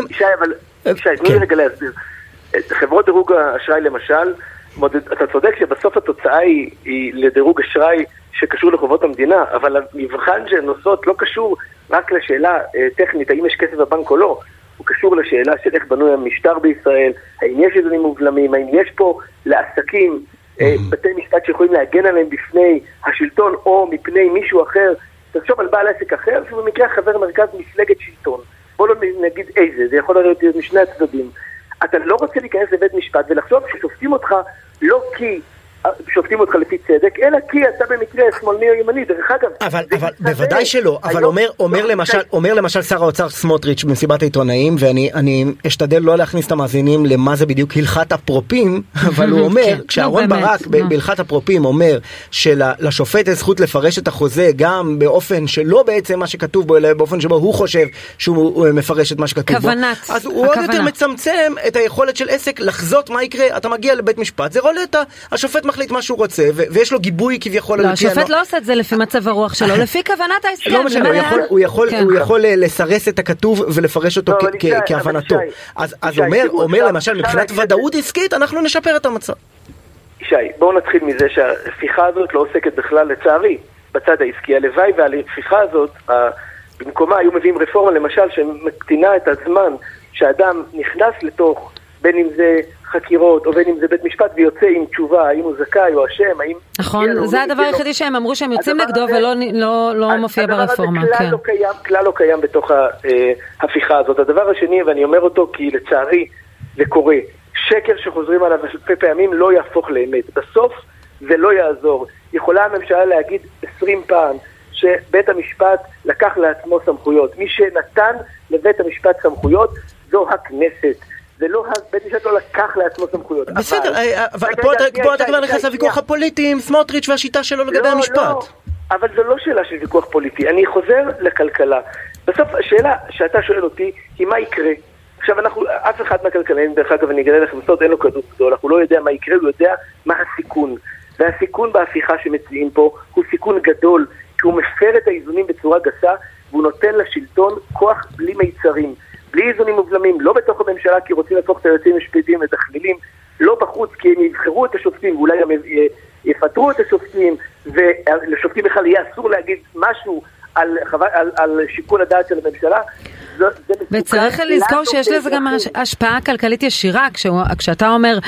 תני לי רגע להסביר. חברות דירוג האשראי למשל, אתה צודק שבסוף התוצאה היא לדירוג אשראי שקשור לחובות המדינה, אבל המבחן שהן נושאות לא קשור רק לשאלה טכנית, האם יש כסף בבנק או לא, הוא קשור לשאלה של איך בנוי המשטר בישראל, האם יש איזונים מובלמים, האם יש פה לעסקים בתי משפט שיכולים להגן עליהם בפני השלטון או מפני מישהו אחר. תחשוב על בעל עסק אחר, שבמקרה חבר מרכז מפלגת שלטון. בוא לא נגיד איזה, זה יכול להיות משני הצדדים. אתה לא רוצה להיכנס לבית משפט ולחשוב ששופטים אותך לא כי שופטים אותך לפי צדק, אלא כי אתה במקרה שמאלני או ימני. דרך אגב, אבל בוודאי שלא, אבל אומר למשל שר האוצר סמוטריץ' במסיבת העיתונאים, ואני אשתדל לא להכניס את המאזינים למה זה בדיוק הלכת אפרופים, אבל הוא אומר, כשאהרון ברק בהלכת אפרופים אומר שלשופט יש זכות לפרש את החוזה גם באופן שלא בעצם מה שכתוב בו, אלא באופן שבו הוא חושב שהוא מפרש את מה שכתוב בו, אז הוא עוד יותר מצמצם את היכולת של עסק לחזות מה יקרה. אתה מגיע לבית משפט, זה רולטה, השופט מחליט מה שהוא רוצה, ויש לו גיבוי כביכול. לא, השופט לא עושה את זה לפי מצב הרוח שלו, לפי כוונת ההסכם. לא משנה, הוא יכול לסרס את הכתוב ולפרש אותו כהבנתו. אז אומר למשל, מבחינת ודאות עסקית, אנחנו נשפר את המצב. ישי, בואו נתחיל מזה שההפיכה הזאת לא עוסקת בכלל, לצערי, בצד העסקי. הלוואי וההפיכה הזאת, במקומה היו מביאים רפורמה, למשל, שמקטינה את הזמן שאדם נכנס לתוך, בין אם זה חקירות, או בין אם זה בית משפט, ויוצא עם תשובה, האם הוא זכאי או אשם, האם... נכון, זה הדבר היחידי שהם אמרו שהם יוצאים נגדו ולא מופיע ברפורמה. הדבר הזה כלל לא קיים בתוך ההפיכה הזאת. הדבר השני, ואני אומר אותו כי לצערי זה קורה, שקר שחוזרים עליו הרבה פעמים לא יהפוך לאמת. בסוף זה לא יעזור. יכולה הממשלה להגיד 20 פעם שבית המשפט לקח לעצמו סמכויות. מי שנתן לבית המשפט סמכויות זו הכנסת. זה לא, בית משפט לא לקח לעצמו סמכויות. בסדר, אבל פה אתה כבר נכנס לוויכוח הפוליטי עם סמוטריץ' והשיטה שלו לגבי המשפט. לא, אבל זו לא שאלה של ויכוח פוליטי. אני חוזר לכלכלה. בסוף השאלה שאתה שואל אותי היא מה יקרה. עכשיו אף אחד מהכלכלאים, דרך אגב אני אגלה לכם סוד, אין לו כדור גדול, הוא לא יודע מה יקרה, הוא יודע מה הסיכון. והסיכון בהפיכה שמציעים פה הוא סיכון גדול, כי הוא מפר את האיזונים בצורה גסה, והוא נותן לשלטון כוח בלי מיצרים. בלי איזונים מובלמים, לא בתוך הממשלה כי רוצים להפוך את היועצים המשפטיים לתכלילים, לא בחוץ כי הם יבחרו את השופטים ואולי גם יפטרו את השופטים, ולשופטים בכלל יהיה אסור להגיד משהו על שיקול הדעת של הממשלה. וצריך לזכור שיש לזה גם השפעה כלכלית ישירה, כשאתה אומר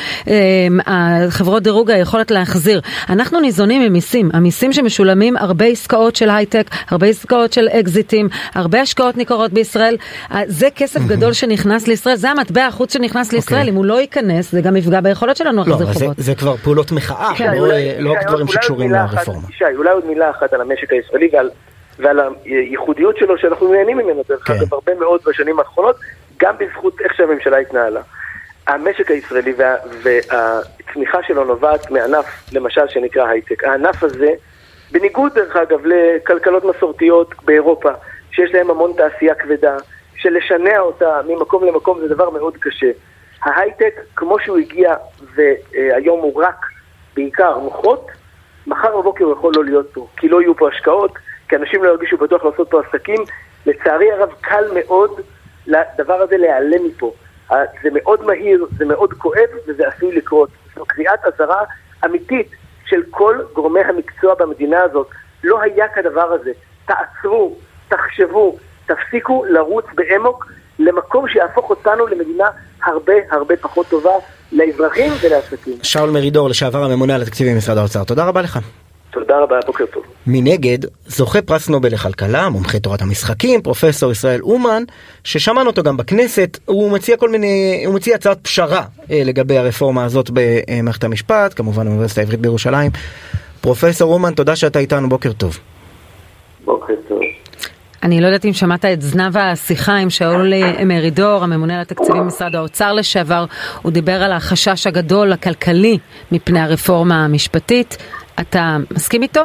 חברות דירוג היכולת להחזיר. אנחנו ניזונים ממיסים, המיסים שמשולמים, הרבה עסקאות של הייטק, הרבה עסקאות של אקזיטים, הרבה השקעות ניכרות בישראל, זה כסף גדול שנכנס לישראל, זה המטבע החוץ שנכנס לישראל, אם הוא לא ייכנס, זה גם יפגע ביכולת שלנו להחזיר חובות. זה כבר פעולות מחאה, לא דברים שקשורים לרפורמה. אולי עוד מילה אחת על המשק הישראלי ועל הייחודיות שלו שאנחנו נהנים ממנו, דרך אגב הרבה מאוד בשנים האחרונות, גם בזכות איך שהממשלה התנהלה. המשק הישראלי והצמיחה שלו נובעת מענף, למשל, שנקרא הייטק. הענף הזה, בניגוד דרך אגב לכלכלות מסורתיות באירופה, שיש להם המון תעשייה כבדה, שלשנע אותה ממקום למקום זה דבר מאוד קשה. ההייטק, כמו שהוא הגיע והיום הוא רק בעיקר מוחות, מחר בבוקר הוא יכול לא להיות פה, כי לא יהיו פה השקעות, כי אנשים לא ירגישו בטוח לעשות פה עסקים. לצערי הרב קל מאוד לדבר הזה להיעלם מפה. זה מאוד מהיר, זה מאוד כואב וזה עשוי לקרות. זו קריאת אזהרה אמיתית של כל גורמי המקצוע במדינה הזאת. לא היה כדבר הזה. תעצרו, תחשבו, תפסיקו לרוץ באמוק למקום שיהפוך אותנו למדינה הרבה הרבה פחות טובה לאזרחים ולעסקים. שאול מרידור, לשעבר הממונה על התקציבים במשרד האוצר. תודה רבה לך. תודה רבה, בוקר טוב. מנגד, זוכה פרס נובל לכלכלה, מומחה תורת המשחקים, פרופסור ישראל אומן, ששמענו אותו גם בכנסת, הוא מציע הצעת פשרה לגבי הרפורמה הזאת במערכת המשפט, כמובן באוניברסיטה העברית בירושלים. פרופסור אומן, תודה שאתה איתנו, בוקר טוב. בוקר טוב. אני לא יודעת אם שמעת את זנב השיחה עם שאול מרידור, הממונה על התקציבים במשרד האוצר לשעבר, הוא דיבר על החשש הגדול הכלכלי מפני הרפורמה המשפטית. אתה מסכים איתו?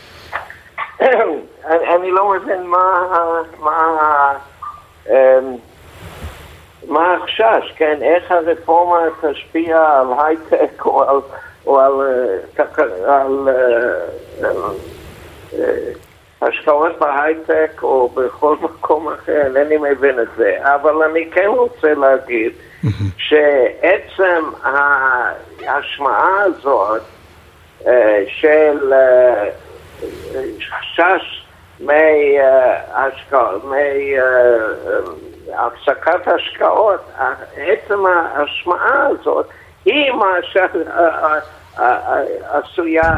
אני לא מבין מה החשש, כן? איך הרפורמה תשפיע על הייטק או על השקעות בהייטק או בכל מקום אחר, אינני מבין את זה. אבל אני כן רוצה להגיד שעצם ההשמעה הזאת של חשש מהפסקת השקעות, עצם ההשמעה הזאת היא מה עשויה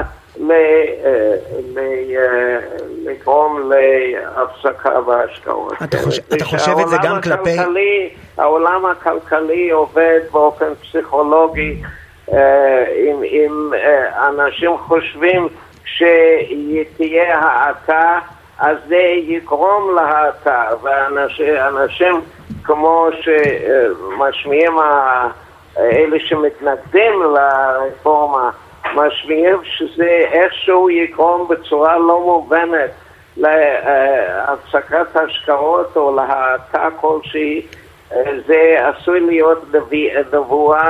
לגרום להפסקה בהשקעות. אתה חושב את זה גם כלפי... העולם הכלכלי עובד באופן פסיכולוגי, אם אנשים חושבים שתהיה האטה, אז זה יגרום להאטה, ואנשים כמו שמשמיעים אלה שמתנגדים לרפורמה, משמיעים שזה איכשהו יגרום בצורה לא מובנת להפסקת השקעות או להאטה כלשהי. זה עשוי להיות נבואה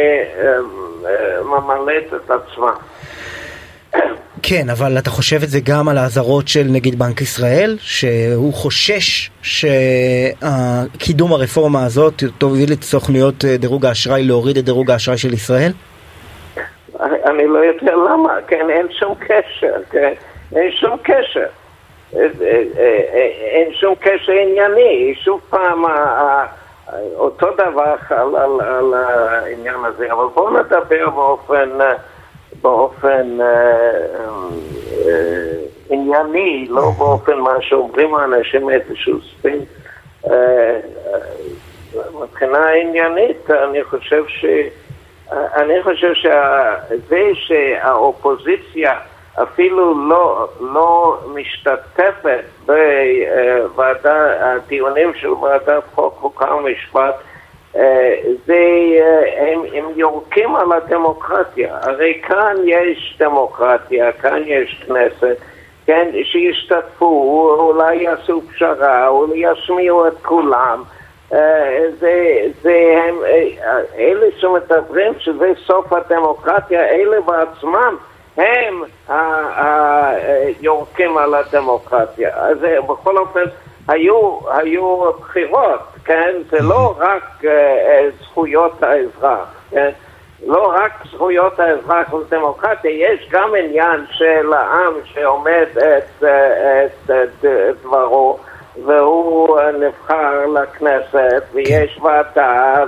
שממלאת את עצמה. כן, אבל אתה חושב את זה גם על האזהרות של נגיד בנק ישראל, שהוא חושש שקידום הרפורמה הזאת תוביל את סוכנויות דירוג האשראי להוריד את דירוג האשראי של ישראל? אני לא יודע למה, כן, אין שום קשר, כן, אין שום קשר. אין שום קשר ענייני, שוב פעם אותו דבר על העניין הזה, אבל בואו נדבר באופן ענייני, לא באופן מה שאומרים האנשים איזשהו ספין. מבחינה עניינית, אני חושב שזה שהאופוזיציה אפילו לא משתתפת בדיונים של ועדת חוק ומשפט, הם יורקים על הדמוקרטיה. הרי כאן יש דמוקרטיה, כאן יש כנסת, כן, שישתתפו, אולי יעשו פשרה, אולי ישמיעו את כולם. אלה שמדברים שזה סוף הדמוקרטיה, אלה בעצמם הם יורקים על הדמוקרטיה. אז בכל אופן היו בחירות, כן? זה לא רק זכויות האזרח, כן? לא רק זכויות האזרח ודמוקרטיה, יש גם עניין של העם שעומד את דברו, והוא נבחר לכנסת, ויש ועדה,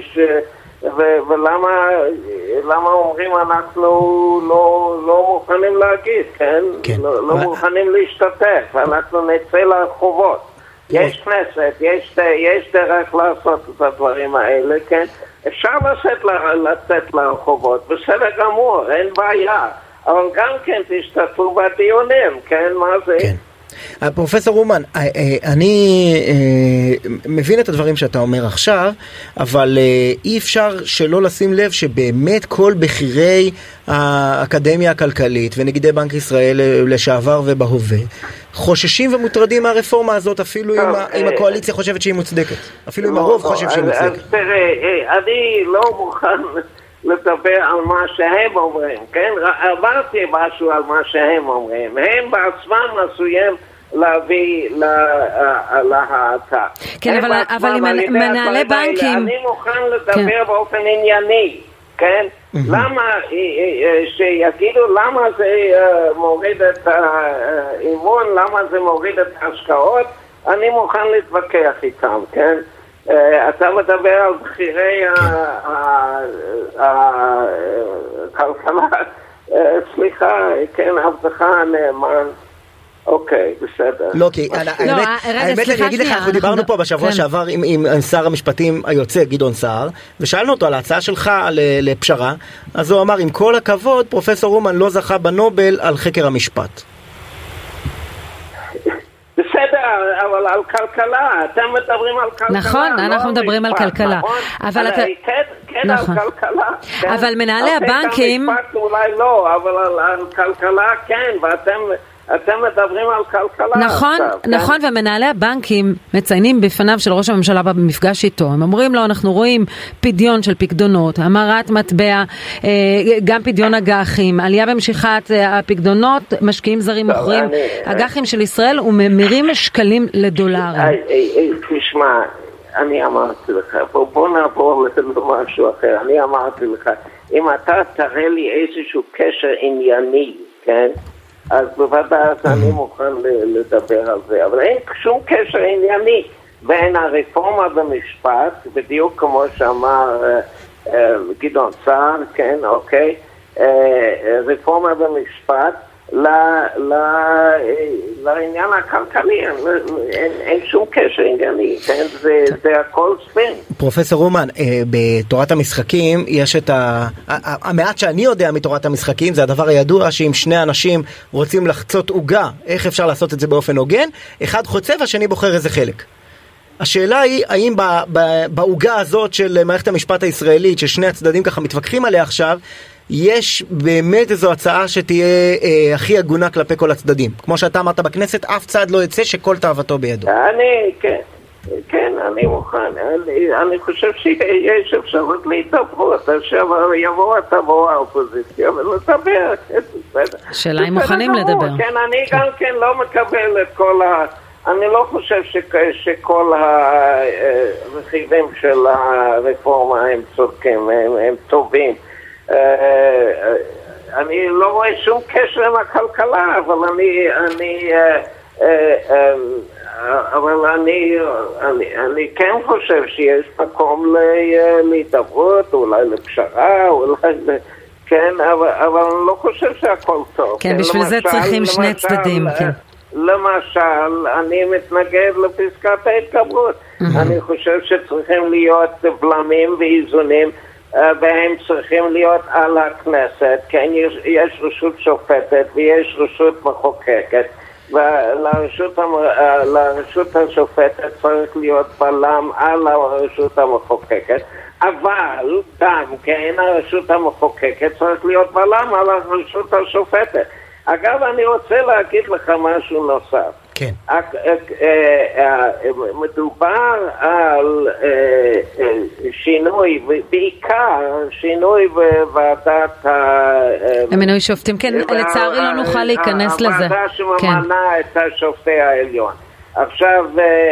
ולמה אומרים אנחנו לא מוכנים להגיד, כן? לא מוכנים להשתתף, אנחנו נצא לרחובות. יש כנסת, יש דרך לעשות את הדברים האלה, כן? אפשר לצאת לרחובות, בסדר גמור, אין בעיה, אבל גם כן תשתתפו בדיונים, כן? מה זה? כן. פרופסור אומן, אני מבין את הדברים שאתה אומר עכשיו, אבל אי אפשר שלא לשים לב שבאמת כל בכירי האקדמיה הכלכלית ונגידי בנק ישראל לשעבר ובהווה חוששים ומוטרדים מהרפורמה הזאת, אפילו אם הקואליציה חושבת שהיא מוצדקת, אפילו אם הרוב חושב שהיא מוצדקת. אז תראה, אני לא מוכן לדבר על מה שהם אומרים, כן? אמרתי משהו על מה שהם אומרים. הם בעצמם עשויים להביא להאטה. כן, אבל מנהלי בנקים... אני מוכן לדבר באופן ענייני, כן? למה, שיגידו למה זה מוריד את האימון, למה זה מוריד את ההשקעות, אני מוכן להתווכח איתם, כן? אתה מדבר על בכירי הכלכלה, סליחה, כן, הבטחה הנאמן, אוקיי, בסדר. לא, כי האמת אני אגיד לך, אנחנו דיברנו פה בשבוע שעבר עם שר המשפטים היוצא, גדעון סער, ושאלנו אותו על ההצעה שלך לפשרה, אז הוא אמר, עם כל הכבוד, פרופסור אומן לא זכה בנובל על חקר המשפט. בסדר, אבל על כלכלה, אתם מדברים על כלכלה. נכון, אנחנו מדברים על כלכלה. אבל אתה... כן, על כלכלה. אבל מנהלי הבנקים... אולי לא, אבל על כלכלה כן, ואתם מדברים על כלכלה. נכון, נכון, ומנהלי הבנקים מציינים בפניו של ראש הממשלה במפגש איתו. הם אומרים לו, אנחנו רואים פדיון של פקדונות, המרת מטבע, גם פדיון אג"חים, עלייה במשיכת הפקדונות, משקיעים זרים מוכרים אג"חים של ישראל וממירים שקלים לדולרים. תשמע, אני אמרתי לך, בוא נעבור למשהו אחר. אני אמרתי לך, אם אתה תראה לי איזשהו קשר ענייני, כן? אז בוודאי אני מוכן לדבר על זה, אבל אין שום קשר ענייני בין הרפורמה במשפט, בדיוק כמו שאמר גדעון סער, כן, אוקיי, רפורמה במשפט לעניין הכלכלי. אין שום קשר ענייני, זה הכל ספין. פרופסור רומן, בתורת המשחקים יש את המעט שאני יודע מתורת המשחקים, זה הדבר הידוע שאם שני אנשים רוצים לחצות עוגה, איך אפשר לעשות את זה באופן הוגן? אחד חוצה והשני בוחר איזה חלק. השאלה היא, האם בעוגה הזאת של מערכת המשפט הישראלית, ששני הצדדים ככה מתווכחים עליה עכשיו, יש באמת איזו הצעה שתהיה הכי הגונה כלפי כל הצדדים. כמו שאתה אמרת בכנסת, אף צד לא יצא שכל תאוותו בידו. כן, אני מוכן. אני חושב שיש אפשרות להתעברות. עכשיו תבוא האופוזיציה ולדבר. שאלה אם מוכנים לדבר. כן, אני גם כן לא מקבל את כל אני לא חושב שכל הרכיבים של הרפורמה הם צודקים, הם טובים. אני לא רואה שום קשר עם הכלכלה, אבל אני כן חושב שיש מקום להתעברות, אולי לפשרה, כן, אבל אני לא חושב שהכל טוב. כן, בשביל זה צריכים שני צדדים, כן. למשל, אני מתנגד לפסקת ההתגברות. אני חושב שצריכים להיות בלמים ואיזונים, והם צריכים להיות על הכנסת. כן, יש רשות שופטת ויש רשות מחוקקת, ולרשות השופטת צריך להיות בלם על הרשות המחוקקת, אבל גם כן הרשות המחוקקת צריך להיות בלם על הרשות השופטת. אגב, אני רוצה להגיד לך משהו נוסף. כן. מדובר על שינוי, בעיקר שינוי בוועדת המינוי שופטים. כן, לצערי לא נוכל להיכנס לזה. הוועדה שממנה את שופטי העליון. עכשיו,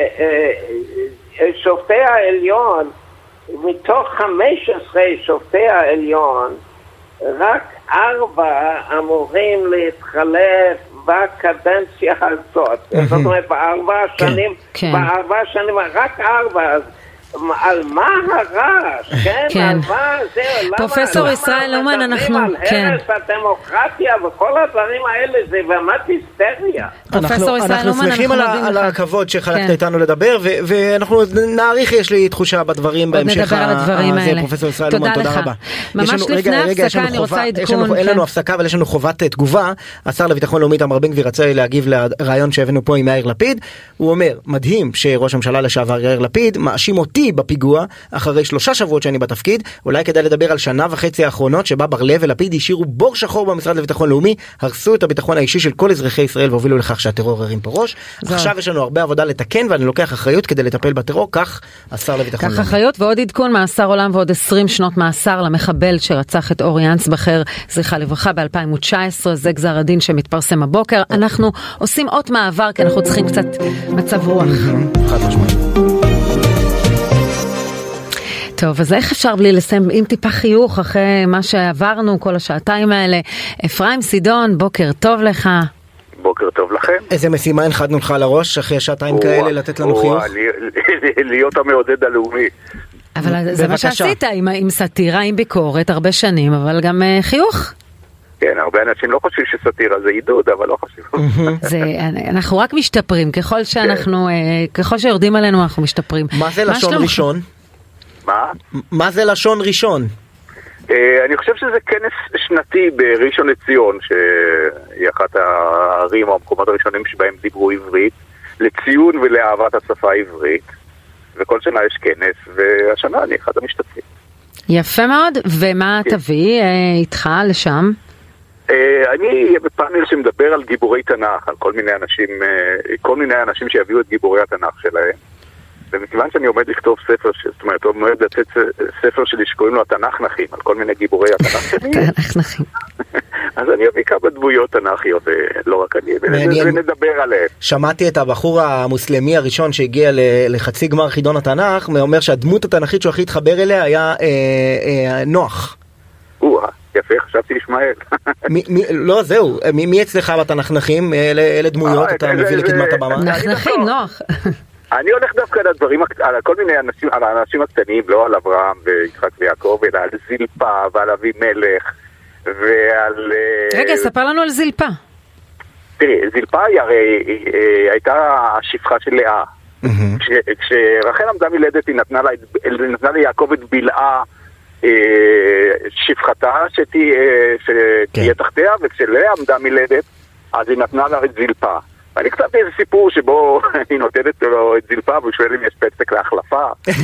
שופטי העליון, מתוך 15 שופטי העליון, רק 4 אמורים להתחלף בקדנציה הזאת. זאת אומרת, ב4 שנים, רק 4. על מה הרעש? כן, על מה זה? פרופסור ישראל אומן, אנחנו... על הרס הדמוקרטיה וכל הדברים האלה, זה באמת היסטריה. אנחנו שמחים על הכבוד שחלקת איתנו לדבר, ואנחנו נעריך, יש לי תחושה בדברים בהמשך. נדבר על הדברים האלה. פרופסור ישראל אומן, תודה רבה. ממש לפני הפסקה אני רוצה עדכון. אין לנו הפסקה, אבל יש לנו חובת תגובה. השר לביטחון לאומי איתמר בן גביר רצה להגיב לרעיון שהבאנו פה עם יאיר לפיד. הוא אומר, מדהים שראש הממשלה לשעבר יאיר לפיד מאשים אותי בפיגוע אחרי 3 שבועות שאני בתפקיד. אולי כדאי לדבר על 1.5 שנה האחרונות שבה בר לב ולפיד השאירו בור שחור במשרד לביטחון לאומי, הרסו את הביטחון האישי של כל אזרחי ישראל והובילו לכך שהטרור הרים פה ראש. עכשיו יש לנו הרבה עבודה לתקן ואני לוקח אחריות כדי לטפל בטרור, כך השר לביטחון לאומי. כך אחריות ועוד עדכון, מאסר עולם ועוד 20 שנות מאסר למחבל שרצח את אורי אנסבכר זכרה לברכה ב-2019. זה גזר הדין שמתפרסם הבוקר. אנחנו עושים עוד מעבר כי אנחנו צריכים קצת מצב רוח. חד משמעית. טוב, אז איך אפשר בלי לסיים עם טיפה חיוך אחרי מה שעברנו כל השעתיים האלה? אפרים סידון, בוקר טוב לך. בוקר טוב לכם. איזה משימה הנחתנו לך לראש אחרי שעתיים כאלה לתת לנו חיוך? להיות המעודד הלאומי. אבל זה מה שעשית עם סאטירה, עם ביקורת, הרבה שנים, אבל גם חיוך. כן, הרבה אנשים לא חושבים שסאטירה זה עידוד, אבל לא חושבים. אנחנו רק משתפרים, ככל שיורדים עלינו אנחנו משתפרים. מה זה לשון ראשון? מה זה לשון ראשון? אני חושב שזה כנס שנתי בראשון לציון, שהיא אחת הערים או המקומות הראשונים שבהם דיברו עברית, לציון ולאהבת השפה העברית, וכל שנה יש כנס, והשנה אני אחד המשתתפים. יפה מאוד, ומה תביא איתך לשם? אני אהיה בפאנל שמדבר על גיבורי תנ"ך, על כל מיני אנשים שיביאו את גיבורי התנ"ך שלהם. ומכיוון שאני עומד לכתוב ספר, זאת אומרת, עומד לתת ספר שלי שקוראים לו התנ"ך נחים, על כל מיני גיבורי התנ"ך שלי. תנ"ך נחים. אז אני אביא כמה דמויות תנ"כיות, ולא רק אני, ונדבר עליהם. שמעתי את הבחור המוסלמי הראשון שהגיע לחצי גמר חידון התנ"ך, אומר שהדמות התנ"כית שהוא הכי התחבר אליה היה נוח. יפה, חשבתי ישמעאל. לא, זהו. מי אצלך בתנ"ך נחים? אלה דמויות, אתה מביא לקדמת הבמה? נחים, נוח. אני הולך דווקא על כל מיני אנשים, על האנשים הקטנים, לא על אברהם ויצחק ויעקב, אלא על זילפה ועל אבימלך ועל... רגע, ספר לנו על זלפה. תראי, זלפה היא הרי הייתה השפחה של לאה. כשרחל עמדה מלדת היא נתנה ליעקב את בלעה שפחתה שתהיה תחתיה, וכשלאה עמדה מלדת אז היא נתנה לה את זלפה. אני כתבתי איזה סיפור שבו היא נותנת לו את זלפה והוא שואל אם יש פתק להחלפה.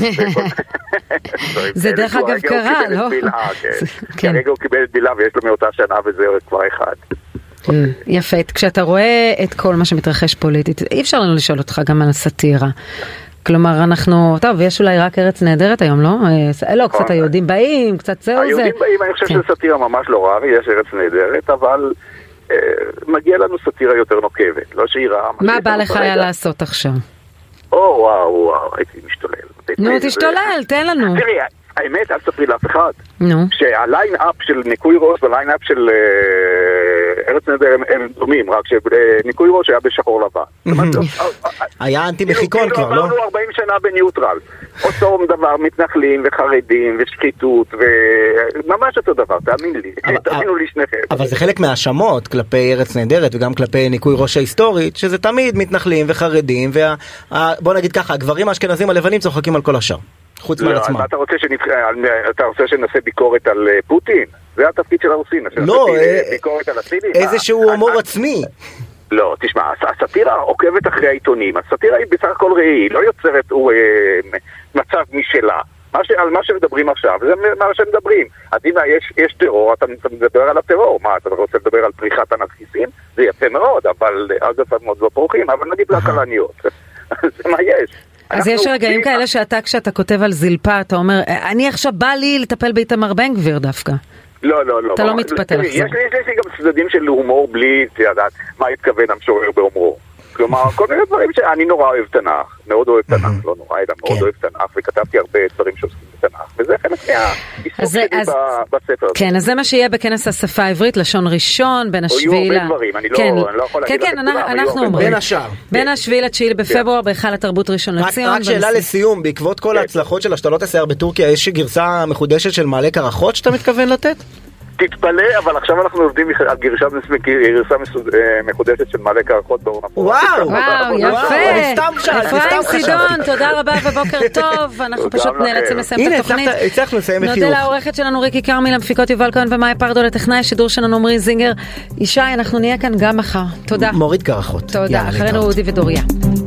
זה דרך אגב קרה, לא? כרגע הוא קיבל את בלעה ויש לו מאותה שנה וזה כבר אחד. יפה, כשאתה רואה את כל מה שמתרחש פוליטית, אי אפשר לנו לשאול אותך גם על הסאטירה. כלומר, אנחנו, טוב, יש אולי רק ארץ נהדרת היום, לא? לא, קצת היהודים באים, קצת זהו זה. היהודים באים, אני חושב שסאטירה ממש לא רע, יש ארץ נהדרת, אבל מגיע לנו סאטירה יותר נוקבת, לא שהיא רעה. מה בא לך היה לעשות עכשיו? וואו, הייתי משתולל. נו, תשתולל, תן לנו. תראי, האמת, אל תספרי לאף אחד. נו. שהליין-אפ של ניקוי ראש והליין-אפ של ארץ נהדר הם דומים, רק שניקוי ראש היה בשחור לבן. היה אנטי מחיקון כבר, לא? כאילו עברנו 40 שנה בניוטרל. אותו דבר, מתנחלים וחרדים ושקיטות, וממש אותו דבר, תאמין לי. תאמינו לי שניכם. אבל זה חלק מהאשמות כלפי ארץ נהדרת וגם כלפי ניקוי ראש ההיסטורית, שזה תמיד מתנחלים וחרדים, בוא נגיד ככה, הגברים האשכנזים הלבנים צוחקים על כל השאר. חוץ מעל עצמם. אתה רוצה שנעשה ביקורת על פוטין? זה התפקיד של הרוסים. לא, איזשהו הומור עצמי. לא, תשמע, הסאטירה עוקבת אחרי העיתונים. הסאטירה היא בסך הכל ראי, היא לא יוצרת מצב משלה. על מה שמדברים עכשיו, זה מה שמדברים. אז אם יש טרור, אתה מדבר על הטרור. מה, אתה רוצה לדבר על פריחת אנרכיסטים? זה יפה מאוד, אבל אגב מאוד לא פורחים, אבל נגיד להקלניות. זה מה יש. אז יש רגעים כאלה שאתה, כשאתה כותב על זלפה, אתה אומר, אני עכשיו בא לי לטפל באיתמר בן גביר דווקא. לא. אתה לא מתפתה לחזור. יש לי גם צדדים של הומור בלי לדעת מה התכוון המשורר באומרו. כלומר, כל מיני דברים שאני נורא אוהב תנ"ך, מאוד אוהב תנ"ך, לא נורא, אלא מאוד אוהב תנ"ך, וכתבתי הרבה דברים שעוסקים בתנ"ך, וזה חלק מהעיסוק שלי בספר. כן, אז זה מה שיהיה בכנס השפה העברית, לשון ראשון, בין השביעי יהיו הרבה דברים, אני לא יכול להגיד כן, אנחנו אומרים. בין השביעי לתשיעי בפברואר, בהיכל התרבות ראשון לציון. רק שאלה לסיום, בעקבות כל ההצלחות של השתלות השיער בטורקיה, יש גרסה מחודשת של מעלה קרחות שאתה מתכוון לתת? תתפלא, אבל עכשיו אנחנו עובדים על גרסה מחודשת של מעלה קרחות בעונה. וואו, יפה. אפרים סידון, תודה רבה ובוקר טוב. אנחנו פשוט נאלצים לסיים את התוכנית. נודה לעורכת שלנו ריקי קרמי, למפיקות יובל כהן ומאי פרדו, לטכנאי השידור שלנו עמרי זינגר. ישי, אנחנו נהיה כאן גם מחר. תודה. מוריד קרחות. תודה, אחרינו אודי ודוריה.